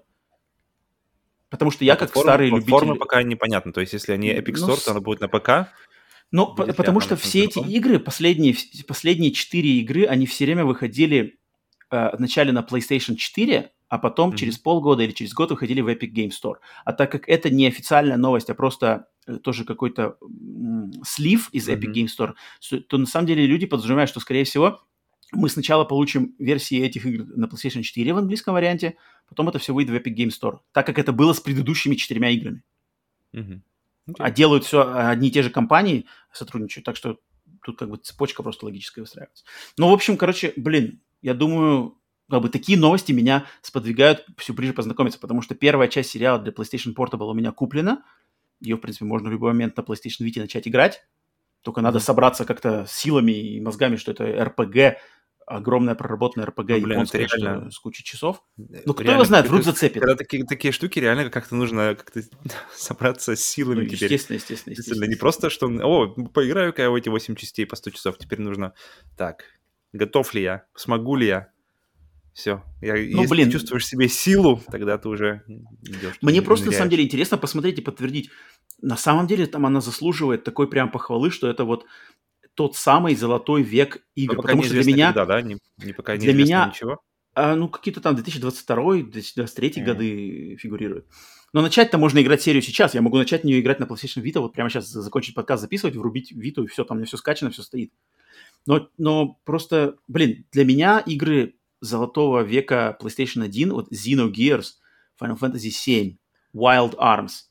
Потому что я Но как платформа, старый платформа любитель... пока непонятно. То есть, если они Epic Ну, Store, то с- она будет на ПК. Ну, п- Будет ли потому она что на все эти чем-то другом? игры, последние, вс- последние четыре игры, они все время выходили э, вначале на PlayStation четыре, а потом через Мгм. полгода или через год выходили в Epic Game Store. А так как это не официальная новость, а просто э, тоже какой-то м, слив из Epic Мгм. Game Store, с- то на самом деле люди подразумевают, что, скорее всего, мы сначала получим версии этих игр на PlayStation четыре в английском варианте, потом это все выйдет в Epic Game Store, так как это было с предыдущими четырьмя играми. Мгм. А Окей. делают все одни и те же компании, сотрудничают, так что тут как бы цепочка просто логическая выстраивается. Ну, в общем, короче, блин, я думаю, как бы такие новости меня сподвигают все ближе познакомиться, потому что первая часть сериала для PlayStation Portable у меня куплена, ее, в принципе, можно в любой момент на PlayStation Vita начать играть, только надо Мгм. собраться как-то силами и мозгами, что это эр пи джи, огромная проработанная эр пи джи Ну, блин, это японская, реально, что с кучей часов. э, Ну, кто его реально, знает, к- вдруг к- зацепит. когда такие, такие штуки, реально как-то нужно как-то собраться с Ну, силами теперь. естественно, естественно, Действительно, естественно, не естественно. просто, что, о, поиграю-ка я в эти восемь частей по сто часов, теперь нужно, так, готов ли я, смогу ли я, все. Я, Ну, если ты блин, чувствуешь в себе силу, тогда ты уже идешь, мне туда, просто на самом ныряешь. деле интересно посмотреть и подтвердить. На самом деле там она заслуживает такой прям похвалы, что это вот тот самый золотой век Но игр. пока Потому что для неизвестно меня, когда, да, не, не пока для неизвестно меня, ничего. а, ну, какие-то там две тысячи двадцать второй, две тысячи двадцать третий М. годы фигурируют. Но начать-то можно играть серию сейчас. Я могу начать в нее играть на PlayStation Vita, вот прямо сейчас закончить подкаст записывать, врубить Vita, и все, там у меня все скачано, все стоит. Но, но просто, блин, для меня игры золотого века PlayStation один, вот Xenogears, Final Fantasy семь, Wild Arms,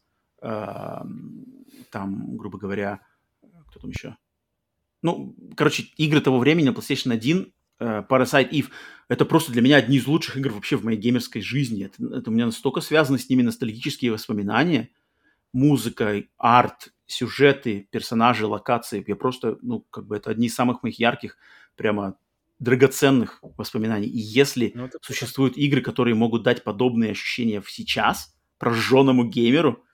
эм, там, грубо говоря, кто там еще? Ну, короче, игры того времени на PlayStation один, э, Parasite Eve, это просто для меня одни из лучших игр вообще в моей геймерской жизни. Это, это у меня настолько связаны с ними ностальгические воспоминания, музыка, арт, сюжеты, персонажи, локации. Я просто, ну, как бы это одни из самых моих ярких, прямо драгоценных воспоминаний. И если Ну, это круто. существуют игры, которые могут дать подобные ощущения в сейчас прожженному геймеру,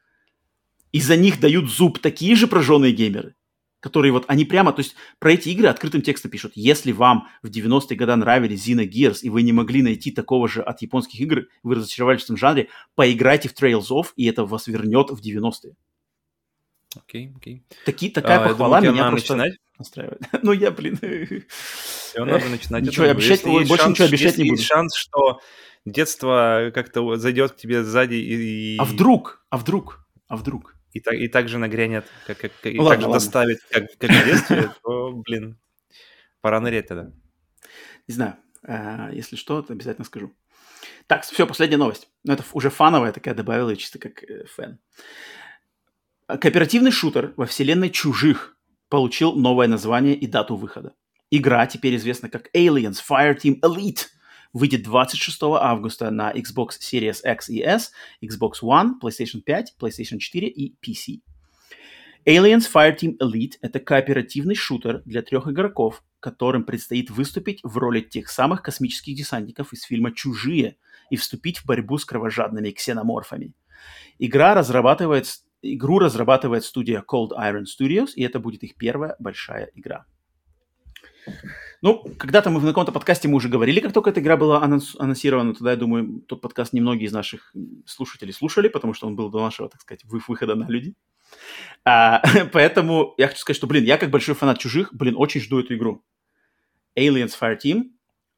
и за них дают зуб такие же прожженные геймеры, которые вот, они прямо, то есть про эти игры открытым текстом пишут. Если вам в девяностые годы нравились Xenogears, и вы не могли найти такого же от японских игр, вы разочаровались в этом жанре, поиграйте в Trails of, и это вас вернет в девяностые. Окей, окей. Таки, такая А, я думаю, похвала тебе меня надо просто начинать. настраивает. Ну, я, блин, Все, эх, надо начинать, я ничего думаю. обещать, Если есть больше ничего шанс, обещать не если есть буду. шанс, что детство как-то вот зайдет к тебе сзади А и, и, вдруг? А вдруг? А вдруг? и, так, и так же нагрянет, как, как, и Ну, так ладно, же ладно. доставит, как, как в детстве, то, блин, пора нырять тогда. Не знаю. А, если что, то обязательно скажу. Так, все, последняя новость. Ну, это уже фановая такая, добавила ее чисто как э, фэн. Кооперативный шутер во вселенной «Чужих» получил новое название и дату выхода. Игра теперь известна как Aliens Fireteam Elite. Выйдет двадцать шестого августа на Xbox Series X и S, Xbox One, PlayStation пять, PlayStation четыре и пи си. Aliens Fireteam Elite — это кооперативный шутер для трех игроков, которым предстоит выступить в роли тех самых космических десантников из фильма «Чужие» и вступить в борьбу с кровожадными ксеноморфами. Игра разрабатывает, игру разрабатывает студия Cold Iron Studios, и это будет их первая большая игра. Ну, когда-то мы в каком-то подкасте мы уже говорили, как только эта игра была анонс- анонсирована, тогда, я думаю, тот подкаст немногие из наших слушателей слушали, потому что он был до нашего, так сказать, вы- выхода на люди. А, поэтому я хочу сказать, что, блин, я как большой фанат «Чужих», блин, очень жду эту игру. Aliens Fireteam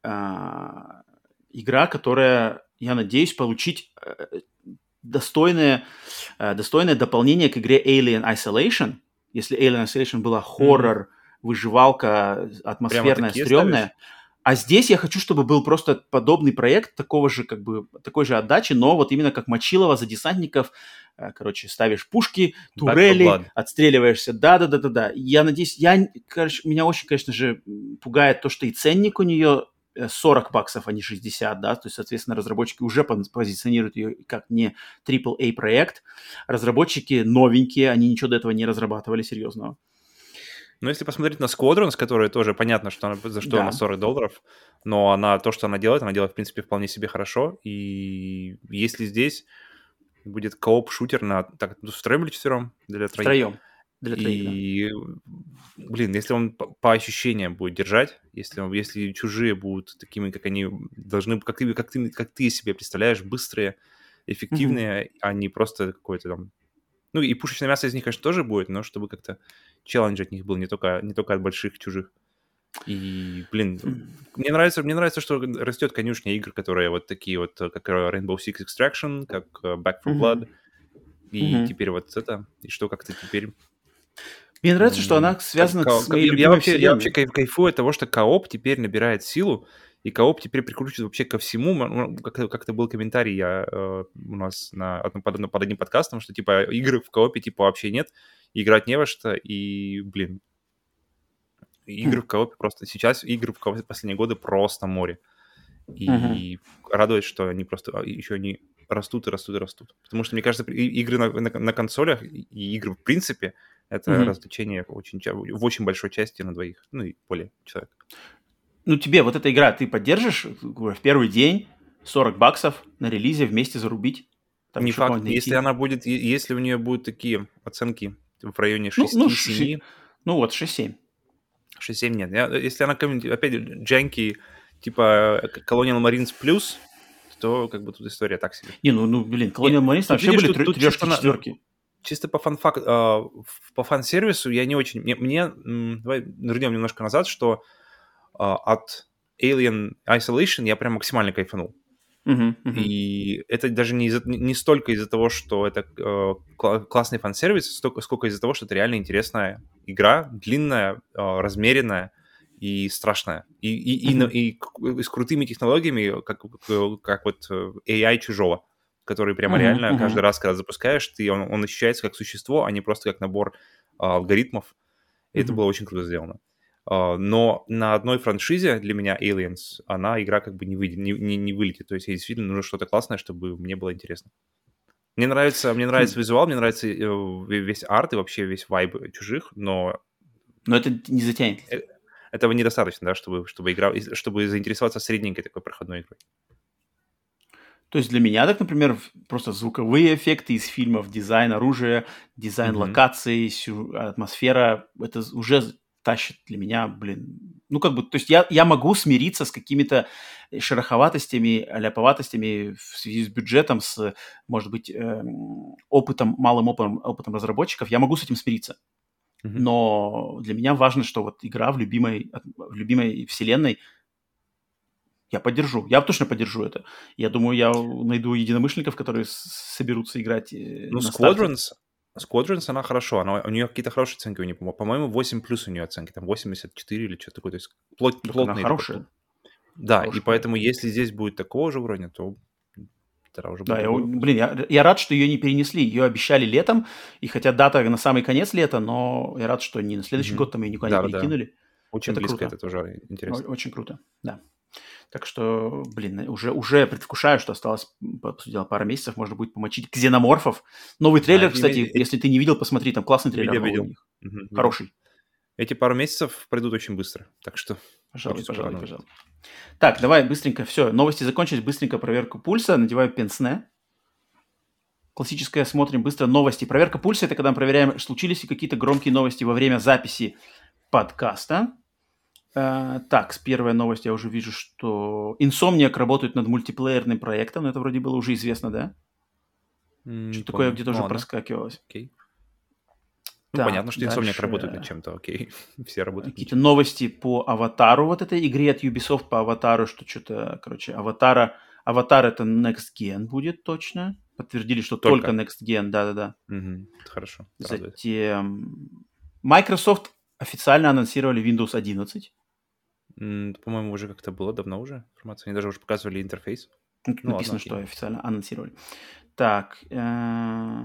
а, игра, которая, я надеюсь, получить а, достойное, а, достойное дополнение к игре Alien Isolation. Если Alien Isolation была хоррор, mm-hmm. выживалка, атмосферная, стрёмная. А здесь я хочу, чтобы был просто подобный проект такого же, как бы, такой же отдачи, но вот именно как Мочилова за десантников. Короче, ставишь пушки, турели, отстреливаешься. Да-да-да-да-да. Я надеюсь, я, короче, меня очень, конечно же, пугает то, что и ценник у нее сорок баксов, а не шестьдесят, да, то есть, соответственно, разработчики уже позиционируют ее как не трипл эй проект. Разработчики новенькие, они ничего до этого не разрабатывали серьезного. Ну, если посмотреть на Squadrons, которая тоже понятно, что она, за что да. она сорок долларов, но она, то, что она делает, она делает, в принципе, вполне себе хорошо. И если здесь будет кооп-шутер на... Так, втроем или четвером? Для троих? Втроем. Для троих, И, да. блин, если он по, по ощущениям будет держать, если, он, если чужие будут такими, как они должны... Как ты, как ты, как ты себе представляешь, быстрые, эффективные, mm-hmm. а не просто какой-то там... Ну, и пушечное мясо из них, конечно, тоже будет, но чтобы как-то челлендж от них был не только, не только от больших чужих. И, блин, mm. мне нравится, мне нравится, что растет конюшня игр, которые вот такие вот, как Rainbow Six Extraction, как Back four Blood, mm-hmm. и mm-hmm. теперь вот это, и что как-то теперь... Мне нравится, mm. что она связана как, с моей я, любимой я вообще, вселенной. Я вообще кайфую от того, что кооп теперь набирает силу, и кооп теперь прикручивает вообще ко всему. Как-то, как-то был комментарий я, э, у нас на, под, под одним подкастом, что типа игры в коопе типа вообще нет, играть не во что, и, блин, игры mm. в коопе просто... Сейчас игры в коопе в последние годы просто море. И mm-hmm. радует, что они просто еще не растут и растут и растут. Потому что, мне кажется, игры на, на, на консолях и игры в принципе это mm-hmm. развлечение очень, в очень большой части на двоих, ну и более человек. Ну, тебе вот эта игра, ты поддержишь в первый день сорок баксов на релизе вместе зарубить? Там не факт, если она будет, если у нее будут такие оценки в районе шесть-семь. Ну, ну вот, шесть-семь. шесть-семь нет. Я, если она, опять, джанки, типа Colonial Marines Plus, то как бы тут история так себе. Не, ну, ну блин, Colonial Marines там вообще были трё- трешки, четверки. Чисто по фан-фак, э, по фан-сервису я не очень... Мне, мне давай вернем немножко назад, что э, от Alien Isolation я прям максимально кайфанул. Uh-huh, uh-huh. И это даже не, из-за, не столько из-за того, что это э, классный фан-сервис, столько, сколько из-за того, что это реально интересная игра, длинная, э, размеренная и страшная. И, и, uh-huh. и, и, и с крутыми технологиями, как, как вот эй ай Чужого, который прямо uh-huh, реально uh-huh. каждый раз, когда запускаешь, ты, он, он ощущается как существо, а не просто как набор э, алгоритмов. И uh-huh. это было очень круто сделано. Uh, но на одной франшизе для меня Aliens, она, игра как бы не, выйдет, не, не, не вылетит. То есть ей действительно нужно что-то классное, чтобы мне было интересно. Мне нравится, мне нравится mm. визуал, мне нравится uh, весь арт и вообще весь вайб чужих, но... Но это не затянет. Этого недостаточно, да, чтобы, чтобы, игра, чтобы заинтересоваться средненькой такой проходной игрой. То есть для меня, так, например, просто звуковые эффекты из фильмов, дизайн оружия, дизайн mm-hmm. локаций, сю- атмосфера, это уже... тащит для меня, блин, ну, как бы, то есть я, я могу смириться с какими-то шероховатостями, ляповатостями в связи с бюджетом, с, может быть, э, опытом, малым опытом, опытом разработчиков, я могу с этим смириться. Mm-hmm. Но для меня важно, что вот игра в любимой, в любимой вселенной я поддержу, я точно поддержу это. Я думаю, я найду единомышленников, которые соберутся играть ну, на Squadrons... старте. Squadrons, она хорошо, она, у нее какие-то хорошие оценки у нее, по-моему, восемь плюс у нее оценки, там восемьдесят четыре или что-то такое, то есть плот, плотные. Она хорошая. Да, хорошая. И поэтому если здесь будет такого же уровня, то тогда уже да, будет... Я, блин, я, я рад, что ее не перенесли, ее обещали летом, и хотя дата на самый конец лета, но я рад, что не на следующий mm-hmm. год там ее никуда да, не перекинули. Да. Очень это близко, круто. это тоже интересно. Очень круто, да. Так что, блин, уже, уже предвкушаю, что осталось, по сути дела, пара месяцев, можно будет помочить ксеноморфов. Новый трейлер, А, кстати, эти- если ты не видел, посмотри, там классный трейлер Видел, новый у видел. них. Мгм, видел. Хороший. Эти пару месяцев пройдут очень быстро, так что... Пожалуй, хочется пожалуй, порадовать. пожалуй. Так, давай быстренько, все, новости закончились, быстренько проверку пульса, надеваю пенсне. Классическое, смотрим быстро новости. Проверка пульса – это когда мы проверяем, случились ли какие-то громкие новости во время записи подкаста. Uh, так, с первой новости я уже вижу, что Insomniac работает над мультиплеерным проектом, но это вроде было уже известно, да? М, Что-то такое помню. где-то Ну, уже ладно. проскакивалось. Окей. Ну, Так, понятно, что Insomniac дальше работает над чем-то, окей. Все работают над какие-то чем-то. новости по Аватару, вот этой игре от Ubisoft по Аватару, что что-то, короче, Аватара, Аватар это Next Gen будет точно. Подтвердили, что только, Только. Next Gen, да-да-да. Мгм, это хорошо, это радует. Затем Microsoft официально анонсировали Windows одиннадцать. М, По-моему, уже как-то было давно уже информация. Они даже уже показывали интерфейс. Ну, тут Ну, написано, ладно, что окей. официально анонсировали. Так. э,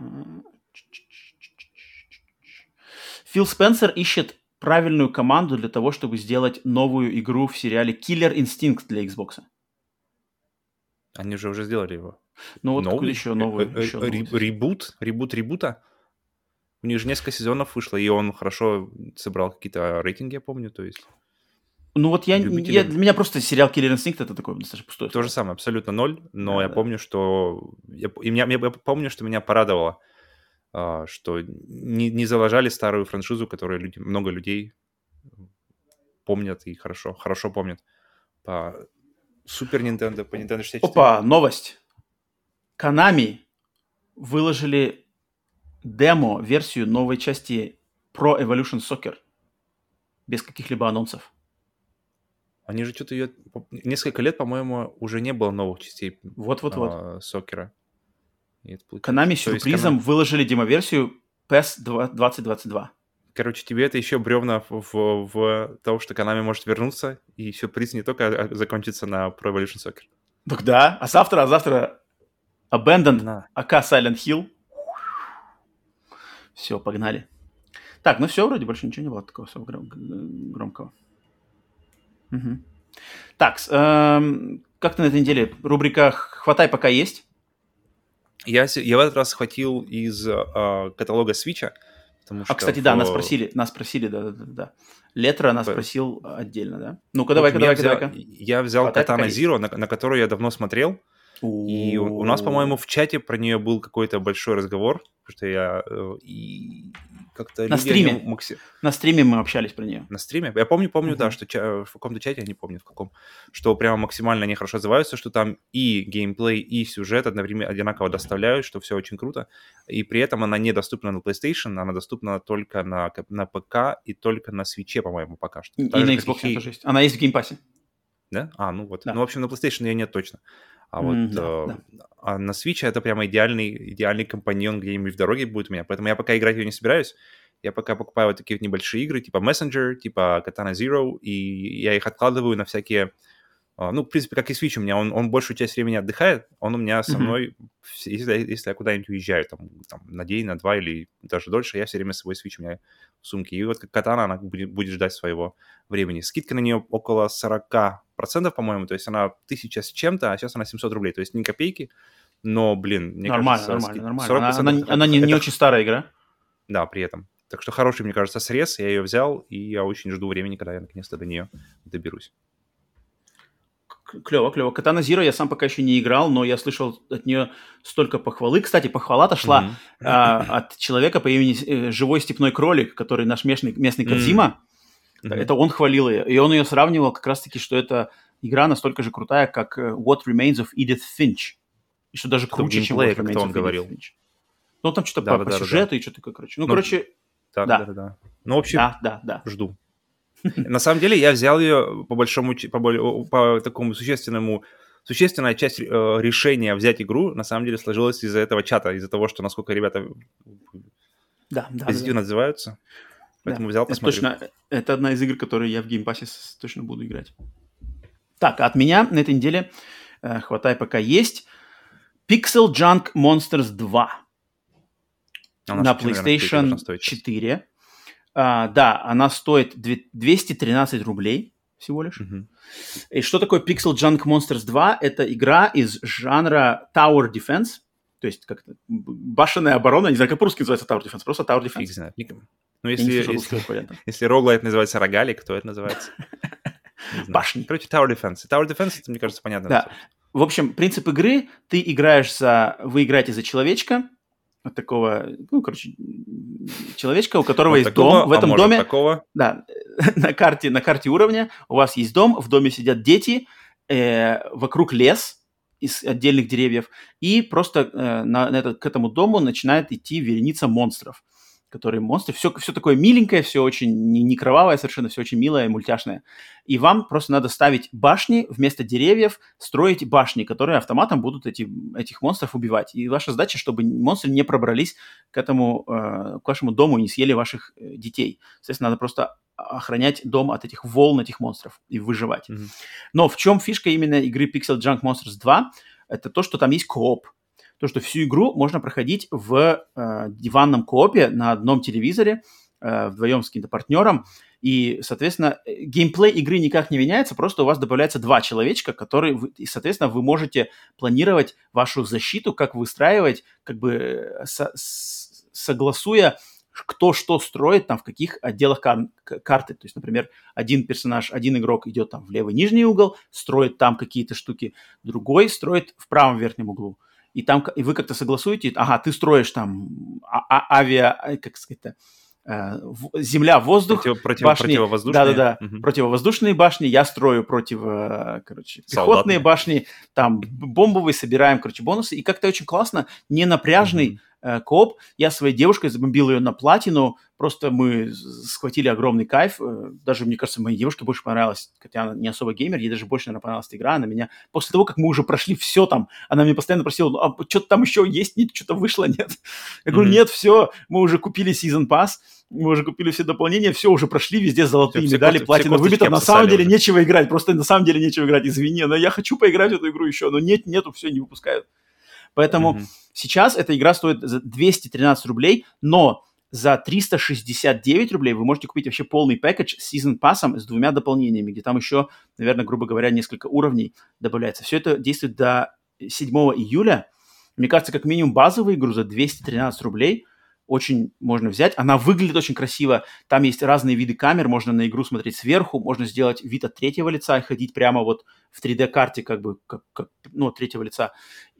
Фил Спенсер ищет правильную команду для того, чтобы сделать новую игру в сериале Killer Instinct для Xbox. Они же уже сделали его. Ну вот какую-то Новый? еще Э, новую. э, Еще э, новую ри- совсем. Ребут? Ребут ребута? У них же несколько сезонов вышло, и он хорошо собрал какие-то рейтинги, я помню, то есть Ну вот я, я, любители... для меня просто сериал Killer Instinct это такое достаточно пустое То же слово. самое, абсолютно ноль, но Да, я да. помню, что... Я, и меня, я помню, что меня порадовало, а, что не, не заложали старую франшизу, которую люди, много людей помнят и хорошо, хорошо помнят. По Супер Nintendo, по Nintendo шестьдесят четыре. Опа, новость. Konami выложили демо-версию новой части Pro Evolution Soccer. Без каких-либо анонсов. Они же что-то ее... Несколько лет, по-моему, уже не было новых частей Вот-вот-вот. а, сокера. И это получается- Konami то есть сюрпризом Konami- выложили демо-версию пи и эс двадцать двадцать два. Короче, тебе это еще бревна в, в, в том, что Konami может вернуться, и сюрприз не только а, закончится на Pro Evolution Soccer. Так да, а завтра, а завтра Abandoned, На. АК Silent Hill. Все, погнали. Так, ну все, вроде больше ничего не было такого особо гром- громкого. Мгм. Так, с- эм, как ты на этой неделе? Рубрика «Хватай, пока есть». Я, се- я в этот раз схватил из а, каталога Switch, потому что... А, кстати, да, в- нас спросили, нас спросили, да-да-да. Летро нас П- спросил отдельно, да? Ну-ка, В давай-ка, общем, я давай-ка, взял, давай-ка. я взял Хватай, пока Katana есть. Zero, на, на которую я давно смотрел, и у, у нас, по-моему, в чате про нее был какой-то большой разговор, потому что я э, и как-то На люди о неё стриме. макси- На стриме мы общались про нее. На стриме? Я помню, помню, да, Мгм. что ча- в каком-то чате, я не помню в каком, что прямо максимально они хорошо отзываются, что там и геймплей, и сюжет одновременно одинаково доставляют, что все очень круто. И при этом она недоступна на PlayStation, она доступна только на, ка- на ПК и только на Switch, по-моему, пока что. И, Так и же, на как Xbox Hei- она тоже есть. Она есть в геймпассе. Да? А, ну вот. Да. Ну, в общем, на PlayStation ее нет точно. А вот М, да, э, да. а на Switch это прямо идеальный, идеальный компаньон где-нибудь в дороге будет у меня. Поэтому я пока играть в ее не собираюсь. Я пока покупаю вот такие вот небольшие игры, типа Messenger, типа Katana Zero, и я их откладываю на всякие... а, Ну, в принципе, как и Switch у меня, он, он большую часть времени отдыхает, он у меня со Мгм. мной, вс- если, я- если я куда-нибудь уезжаю, там, там, на день, на два или даже дольше, я все время с собой Switch у меня в сумке. И вот как Katana, она будет, будет ждать своего времени. Скидка на нее около сорок процентов, по-моему, то есть она тысяча с чем-то, а сейчас она семьсот рублей, то есть не копейки, но, блин, мне Нормально, кажется, нормально, скид- нормально. сорок Она, процентов она, это, она это- не, не это очень старая игра. да, при этом. Так что хороший, мне кажется, срез. Я ее взял, и я очень жду времени, когда я наконец-то до нее доберусь. К- Клево, клево. Katana Zero я сам пока еще не играл, но я слышал от нее столько похвалы. Кстати, похвала-то шла Мгм. а, от человека по имени э, Живой Степной Кролик, который наш местный, местный М. Кодзима. Мгм. Это он хвалил ее. И он ее сравнивал как раз-таки, что это игра настолько же крутая, как э, What Remains of Edith Finch. И что даже Что в круче, чем геймплее, What как-то Remains он of Edith говорил. Finch. Ну, там что-то Да, по, да, по да, да, сюжету и что такое, короче. Ну, Ну, короче, Да, да. да, да, да. Ну, в общем, да, да, да. жду. На самом деле, я взял ее по большому, ч- по, более- по такому существенному, существенная часть э, решения взять игру, на самом деле, сложилась из-за этого чата, из-за того, что насколько ребята Да, да, позитивно да. отзываются. Поэтому Да. взял, Это посмотрю. точно, это одна из игр, которые я в геймпассе с- точно буду играть. Так, а от меня на этой неделе, э, хватай пока есть, Pixel Junk Monsters два Она на же, наверное, копейки должна PlayStation стоить сейчас. четыре. А, да, она стоит две- двести тринадцать рублей. всего лишь. Mm-hmm. И что такое Pixel Junk Monsters два? Это игра из жанра Tower Defense, то есть как-то башенная оборона, не знаю, как по-русски называется Tower Defense, просто Tower Defense. Фиг знает. Ну, если, если, если, если роглайт называется рогалик, то это называется... Башни. Короче, Tower Defense. Tower Defense, это, мне кажется, понятно. Да. В общем, принцип игры, ты играешь за... Вы играете за человечка, вот такого, ну, короче, человечка, у которого вот есть такого, дом. В этом а доме... Такого. Да, на карте, на карте уровня у вас есть дом, в доме сидят дети, э, вокруг лес из отдельных деревьев, и просто э, на, на этот, к этому дому начинает идти вереница монстров. Которые монстры, все, все такое миленькое, все очень не, не кровавое совершенно, все очень милое, мультяшное. И вам просто надо ставить башни вместо деревьев, строить башни, которые автоматом будут эти, этих монстров убивать. И ваша задача, чтобы монстры не пробрались к этому, э, к вашему дому и не съели ваших э, детей. Соответственно, надо просто охранять дом от этих волн, этих монстров и выживать. Mm-hmm. Но в чем фишка именно игры Pixel Junk Monsters два? Это то, что там есть кооп. То, что всю игру можно проходить в э, диванном коопе на одном телевизоре, э, вдвоем с каким-то партнером. И, соответственно, геймплей игры никак не меняется, просто у вас добавляется два человечка, которые, вы, и, соответственно, вы можете планировать вашу защиту, как выстраивать, как бы со, с, согласуя, кто что строит там в каких отделах кар- карты. То есть, например, один персонаж, один игрок идет там в левый нижний угол, строит там какие-то штуки, другой строит в правом верхнем углу. И там и вы как-то согласуете, ага, ты строишь там а- а- авиа, как сказать-то, э, земля, воздух, Против, против, башни. Противовоздушные. Да-да-да, угу. Противовоздушные башни, я строю против, короче, пехотные башни, там бомбовые, собираем, короче, бонусы. И как-то очень классно, не напряжный угу. э, кооп. Я своей девушкой забомбил ее на платину, просто мы схватили огромный кайф. Даже, мне кажется, моей девушке больше понравилась, хотя она не особо геймер, ей даже больше, наверное, понравилась эта игра. Она меня, после того, как мы уже прошли все там, она мне постоянно просила, ну, а что-то там еще есть, нет, что-то вышло, нет? Я говорю, mm-hmm. нет, все, мы уже купили Season Pass, мы уже купили все дополнения, все уже прошли, везде золотые все, медали, все, платина выбита. На самом деле уже. Нечего играть, просто на самом деле нечего играть, извини, но я хочу поиграть в эту игру еще, но нет, нету, все, не выпускают. Поэтому mm-hmm. сейчас эта игра стоит за двести тринадцать рублей, но за триста шестьдесят девять рублей вы можете купить вообще полный пэкэдж с Season Pass'ом с двумя дополнениями, где там еще, наверное, грубо говоря, несколько уровней добавляется. Все это действует до седьмого июля. Мне кажется, как минимум базовую игру за двести тринадцать рублей очень можно взять. Она выглядит очень красиво. Там есть разные виды камер. Можно на игру смотреть сверху. Можно сделать вид от третьего лица и ходить прямо вот в три дэ-карте, как бы, как, как, ну, от третьего лица.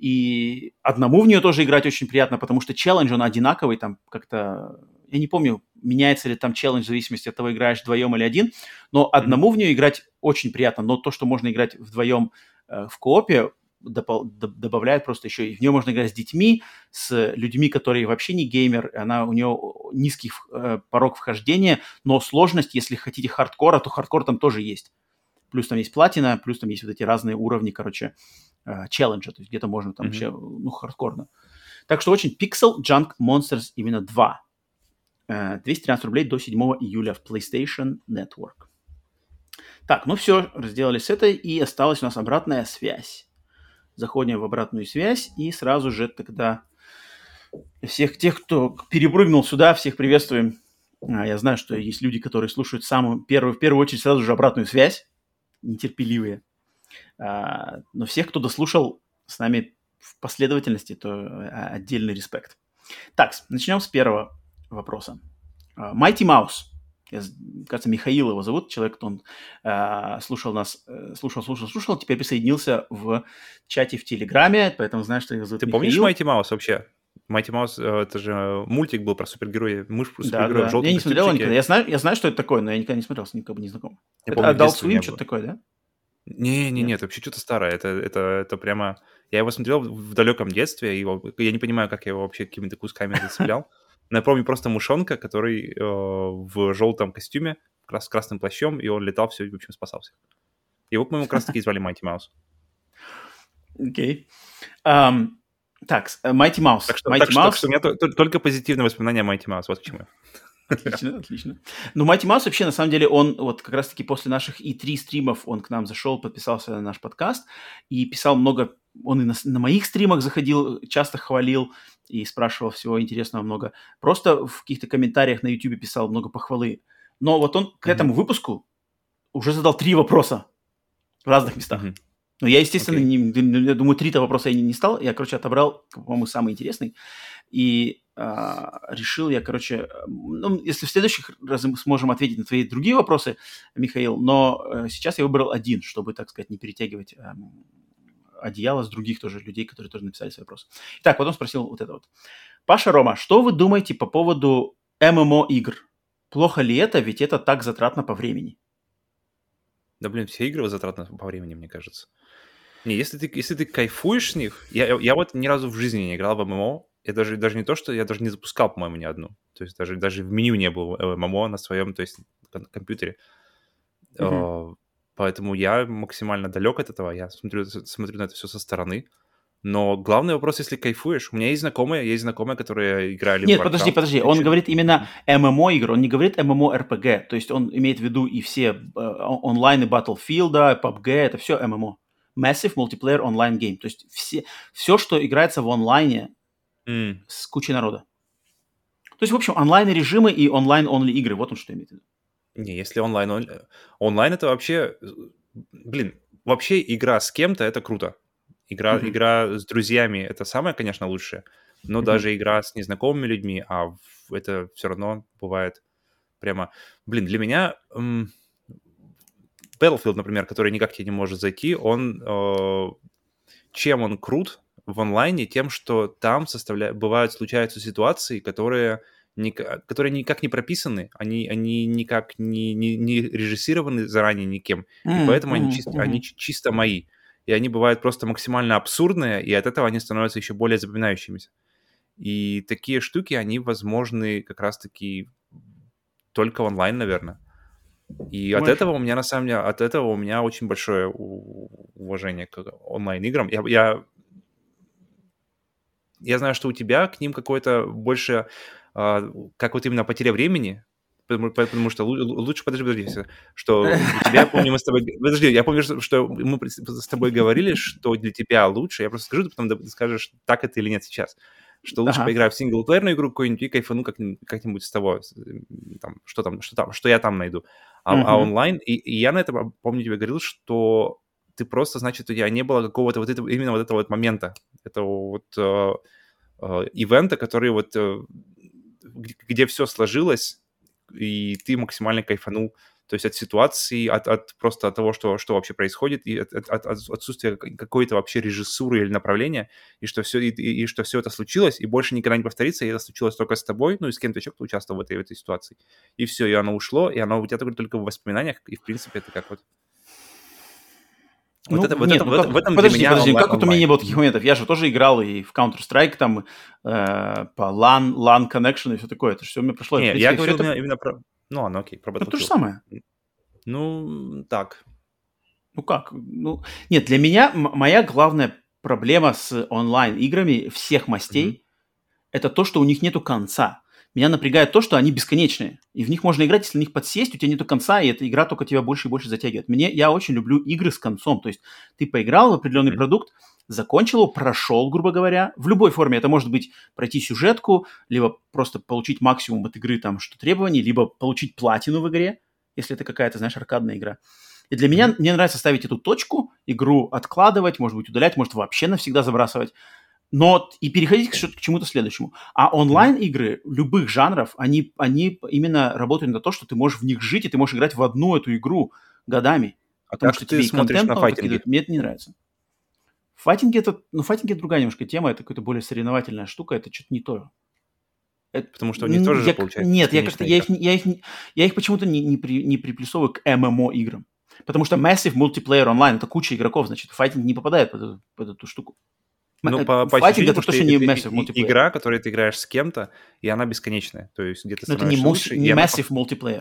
И одному в нее тоже играть очень приятно, потому что челлендж, он одинаковый. Там как-то... Я не помню, меняется ли там челлендж в зависимости от того, играешь вдвоем или один. Но одному mm-hmm. в нее играть очень приятно. Но то, что можно играть вдвоем э, в коопе, Допол- добавляет просто еще, и в нее можно играть с детьми, с людьми, которые вообще не геймер, она, у нее низкий э, порог вхождения, но сложность, если хотите хардкора, то хардкор там тоже есть. Плюс там есть платина, плюс там есть вот эти разные уровни, короче, э, челленджа, то есть где-то можно там mm-hmm. вообще, ну, хардкорно. Так что очень Pixel Junk Monsters именно два. Э, двести тринадцать рублей до седьмого июля в PlayStation Network. Так, ну все, разделались с этой, и осталась у нас обратная связь. Заходим в обратную связь, и сразу же тогда всех тех, кто перепрыгнул сюда, всех приветствуем. А, я знаю, что есть люди, которые слушают самую первую, в первую очередь сразу же обратную связь, нетерпеливые. А, но всех, кто дослушал с нами в последовательности, то отдельный респект. Так, начнем с первого вопроса. Mighty Mouse. Я, кажется, Михаил его зовут, человек, кто он э, слушал нас, э, слушал, слушал, слушал, теперь присоединился в чате в Телеграме, поэтому знаешь, что его зовут Ты Михаил. Ты помнишь Mighty Mouse вообще? Mighty Mouse, это же мультик был про супергероя, мышь про супергероя да, да. в желтом Я не смотрел никогда, я знаю, я знаю, что это такое, но я никогда не смотрел, с никому не знаком. Я это Adult Swim, что-то такое, да? Не, не, нет, нет, вообще что-то старое, это, это, это прямо... Я его смотрел в далеком детстве, его... я не понимаю, как я его вообще какими-то кусками зацеплял. Но я помню просто мышонка, который э, в желтом костюме, крас- с красным плащом, и он летал, все, в общем, спасался. Его, по-моему, как раз-таки звали Mighty Mouse. Окей. Okay. Um, так, Mighty Mouse. Так что, Mighty так, Mouse. Что, так что у меня т- т- только позитивные воспоминания о Mighty Mouse, вот к чему. Отлично, отлично. Ну, Mighty Mouse вообще, на самом деле, он вот как раз-таки после наших и три стримов он к нам зашел, подписался на наш подкаст и писал много... Он и на, на моих стримах заходил, часто хвалил и спрашивал всего интересного много. Просто в каких-то комментариях на YouTube писал много похвалы. Но вот он к mm-hmm. этому выпуску уже задал три вопроса в разных местах. Mm-hmm. Но я, естественно, okay. не, я думаю, три-то вопроса я не, не стал. Я, короче, отобрал, по-моему, самый интересный. И а, решил я, короче... Ну, если в следующих разах мы сможем ответить на твои другие вопросы, Михаил, но а, сейчас я выбрал один, чтобы, так сказать, не перетягивать а, одеяло с других тоже людей, которые тоже написали свои вопросы. Итак, вот он спросил вот это вот. Паша, Рома, что вы думаете по поводу эм эм о-игр? Плохо ли это, ведь это так затратно по времени? Да, блин, все игры затратны по времени, мне кажется. Не, если ты, если ты кайфуешь с них... Я, я вот ни разу в жизни не играл в эм эм о. Я даже, даже не то, что... Я даже не запускал, по-моему, ни одну. То есть даже, даже в меню не было эм эм о на своем, то есть, компьютере. Mm-hmm. Uh, поэтому я максимально далек от этого. Я смотрю, смотрю на это все со стороны. Но главный вопрос, если кайфуешь... У меня есть знакомые, есть знакомые, которые играли Нет, в Warcraft. Нет, подожди, подожди. Он говорит именно эм эм о-игры, он не говорит эм эм о эр пи джи. То есть он имеет в виду и все э, онлайны Battlefield, пабг, это все эм эм о. Massive Multiplayer Online Game. То есть все, все, что играется в онлайне mm. с кучей народа. То есть, в общем, онлайн-режимы и онлайн-онли игры. Вот он что имеет в виду. Не, если онлайн... Онлайн это вообще... Блин, вообще игра с кем-то это круто. Игра, mm-hmm. игра с друзьями это самое, конечно, лучшее. Но mm-hmm. даже игра с незнакомыми людьми, а это все равно бывает прямо... Блин, для меня... М- Battlefield, например, который никак тебе не может зайти, он... Э- чем он крут в онлайне? Тем, что там составля... бывают, случаются ситуации, которые... которые никак не прописаны, они, они никак не, не, не режиссированы заранее никем, mm-hmm. и поэтому mm-hmm. они, чисто, mm-hmm. они чисто мои. И они бывают просто максимально абсурдные, и от этого они становятся еще более запоминающимися. И такие штуки, они возможны как раз-таки только онлайн, наверное. И Ой. от этого у меня, на самом деле, от этого у меня очень большое уважение к онлайн-играм. Я, я, я знаю, что у тебя к ним какое-то больше... как вот именно потеря времени, потому, потому что лучше, подожди, подожди, что у тебя, я помню, мы с тобой, подожди, я помню, что мы с тобой говорили, что для тебя лучше, я просто скажу, ты потом скажешь, так это или нет сейчас, что лучше ага. поиграть в синглплеерную игру какую-нибудь и кайфану как-нибудь, как-нибудь с того, там, что там, что там, что я там найду, а, uh-huh. а онлайн, и, и я на это, помню, тебе говорил, что ты просто, значит, у тебя не было какого-то вот этого, именно вот этого вот момента, этого вот э, э, ивента, который вот э, где все сложилось, и ты максимально кайфанул, то есть от ситуации, от, от просто от того, что, что вообще происходит, и от, от, от отсутствия какой-то вообще режиссуры или направления, и что все, и, и, и что все это случилось, и больше никогда не повторится, и это случилось только с тобой, ну и с кем-то еще, кто участвовал в этой, в этой ситуации. И все, и оно ушло, и оно у тебя только, только в воспоминаниях, и в принципе это как вот... Вот ну, это, вот нет, это, ну, как, в этом подожди, для меня подожди, онлайн, как вот у меня не было таких моментов? Я же тоже играл и в Counter-Strike, там, э, по LAN, LAN Connection и все такое. Это же все у меня прошло. Нет, я говорил это... именно про... Ну ладно, окей, про Battlefield. Ну, то же самое. Ну, так. Ну как? Ну, нет, для меня м- моя главная проблема с онлайн-играми всех мастей mm-hmm. это то, что у них нету конца. Меня напрягает то, что они бесконечные. И в них можно играть, если на них подсесть, у тебя нету конца, и эта игра только тебя больше и больше затягивает. Мне, я очень люблю игры с концом. То есть ты поиграл в определенный mm-hmm. продукт, закончил его, прошел, грубо говоря, в любой форме. Это может быть пройти сюжетку, либо просто получить максимум от игры, там, что требований, либо получить платину в игре, если это какая-то, знаешь, аркадная игра. И для mm-hmm. меня, мне нравится ставить эту точку, игру откладывать, может быть, удалять, может, вообще навсегда забрасывать. Но и переходить к, к чему-то следующему. А онлайн-игры любых жанров, они, они именно работают на то, что ты можешь в них жить, и ты можешь играть в одну эту игру годами. А потому как что ты тебе смотришь на файтинги? Мне это не нравится. Файтинги это, ну, файтинги это другая немножко тема, это какая-то более соревновательная штука, это что-то не то. Это, потому что они тоже я, же получается. Нет, я как-то я их, я их, я их почему-то не, не, при, не приплюсовываю к эм эм о-играм. Потому что Massive Multiplayer Online это куча игроков, значит, файтинг не попадает под эту, под эту штуку. Ну, по, по файтинг это точно не Massive Multiplayer. Игра, которой ты играешь с кем-то, и она бесконечная. То есть где-то становишься это не, лучше. Не Massive она... Multiplayer.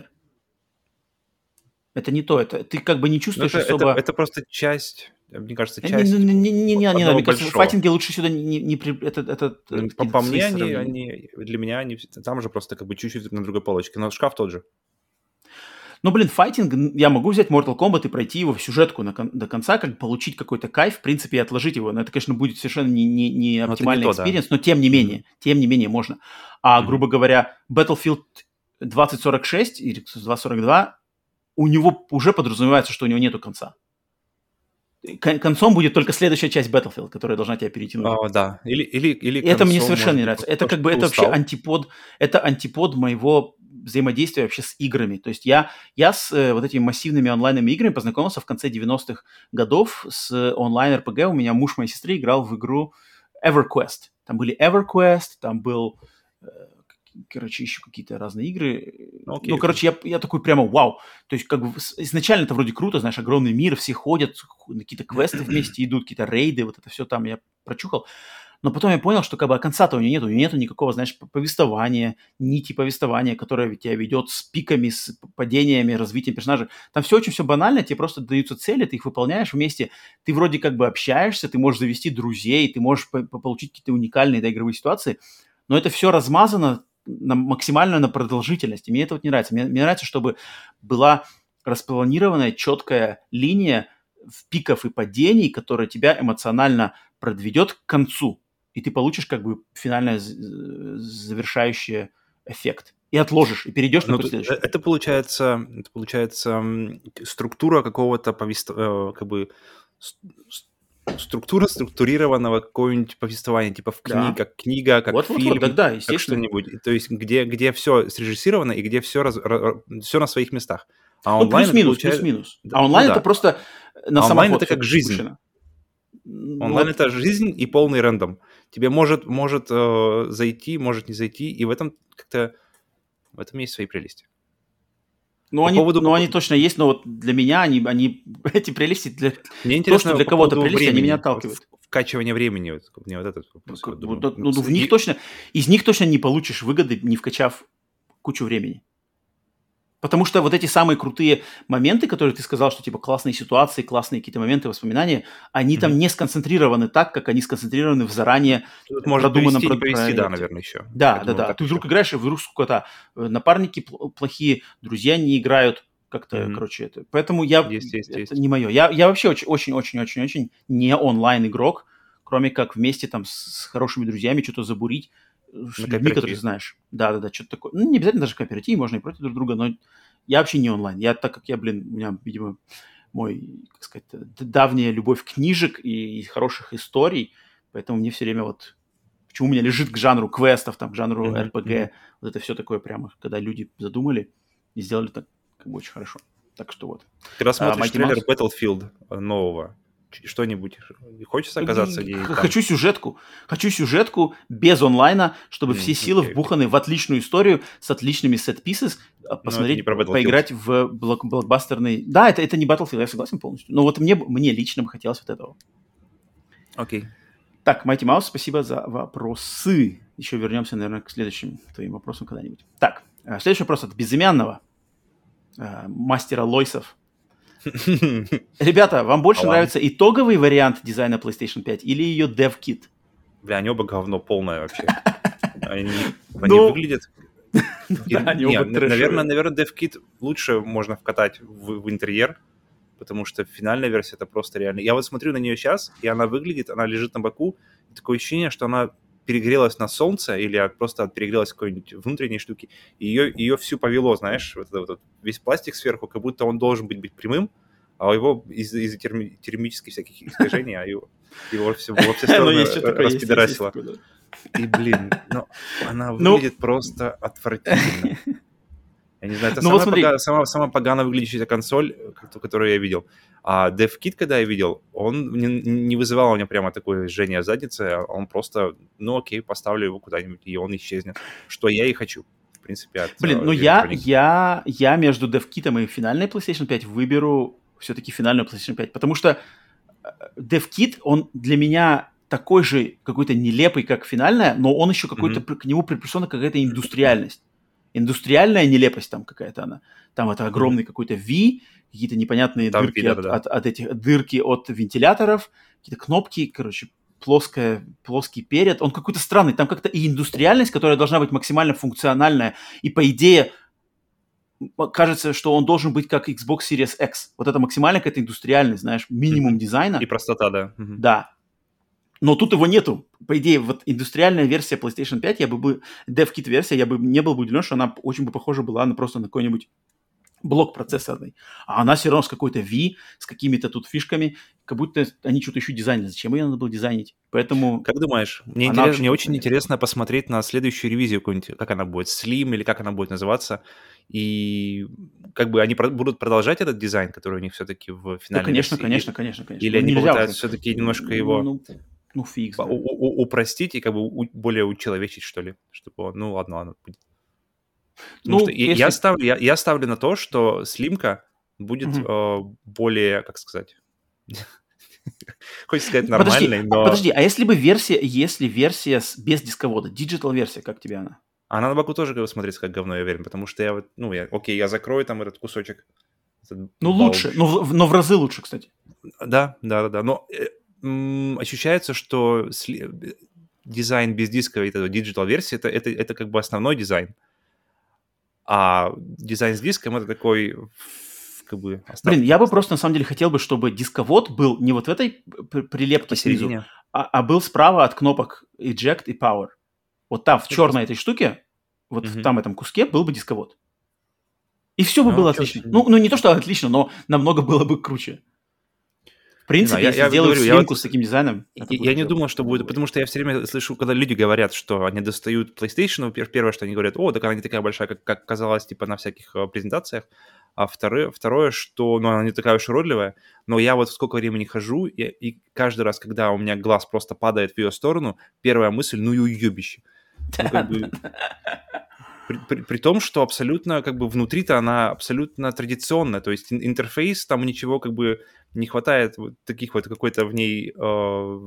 Это не то. Это ты как бы не чувствуешь это, особо... Это, это просто часть, мне кажется, часть... Не, не, не, не, не, не надо. Мне кажется, файтинги лучше сюда не... не, не это, это, ну, по, по мне, они, они, для меня, они там же просто как бы чуть-чуть на другой полочке. Но шкаф тот же. Ну, блин, файтинг, я могу взять Mortal Kombat и пройти его в сюжетку на, до конца, как получить какой-то кайф, в принципе, и отложить его. Но это, конечно, будет совершенно не, не, не оптимальный экспириенс, но, да. но тем не менее, mm-hmm. тем не менее можно. А, mm-hmm. грубо говоря, Battlefield двадцать сорок шесть или двадцать сорок два, у него уже подразумевается, что у него нету конца. Концом будет только следующая часть Battlefield, которая должна тебя перетянуть. О, да. Или, или, или это мне концом, совершенно может не быть, нравится. то, Это что как бы ты это вообще устал. антипод, это антипод моего взаимодействия вообще с играми. То есть я, я с э, вот этими массивными онлайновыми играми познакомился в конце девяностых годов с онлайн-эр пи джи. У меня муж моей сестры играл в игру EverQuest. Там были EverQuest, там был... э, короче, еще какие-то разные игры. Ну, окей, ну, окей. короче, я, я такой прямо вау. То есть, как бы, с- изначально это вроде круто, знаешь, огромный мир, все ходят, ху- на какие-то квесты вместе идут, какие-то рейды, вот это все там я прочухал. Но потом я понял, что как бы конца-то у нее нету, у нее нету никакого, знаешь, п- повествования, нити повествования, которое тебя ведет с пиками, с п- падениями, развитием персонажа. Там все очень все банально, тебе просто даются цели, ты их выполняешь вместе, ты вроде как бы общаешься, ты можешь завести друзей, ты можешь по- по- получить какие-то уникальные, да, игровые ситуации, но это все размазано на, максимально на продолжительности. Мне это вот не нравится. Мне, мне нравится, чтобы была распланированная, четкая линия в пиков и падений, которая тебя эмоционально продведет к концу. И ты получишь как бы финальный завершающий эффект. И отложишь, и перейдешь на Ну, какой-то тут, э, следующий. это получается, это получается м, к- структура какого-то повествования, как бы с- с- структура структурированного какого-нибудь повествования, типа в кни- Да. как книга, как Вот-вот-вот, да, фильм, да, как естественно. что-нибудь. И То есть где, где все срежиссировано и где все, все на своих местах. А Ну, онлайн это плюс-минус, получается... плюс-минус. да, А Ну онлайн это да. просто на А онлайн самоход это все как жизнь. пущено. Ну, Онлайн вот, это жизнь и полный рандом. Тебе может, может э, зайти, может не зайти, и в этом как-то в этом есть свои прелести. ну, По они, поводу, по ну, они по- точно есть, но вот для меня они, они эти прелести, для, Мне то, что интересно для по кого-то поводу прелести, они меня времени, вот отталкивают. в- вкачивание времени. Вот, мне вот этот Ну, вопрос, как вот бы, думаю. да, ну, С- в них и- точно, из них точно не получишь выгоды, не вкачав кучу времени. Потому что вот эти самые крутые моменты, которые ты сказал, что типа классные ситуации, классные какие-то моменты, воспоминания, они Мгм. там не сконцентрированы так, как они сконцентрированы в заранее Тут может продуманном повести, не про- повести, да, проекте. наверное, еще. Да, Я да, думаю, вот да. так Ты еще. вдруг играешь, и вдруг сколько-то э, напарники пл- плохие, друзья не играют как-то, Мгм. короче, это. Поэтому я, Есть, есть, это есть. не мое. Я, я вообще очень-очень-очень-очень не онлайн-игрок, кроме как вместе там с хорошими друзьями что-то забурить, э, с На людьми, которых кооперативе. ты знаешь. Да, да, да, что-то такое. Ну, не обязательно даже в кооперативе, можно и против друг друга, но я вообще не онлайн. Я, так как я, блин, у меня, видимо, мой, как сказать, д- давняя любовь книжек и, и хороших историй, поэтому мне все время вот почему у меня лежит к жанру квестов, там, к жанру Мгм, мгм. эр пи джи, вот это все такое прямо, когда люди задумали и сделали так как бы очень хорошо. Так что вот. Ты рассмотришь Mighty трейлер Mouse. Battlefield э, нового. Ч- Что-нибудь не хочется оказаться И и х- там? Хочу сюжетку. Хочу сюжетку без онлайна, чтобы М, все силы окей, окей. вбуханы в отличную историю с отличными сет-писес, а, Но это не посмотреть, про Battlefield. поиграть в блок- блокбастерный... Да, это, это не Battlefield, я согласен полностью. Но вот мне, б- мне лично бы хотелось вот этого. Окей. Так, Mighty Mouse, спасибо за вопросы. Еще вернемся, наверное, к следующим твоим вопросам когда-нибудь. Так, э, следующий вопрос от безымянного э, мастера Лойсов. Ребята, вам больше Алан. нравится итоговый вариант дизайна PlayStation пять или ее dev-kit? Бля, они оба говно полное вообще. Они, они Ну, выглядят... да, они Не, оба н- трэшевые. наверное, наверное, DevKit лучше можно вкатать в, в интерьер, потому что финальная версия это просто реально. Я вот смотрю на нее сейчас, и она выглядит, она лежит на боку, и такое ощущение, что она перегрелась на солнце или просто перегрелась какой-нибудь внутренней штуки, и ее, ее всю повело, знаешь, вот это вот весь пластик сверху, как будто он должен быть, быть прямым, а его из-за из терми- термических всяких искажений, а его, его все, во все Ну, стороны есть что такое, есть, есть, есть распидорасило. такое, да. И, блин, ну, она Ну. выглядит просто отвратительно. Я не знаю, это Ну, вот самая, смотри. пога- самая, самая погано выглядящая консоль, как- которую я видел. А DevKit, когда я видел, он не, не вызывал у меня прямо такое жжение задницы, он просто, ну окей, поставлю его куда-нибудь, и он исчезнет. Что я и хочу, в принципе, от Блин, э, ну я, электроники. я, я между DevKit и финальной PlayStation пять выберу все-таки финальную PlayStation пять, потому что э, DevKit, он для меня такой же какой-то нелепый, как финальная, но он еще какой-то, Мгм. при- к нему приплюсована какая-то индустриальность. Индустриальная нелепость там какая-то она. Там это огромный какой-то V, какие-то непонятные Там дырки V, от, да-да-да. от, от этих дырки от вентиляторов, какие-то кнопки, короче, плоская, плоский перед. Он какой-то странный. Там как-то и индустриальность, которая должна быть максимально функциональная, и по идее м, кажется, что он должен быть как Xbox Series X. Вот это максимальная какая-то индустриальность, знаешь, минимум Мгм. дизайна. И простота, да. Мгм. Да. Но тут его нету. По идее, вот индустриальная версия PlayStation пять, я бы, бы DevKit версия, я бы не был бы удивлен, что она очень бы похожа была на просто на какой-нибудь блок процессорный, а она все равно с какой-то V, с какими-то тут фишками, как будто они что-то еще дизайнили. Зачем ее надо было дизайнить? Поэтому Как думаешь, мне, она интерес, вообще мне тут, очень конечно. интересно посмотреть на следующую ревизию какую-нибудь, как она будет, Slim или как она будет называться, и как бы они про- будут продолжать этот дизайн, который у них все-таки в Да, финальной конечно, версии, конечно, или, конечно, конечно. или Ну, они нельзя попытаются уже. все-таки немножко его Ну, ну фиг по- у- знает. у- упростить и как бы у- более учеловечить, что ли, чтобы он, ну ладно, ладно, будет. Потому что Ну, я, я если... ставлю, я, я ставлю на то, что слимка будет Мгм. э, более, как сказать, хочется сказать Подожди, нормальной, а, но подожди, а если бы версия, если версия с, без дисковода, диджитал версия, как тебе она? она на боку тоже как бы смотрится как говно, я уверен, потому что я вот, ну, я, окей, я закрою там этот кусочек, этот Ну, лучше, bulge. но в, но в разы лучше, кстати. Да, да, да, да, но э, м, ощущается, что сли- э, дизайн без диска, это digital версия, это, это, это как бы основной дизайн, а дизайн с диском это такой, ф- как бы, Блин, остатки, я бы остатки просто на самом деле хотел бы, чтобы дисковод был не вот в этой п- прилепке снизу, посередине. а, а был справа от кнопок Eject и Power. Вот там, в Это черной просто... этой штуке, вот в Мгм. там этом куске был бы дисковод. И все бы Ну, было чё, отлично. Ну, ну, не то, что отлично, но намного было бы круче. В не знаю, принципе, я, если я сделают говорю, я вот слимку с таким дизайном, это я, я будет не клево. думал, что будет, потому что я все время слышу, когда люди говорят, что они достают PlayStation, пер- первое, что они говорят, о, так она не такая большая, как, как казалось, типа, на всяких э, презентациях, а второе, второе, что, ну, она не такая уж уродливая, но я вот сколько времени хожу, и, и каждый раз, когда у меня глаз просто падает в ее сторону, первая мысль, ну, и уебище. Ну, как бы, при, при- при том, что абсолютно, как бы, внутри-то она абсолютно традиционная, то есть ин- интерфейс, там ничего, как бы, не хватает вот таких вот какой-то в ней... э,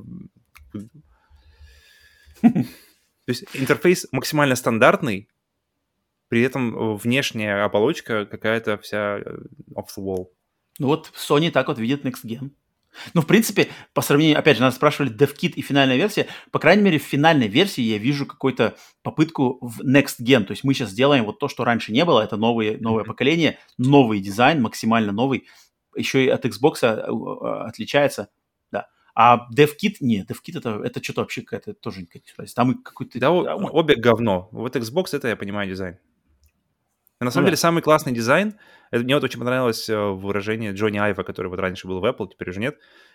то есть интерфейс максимально стандартный, при этом э, внешняя оболочка какая-то вся э, off the wall. Ну вот Sony так вот видит Next Gen. Ну, в принципе, по сравнению, опять же, нас спрашивали DevKit и финальная версия. По крайней мере, в финальной версии я вижу какую-то попытку в Next Gen. То есть мы сейчас делаем вот то, что раньше не было. Это новые, новое Мгм. поколение, новый дизайн, максимально новый. Еще и от Xbox а, а, отличается. Да. А DevKit, нет, DevKit это, это что-то вообще какая-то тоже какая-то ситуация. Там и какой-то... Да, о- а, ой, обе говно. Вот Xbox, это я понимаю дизайн. И на ну самом деле да. самый классный дизайн, это, мне вот очень понравилось э, выражение Джонни Айва, который вот раньше был в Apple, теперь уже нет.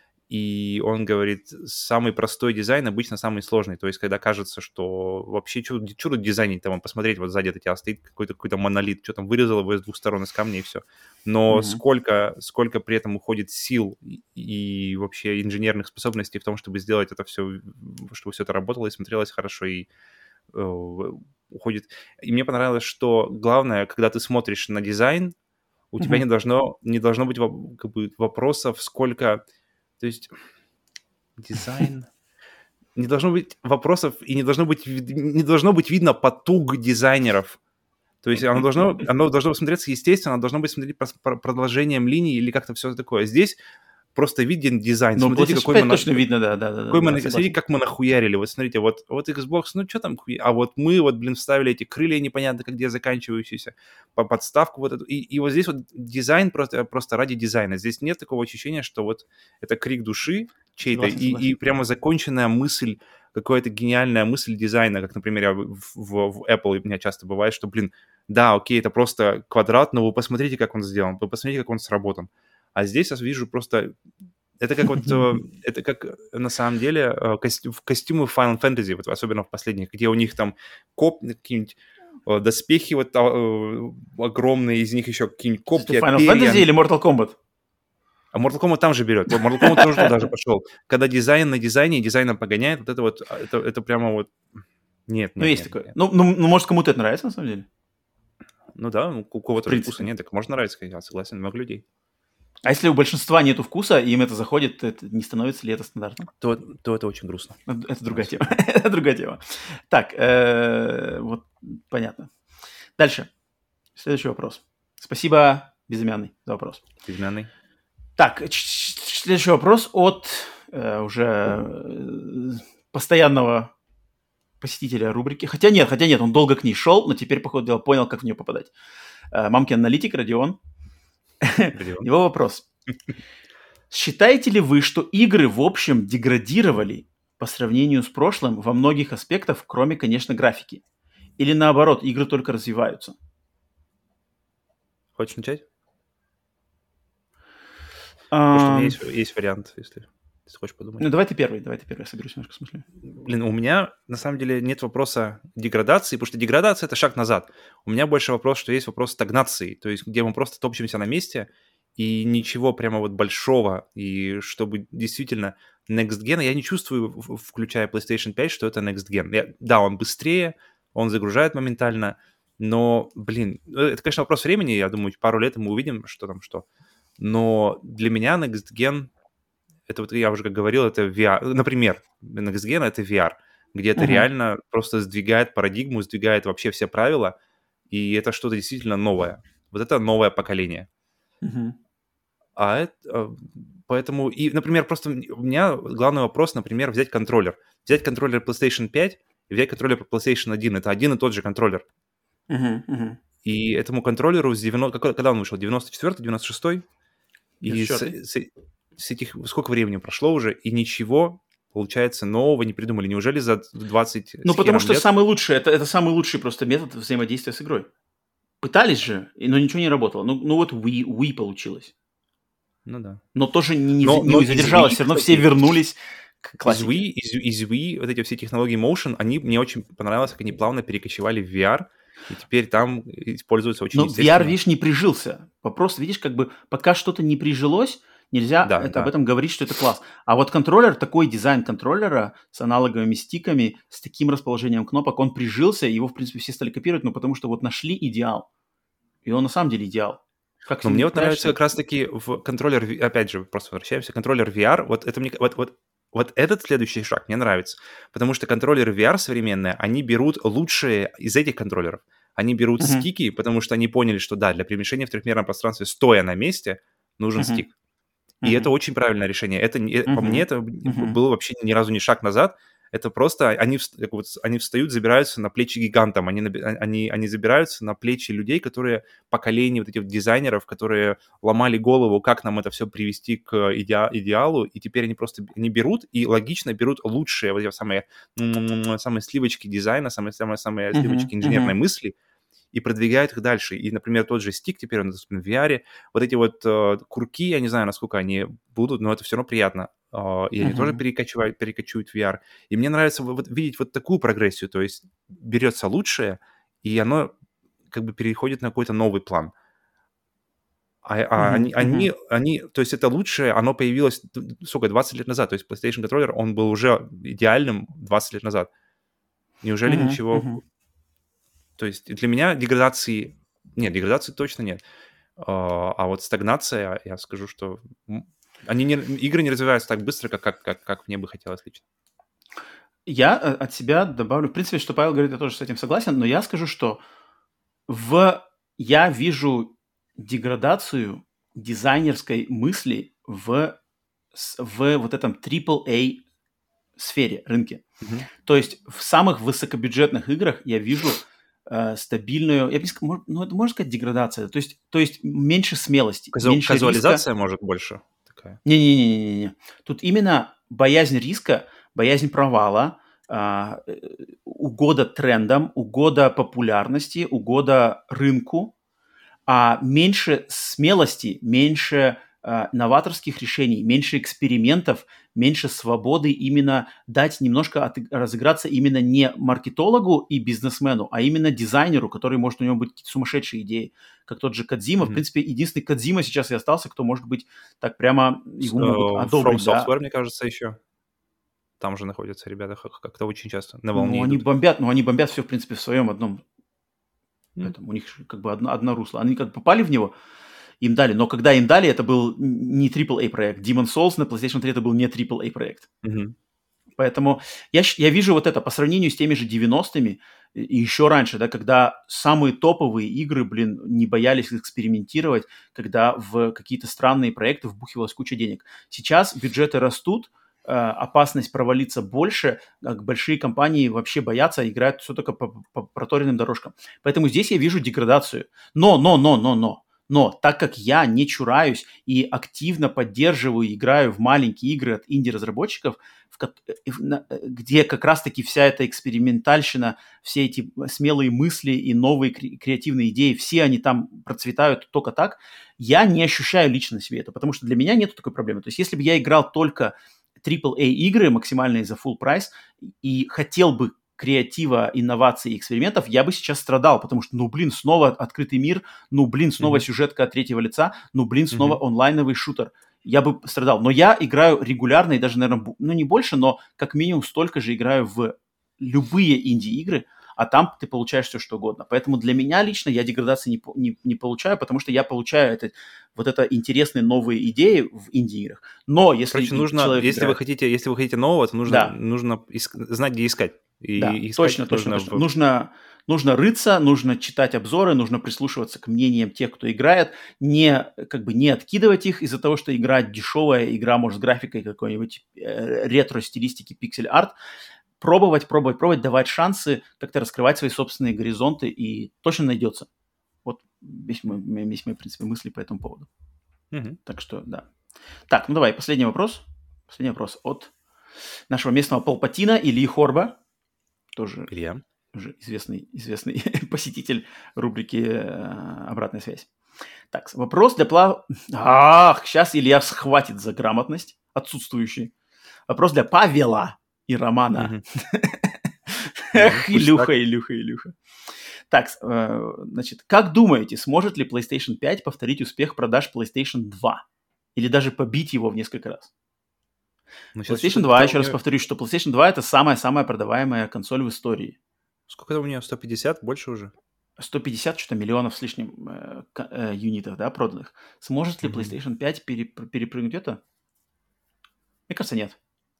И он говорит, самый простой дизайн обычно самый сложный. То есть, когда кажется, что вообще, что тут дизайнить, там, посмотреть, вот сзади от тебя стоит какой-то какой-то монолит, что там вырезал его из двух сторон из камня и все. Но Мгм. сколько, сколько при этом уходит сил и, и вообще инженерных способностей в том, чтобы сделать это все, чтобы все это работало и смотрелось хорошо, и э, уходит. И мне понравилось, что главное, когда ты смотришь на дизайн, у тебя не Мгм. должно, не должно быть во- как бы, вопросов, сколько... То есть дизайн... Не должно быть вопросов и не должно быть, вид- не должно быть видно потуг дизайнеров. То есть оно должно, оно должно смотреться естественно, оно должно быть смотреть прос- про- продолжением линии или как-то все такое. Здесь просто виден дизайн. Ну, Смотрите, PlayStation какой мы, пять на- точно видно, да, да, да, да, какой мы, да, на- смотрите, согласен. как мы нахуярили. Вот смотрите, вот, вот Xbox, ну что там, хуя- а вот мы вот, блин, вставили эти крылья непонятно как где заканчивающиеся, по подставку вот эту. И, и вот здесь вот дизайн просто, просто ради дизайна. Здесь нет такого ощущения, что вот это крик души чей-то Согласен, и, и согласен. прямо законченная мысль, какая-то гениальная мысль дизайна, как, например, я в, в- в Apple у меня часто бывает, что, блин, да, окей, это просто квадрат, но вы посмотрите, как он сделан, вы посмотрите, как он сработан. А здесь я вижу просто это как вот, э, это как э, на самом деле э, костю- в костюмы Final Fantasy, вот особенно в последних, где у них там коп, какие-нибудь э, доспехи вот а, э, огромные, из них еще какие-нибудь Это копья, Final перья. Fantasy или Mortal Kombat? А Mortal Kombat там же берет. Вот Mortal Kombat тоже туда же пошел. Когда дизайн на дизайне, и дизайном погоняет, вот это вот, а, это, это прямо вот... Нет, Ну, нет, есть нет, такое. нет. Ну, ну, ну, может, кому-то это нравится, на самом деле. Ну да, ну, у В кого-то же вкуса принципе. нет, так можно нравится, конечно, согласен, много людей. А если у большинства нету вкуса, и им это заходит, это не становится ли это стандартным? То, то это очень грустно. Это это другая Становится. тема. Это другая тема. Так, э, вот понятно. Дальше. Следующий вопрос. Спасибо, безымянный, за вопрос. Безымянный. Так, ч- ч- следующий вопрос от э, уже э, постоянного посетителя рубрики. Хотя нет, хотя нет, он долго к ней шел, но теперь, походу дела, понял, как в нее попадать. Э, Мамкин аналитик Родион. Родион. Его вопрос. Считаете ли вы, что игры в общем деградировали по сравнению с прошлым во многих аспектах, кроме, конечно, графики? Или наоборот, игры только развиваются? Хочешь начать? Потому что у меня есть, есть вариант, если, если хочешь подумать. Ну, давай ты первый, давай ты первый, я соберусь немножко с мыслями. Блин, у меня, на самом деле, нет вопроса деградации, потому что деградация — это шаг назад. У меня больше вопрос, что есть вопрос стагнации, то есть где мы просто топчемся на месте, и ничего прямо вот большого, и чтобы действительно Next Gen, я не чувствую, включая PlayStation пять, что это Next Gen. Я, да, он быстрее, он загружает моментально, но, блин, это, конечно, вопрос времени, я думаю, пару лет мы увидим, что там что. Но для меня Next Gen, это вот я уже как говорил, это ви ар. Например, Next Gen — это ви ар, где это uh-huh. реально просто сдвигает парадигму, сдвигает вообще все правила, и это что-то действительно новое. Вот это новое поколение. Uh-huh. А это, поэтому, и, например, просто у меня главный вопрос, например, взять контроллер. Взять контроллер PlayStation пять и взять контроллер PlayStation один. Это один и тот же контроллер. Uh-huh. Uh-huh. И этому контроллеру с девяностого... Когда он вышел? девяносто четвёртый, девяносто шестой? И с, с, с этих... Сколько времени прошло уже, и ничего, получается, нового не придумали. Неужели за двадцать Ну, потому что лет... самый лучший, это, это самый лучший просто метод взаимодействия с игрой. Пытались же, но ничего не работало. Ну, ну вот Wii, Wii получилось. Ну да. Но тоже не, не, но, не но задержалось, Wii, все равно кстати, все вернулись к классике. Из Wii, из, из Wii вот эти все технологии Motion, они мне очень понравилось, как они плавно перекочевали в ви ар, и теперь там используются очень но естественно. ви ар, видишь, не прижился. Вопрос, видишь, как бы пока что-то не прижилось, нельзя да, это, да. об этом говорить, что это класс. А вот контроллер, такой дизайн контроллера с аналоговыми стиками, с таким расположением кнопок, он прижился, его, в принципе, все стали копировать, но потому что вот нашли идеал. И он на самом деле идеал. Как Но мне вот нравится как раз-таки в контроллер, опять же, просто возвращаемся, контроллер ви ар, вот это мне, вот, вот, вот этот следующий шаг мне нравится, потому что контроллеры ви ар современные, они берут лучшие из этих контроллеров, они берут uh-huh. стики, потому что они поняли, что да, для перемещения в трехмерном пространстве, стоя на месте, нужен uh-huh. стик. И uh-huh. это очень правильное решение. Это, uh-huh. по мне, это uh-huh. было вообще ни разу не шаг назад. Это просто они, вот, они встают, забираются на плечи гигантам, они, они, они забираются на плечи людей, которые поколение вот этих вот дизайнеров, которые ломали голову, как нам это все привести к иде, идеалу, и теперь они просто они берут и логично берут лучшие, вот эти самые, самые сливочки дизайна, самые, самые, самые uh-huh. сливочки инженерной uh-huh. мысли, и продвигают их дальше. И, например, тот же стик теперь он доступен в ви ар. Вот эти вот э, курки, я не знаю, насколько они будут, но это все равно приятно. Э, и они uh-huh. тоже перекочевают, перекочуют в ви ар. И мне нравится вот, видеть вот такую прогрессию. То есть берется лучшее, и оно как бы переходит на какой-то новый план. А, uh-huh. а они, uh-huh. они, они, то есть это лучшее, оно появилось, сколько, двадцать лет назад. То есть PlayStation Controller, он был уже идеальным двадцать лет назад. Неужели uh-huh. ничего... Uh-huh. То есть для меня деградации... Нет, деградации точно нет. А вот стагнация, я скажу, что они не, игры не развиваются так быстро, как, как, как, как мне бы хотелось лично. Я от себя добавлю... В принципе, что Павел говорит, я тоже с этим согласен, но я скажу, что в... я вижу деградацию дизайнерской мысли в, в вот этом трипл эй сфере, рынке. Mm-hmm. То есть в самых высокобюджетных играх я вижу... стабильную, я бы сказал, ну, это можно сказать деградация, то есть, то есть меньше смелости, Казу- меньше казуализация риска. Может больше такая. Не-не-не-не-не. Тут именно боязнь риска, боязнь провала, а, угода трендам, угода популярности, угода рынку, а меньше смелости, меньше а, новаторских решений, меньше экспериментов, меньше свободы именно дать немножко от, разыграться именно не маркетологу и бизнесмену, а именно дизайнеру, который может у него быть какие-то сумасшедшие идеи, как тот же Кодзима. Mm-hmm. В принципе, единственный Кодзима сейчас и остался, кто может быть так прямо его so, могут одобрить. From Software, да? Мне кажется, еще. Там же находятся ребята как-то очень часто на волне. Ну, они бомбят, ну, они бомбят все, в принципе, в своем одном. Mm-hmm. Поэтому у них как бы одно, одно русло. Они как бы попали в него, им дали. Но когда им дали, это был не трипл эй проект. Demon's Souls на PlayStation три это был не трипл эй проект. Mm-hmm. Поэтому я, я вижу вот это по сравнению с теми же девяностыми и еще раньше, да, когда самые топовые игры, блин, не боялись экспериментировать, когда в какие-то странные проекты вбухивалась куча денег. Сейчас бюджеты растут, э, опасность провалиться больше, большие компании вообще боятся, играют все только по, по проторенным дорожкам. Поэтому здесь я вижу деградацию. Но, но, но, но, но. Но так как я не чураюсь и активно поддерживаю и играю в маленькие игры от инди-разработчиков, в ко- э, в- на- э, где как раз-таки вся эта экспериментальщина, все эти смелые мысли и новые кре- креативные идеи, все они там процветают только так, я не ощущаю лично на себе это, потому что для меня нет такой проблемы. То есть если бы я играл только трипл эй игры максимальные за full прайс и хотел бы креатива, инноваций и экспериментов, я бы сейчас страдал, потому что, ну, блин, снова открытый мир, ну, блин, снова Мгм. сюжетка от третьего лица, ну, блин, снова Мгм. онлайновый шутер. Я бы страдал. Но я играю регулярно и даже, наверное, бу- ну, не больше, но как минимум столько же играю в любые инди-игры, а там ты получаешь все, что угодно. Поэтому для меня лично я деградации не, по- не, не получаю, потому что я получаю это, вот это интересные новые идеи в инди-играх. Но если Короче, и нужно, человек если вы играет... хотите, если вы хотите нового, то нужно, Да, нужно иск- знать, где искать. да, И искать точно, их точно, нужно точно. в... Нужно, нужно рыться, нужно читать обзоры, нужно прислушиваться к мнениям тех, кто играет, не, как бы не откидывать их из-за того, что игра дешевая, игра, может, с графикой какой-нибудь э, ретро-стилистики, пиксель-арт. Пробовать, пробовать, пробовать, давать шансы, как-то раскрывать свои собственные горизонты, и точно найдется. Вот весь мой, весь мой, в принципе, мысли по этому поводу. Мгм. Так что, да. Так, ну давай, последний вопрос. Последний вопрос от нашего местного Палпатина Ильи Хорба, тоже Илья. уже известный, известный посетитель рубрики э, «Обратная связь». Так, вопрос для Пла... Ах, сейчас Илья схватит за грамотность отсутствующий. Вопрос для Павела и Романа. Мгм. Ну, Эх, пусть Илюха, так. Илюха, Илюха. Так, э, значит, как думаете, сможет ли PlayStation пять повторить успех продаж PlayStation два? Или даже побить его в несколько раз? Ну, сейчас PlayStation что-то два, как-то еще у раз нее... повторюсь, что PlayStation два это самая-самая продаваемая консоль в истории. Сколько там у нее? сто пятьдесят? Больше уже? сто пятьдесят что-то миллионов с лишним э, ка- э, юнитов, да, проданных. Сможет ли Мгм. PlayStation пять пере- перепрыгнуть это? Мне кажется, нет.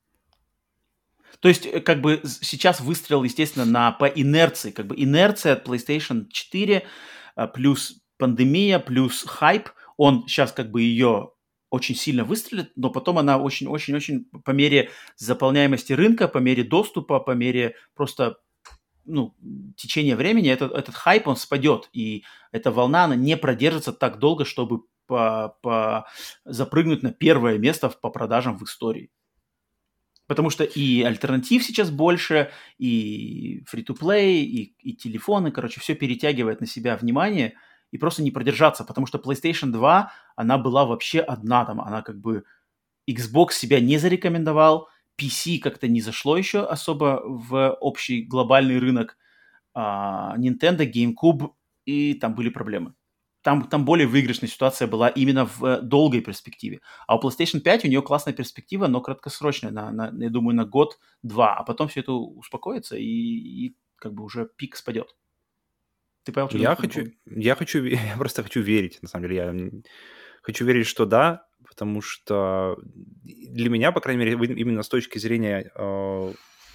То есть, э, как бы с- сейчас выстрел, естественно, на, по инерции. Как бы инерция от PlayStation четыре а, плюс пандемия, плюс хайп, он сейчас как бы ее очень сильно выстрелит, но потом она очень-очень-очень по мере заполняемости рынка, по мере доступа, по мере просто ну, течения времени этот, этот хайп, он спадет, и эта волна, она не продержится так долго, чтобы по, по запрыгнуть на первое место в- по продажам в истории. Потому что и альтернатив сейчас больше, и free-to-play, и, и телефоны, короче, все перетягивает на себя внимание, и просто не продержаться, потому что PlayStation два, она была вообще одна там, она как бы Xbox себя не зарекомендовал, пи си как-то не зашло еще особо в общий глобальный рынок, а, Nintendo, GameCube, и там были проблемы. Там, там более выигрышная ситуация была именно в э, долгой перспективе. А у PlayStation пять у нее классная перспектива, но краткосрочная, на, на, я думаю, на год-два. А потом все это успокоится, и, и как бы уже пик спадет. Ты, Павел, что думаешь Я по этому хочу, поводу? я хочу, ве- я просто хочу верить, на самом деле. Я м, хочу верить, что да, потому что для меня, по крайней мере, вы- именно с точки зрения, э,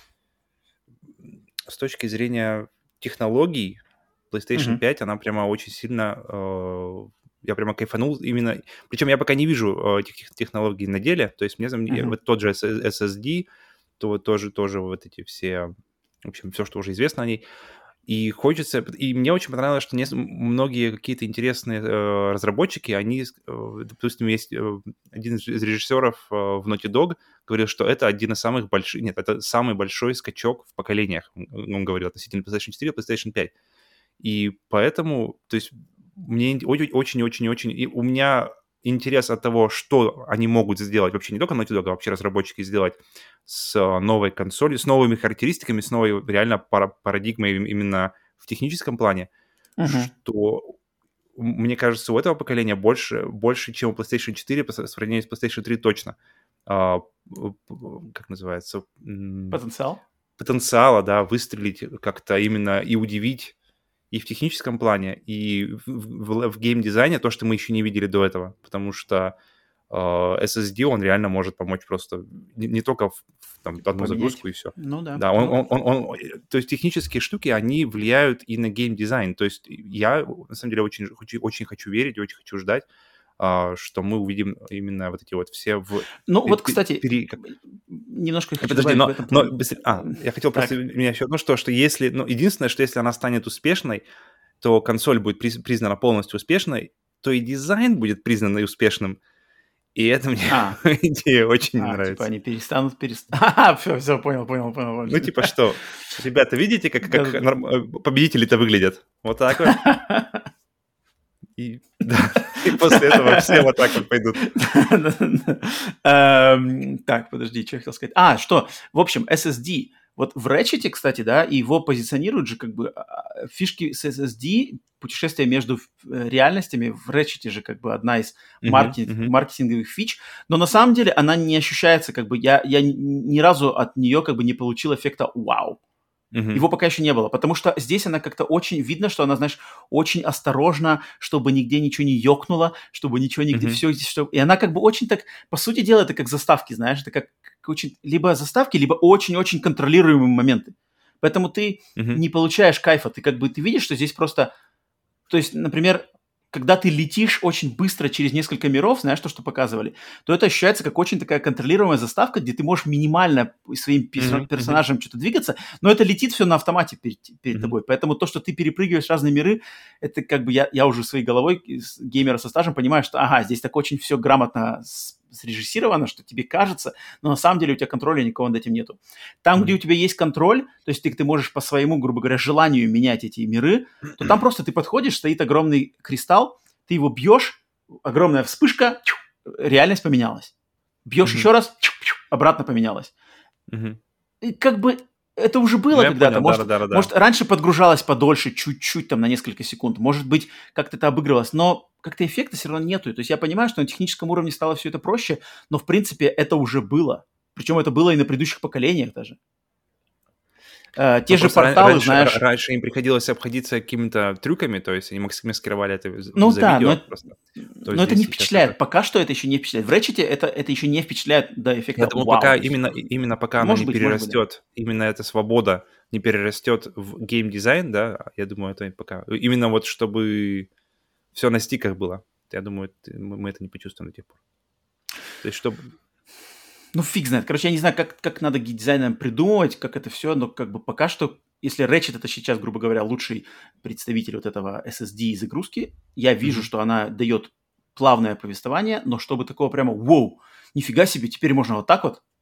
с точки зрения технологий, PlayStation Мгм. пять, она прямо очень сильно, э, я прямо кайфанул именно, причем я пока не вижу э, этих тех- технологий на деле, то есть мне зам- я- Мгм. вот тот же эс эс ди, то вот тоже, тоже вот эти все, в общем, все, что уже известно о ней. И хочется, и мне очень понравилось, что нес- многие какие-то интересные э, разработчики, они, э, допустим, есть э, один из из режиссеров э, в Naughty Dog говорил, что это один из самых больших, нет, это самый большой скачок в поколениях, он, он говорил, относительно PlayStation четыре и PlayStation пять. И поэтому, то есть, мне очень-очень-очень, и у меня интерес от того, что они могут сделать, вообще не только Naughty Dog, а вообще разработчики сделать с а, новой консолью, с новыми характеристиками, с новой реально пара- парадигмой им- именно в техническом плане, Мгм. что м- мне кажется, у этого поколения больше, больше, чем у PlayStation четыре, по сравнению с PlayStation три точно. А, п- п- как называется? М, Потенциал? Потенциала, да, выстрелить как-то именно и удивить и в техническом плане, и в, в, в геймдизайне, то, что мы еще не видели до этого, потому что э, эс эс ди, он реально может помочь просто не, не только в, в, там, одну Поменять? загрузку и все. Ну да. Да, он, Ну, он, он, он, то есть технические штуки, они влияют и на геймдизайн. То есть я, на самом деле, очень, очень, очень хочу верить, очень хочу ждать, а, что мы увидим именно вот эти вот все в... ну пе- вот, пе- кстати, пере- как- немножко Э, хочу Подожди, добавить в но, этом но плане. быстро- а, я хотел просто, Так. у меня еще одно, что, что если, ну, единственное, что если она станет успешной, то консоль будет приз- признана полностью успешной, то и дизайн будет признан и успешным. И это мне А. идея очень а, не нравится. Типа они перестанут, перестанут. Ага, все, все, понял, понял, понял. понял. Ну, типа что? Ребята, видите, как, как Да. норм- победители-то выглядят? Вот так вот. И, да, и после этого все вот так вот пойдут. Эм, Так, подожди, что я хотел сказать? А, что, в общем, эс эс ди. Вот в Ratchet, кстати, да, его позиционируют же как бы а, фишки с эс эс ди, путешествие между э, реальностями в Ratchet же как бы одна из Мгм, маркетинг- мгм. маркетинговых фич, но на самом деле она не ощущается, как бы я, я ни- ни разу от нее как бы не получил эффекта «вау». Мгм. Его пока еще не было, потому что здесь она как-то очень видно, что она, знаешь, очень осторожна, чтобы нигде ничего не ёкнуло, чтобы ничего нигде, Мгм. все здесь, что... И она как бы очень так, по сути дела, это как заставки, знаешь, это как, как очень, либо заставки, либо очень-очень контролируемые моменты. Поэтому ты Мгм. не получаешь кайфа, ты как бы, ты видишь, что здесь просто, то есть, например, когда ты летишь очень быстро через несколько миров, знаешь, то, что показывали, то это ощущается как очень такая контролируемая заставка, где ты можешь минимально своим перс- Мгм, персонажем что-то двигаться, но это летит все на автомате перед, перед Мгм. тобой. Поэтому то, что ты перепрыгиваешь разные миры, это как бы я, я уже своей головой с- геймера со стажем понимаю, что ага, здесь так очень все грамотно с- срежиссировано, что тебе кажется, но на самом деле у тебя контроля никого над этим нету. Там, Мгм. где у тебя есть контроль, то есть ты, ты можешь по своему, грубо говоря, желанию менять эти миры, то там просто ты подходишь, стоит огромный кристалл, ты его бьешь, огромная вспышка, чух, реальность поменялась. Бьешь Мгм. еще раз, чух, чух, обратно поменялась. Мгм. И как бы это уже было Ну, я когда-то. понял, Может, да-да-да-да. может, раньше подгружалось подольше, чуть-чуть, там, на несколько секунд. Может быть, как-то это обыгрывалось, но как-то эффекта все равно нету. То есть я понимаю, что на техническом уровне стало все это проще, но, в принципе, это уже было. Причем это было и на предыдущих поколениях даже. Э, те Ну, же просто ран- порталы, раньше, ра- знаешь... раньше им приходилось обходиться какими-то трюками, то есть они макс- маскировали это в- Ну за да, но, видео это- просто. То но это здесь не сейчас впечатляет. это... Пока что это еще не впечатляет. В Ratchet это, это еще не впечатляет до Я эффекта думаю, вау. пока То есть, именно, именно пока она может не быть, может быть, да. перерастет, именно эта свобода не перерастет в геймдизайн, да, я думаю, это пока... Именно вот чтобы все на стиках было. Я думаю, это- мы мы это не почувствуем до тех пор. То есть, чтобы... Ну, фиг знает. Короче, я не знаю, как, как надо дизайнерам придумывать, как это все, но как бы пока что, если Ratchet это сейчас, грубо говоря, лучший представитель вот этого эс эс ди и загрузки, я вижу, Мгм. что она дает плавное повествование, но чтобы такого прямо «Воу! Нифига себе, теперь можно вот так вот»,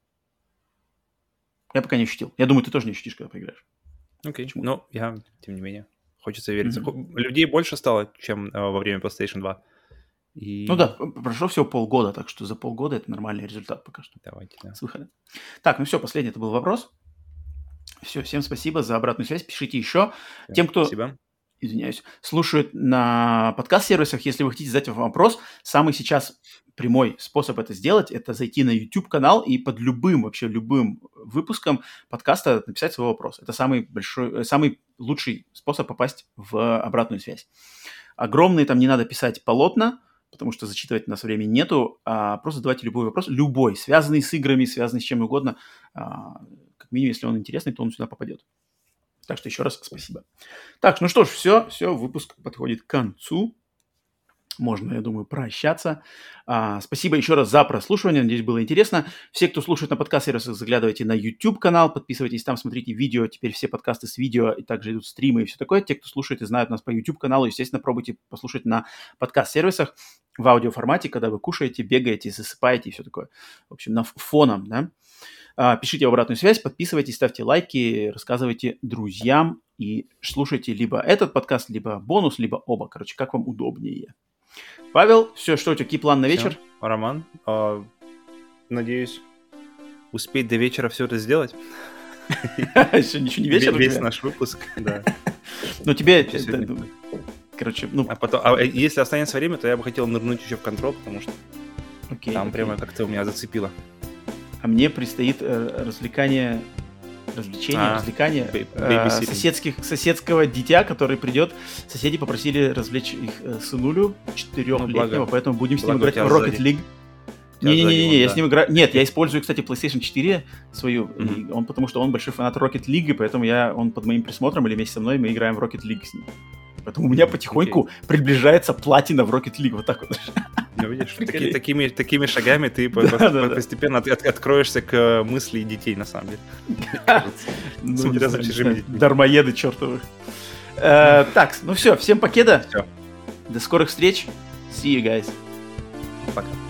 я пока не ощутил. Я думаю, ты тоже не ощутишь, когда поиграешь. Окей, Почему? но я, тем не менее, хочется верить. Мгм. Хо- Людей больше стало, чем э, во время PlayStation два. Ну да, И п- прошло всего полгода, так что за полгода это нормальный результат пока что давайте, да. с выхода. Так, ну все, последний это был вопрос. Все, всем спасибо за обратную связь. Пишите еще. Всё, Тем, кто, Спасибо. извиняюсь, слушают на подкаст-сервисах, если вы хотите задать вопрос, самый сейчас прямой способ это сделать, это зайти на YouTube-канал и под любым, вообще любым выпуском подкаста написать свой вопрос. Это самый большой, э, самый лучший способ попасть в обратную связь. Огромные там не надо писать полотна, потому что зачитывать у нас времени нету, а просто задавайте любой вопрос, любой, связанный с играми, связанный с чем угодно. А, как минимум, если он интересный, то он сюда попадет. Так что еще раз спасибо. Так, ну что ж, все, все, выпуск подходит к концу. Можно, я думаю, прощаться. А, спасибо еще раз за прослушивание. Надеюсь, было интересно. Все, кто слушает на подкаст-сервисах, заглядывайте на YouTube-канал, подписывайтесь там, смотрите видео. Теперь все подкасты с видео, и также идут стримы и все такое. Те, кто слушает и знают нас по YouTube-каналу, естественно, пробуйте послушать на подкаст-сервисах в аудиоформате, когда вы кушаете, бегаете, засыпаете и все такое. В общем, на фоном, да. А, пишите в обратную связь, подписывайтесь, ставьте лайки, рассказывайте друзьям и слушайте либо этот подкаст, либо бонус, либо оба. Короче, как вам удобнее. Павел, все, что у тебя, какие планы на вечер? Всё. Роман, а, надеюсь, успеть до вечера все это сделать. Еще ничего не вечер у Весь тебя? наш выпуск, да. Ну, тебе... Всё э, сегодня. ну, Короче, ну, А потом, а если останется время, то я бы хотел нырнуть еще в контрол, потому что окей. там окей. прямо как-то у меня зацепило. А мне предстоит э, развлекание... Развлечение, А, развлекание бей- э, бейбиситинг. соседских, соседского дитя, который придет. Соседи попросили развлечь их э, сынулю четырехлетнего, Ну, благо- поэтому будем с ним благо играть в у тебя Rocket сзади. League. У тебя Не-не-не, сзади я вон, с ним играю. Нет, я использую, кстати, PlayStation четыре свою, Мгм. и он, потому что он большой фанат Rocket League, и поэтому я, он под моим присмотром или вместе со мной мы играем в Rocket League с ним. Поэтому у меня потихоньку приближается платина в Rocket League, вот так вот. Ну, видишь, таки- Приколи. такими, такими шагами ты по- Да, по- да, по- да. постепенно от- от- откроешься к э, мысли детей, на самом деле. Ну, Смотря не за знаю, не чужими знаю, детьми. дармоеды чертовых. Э, Так, ну все, всем покеда. Всё. До скорых встреч. See you guys. Пока.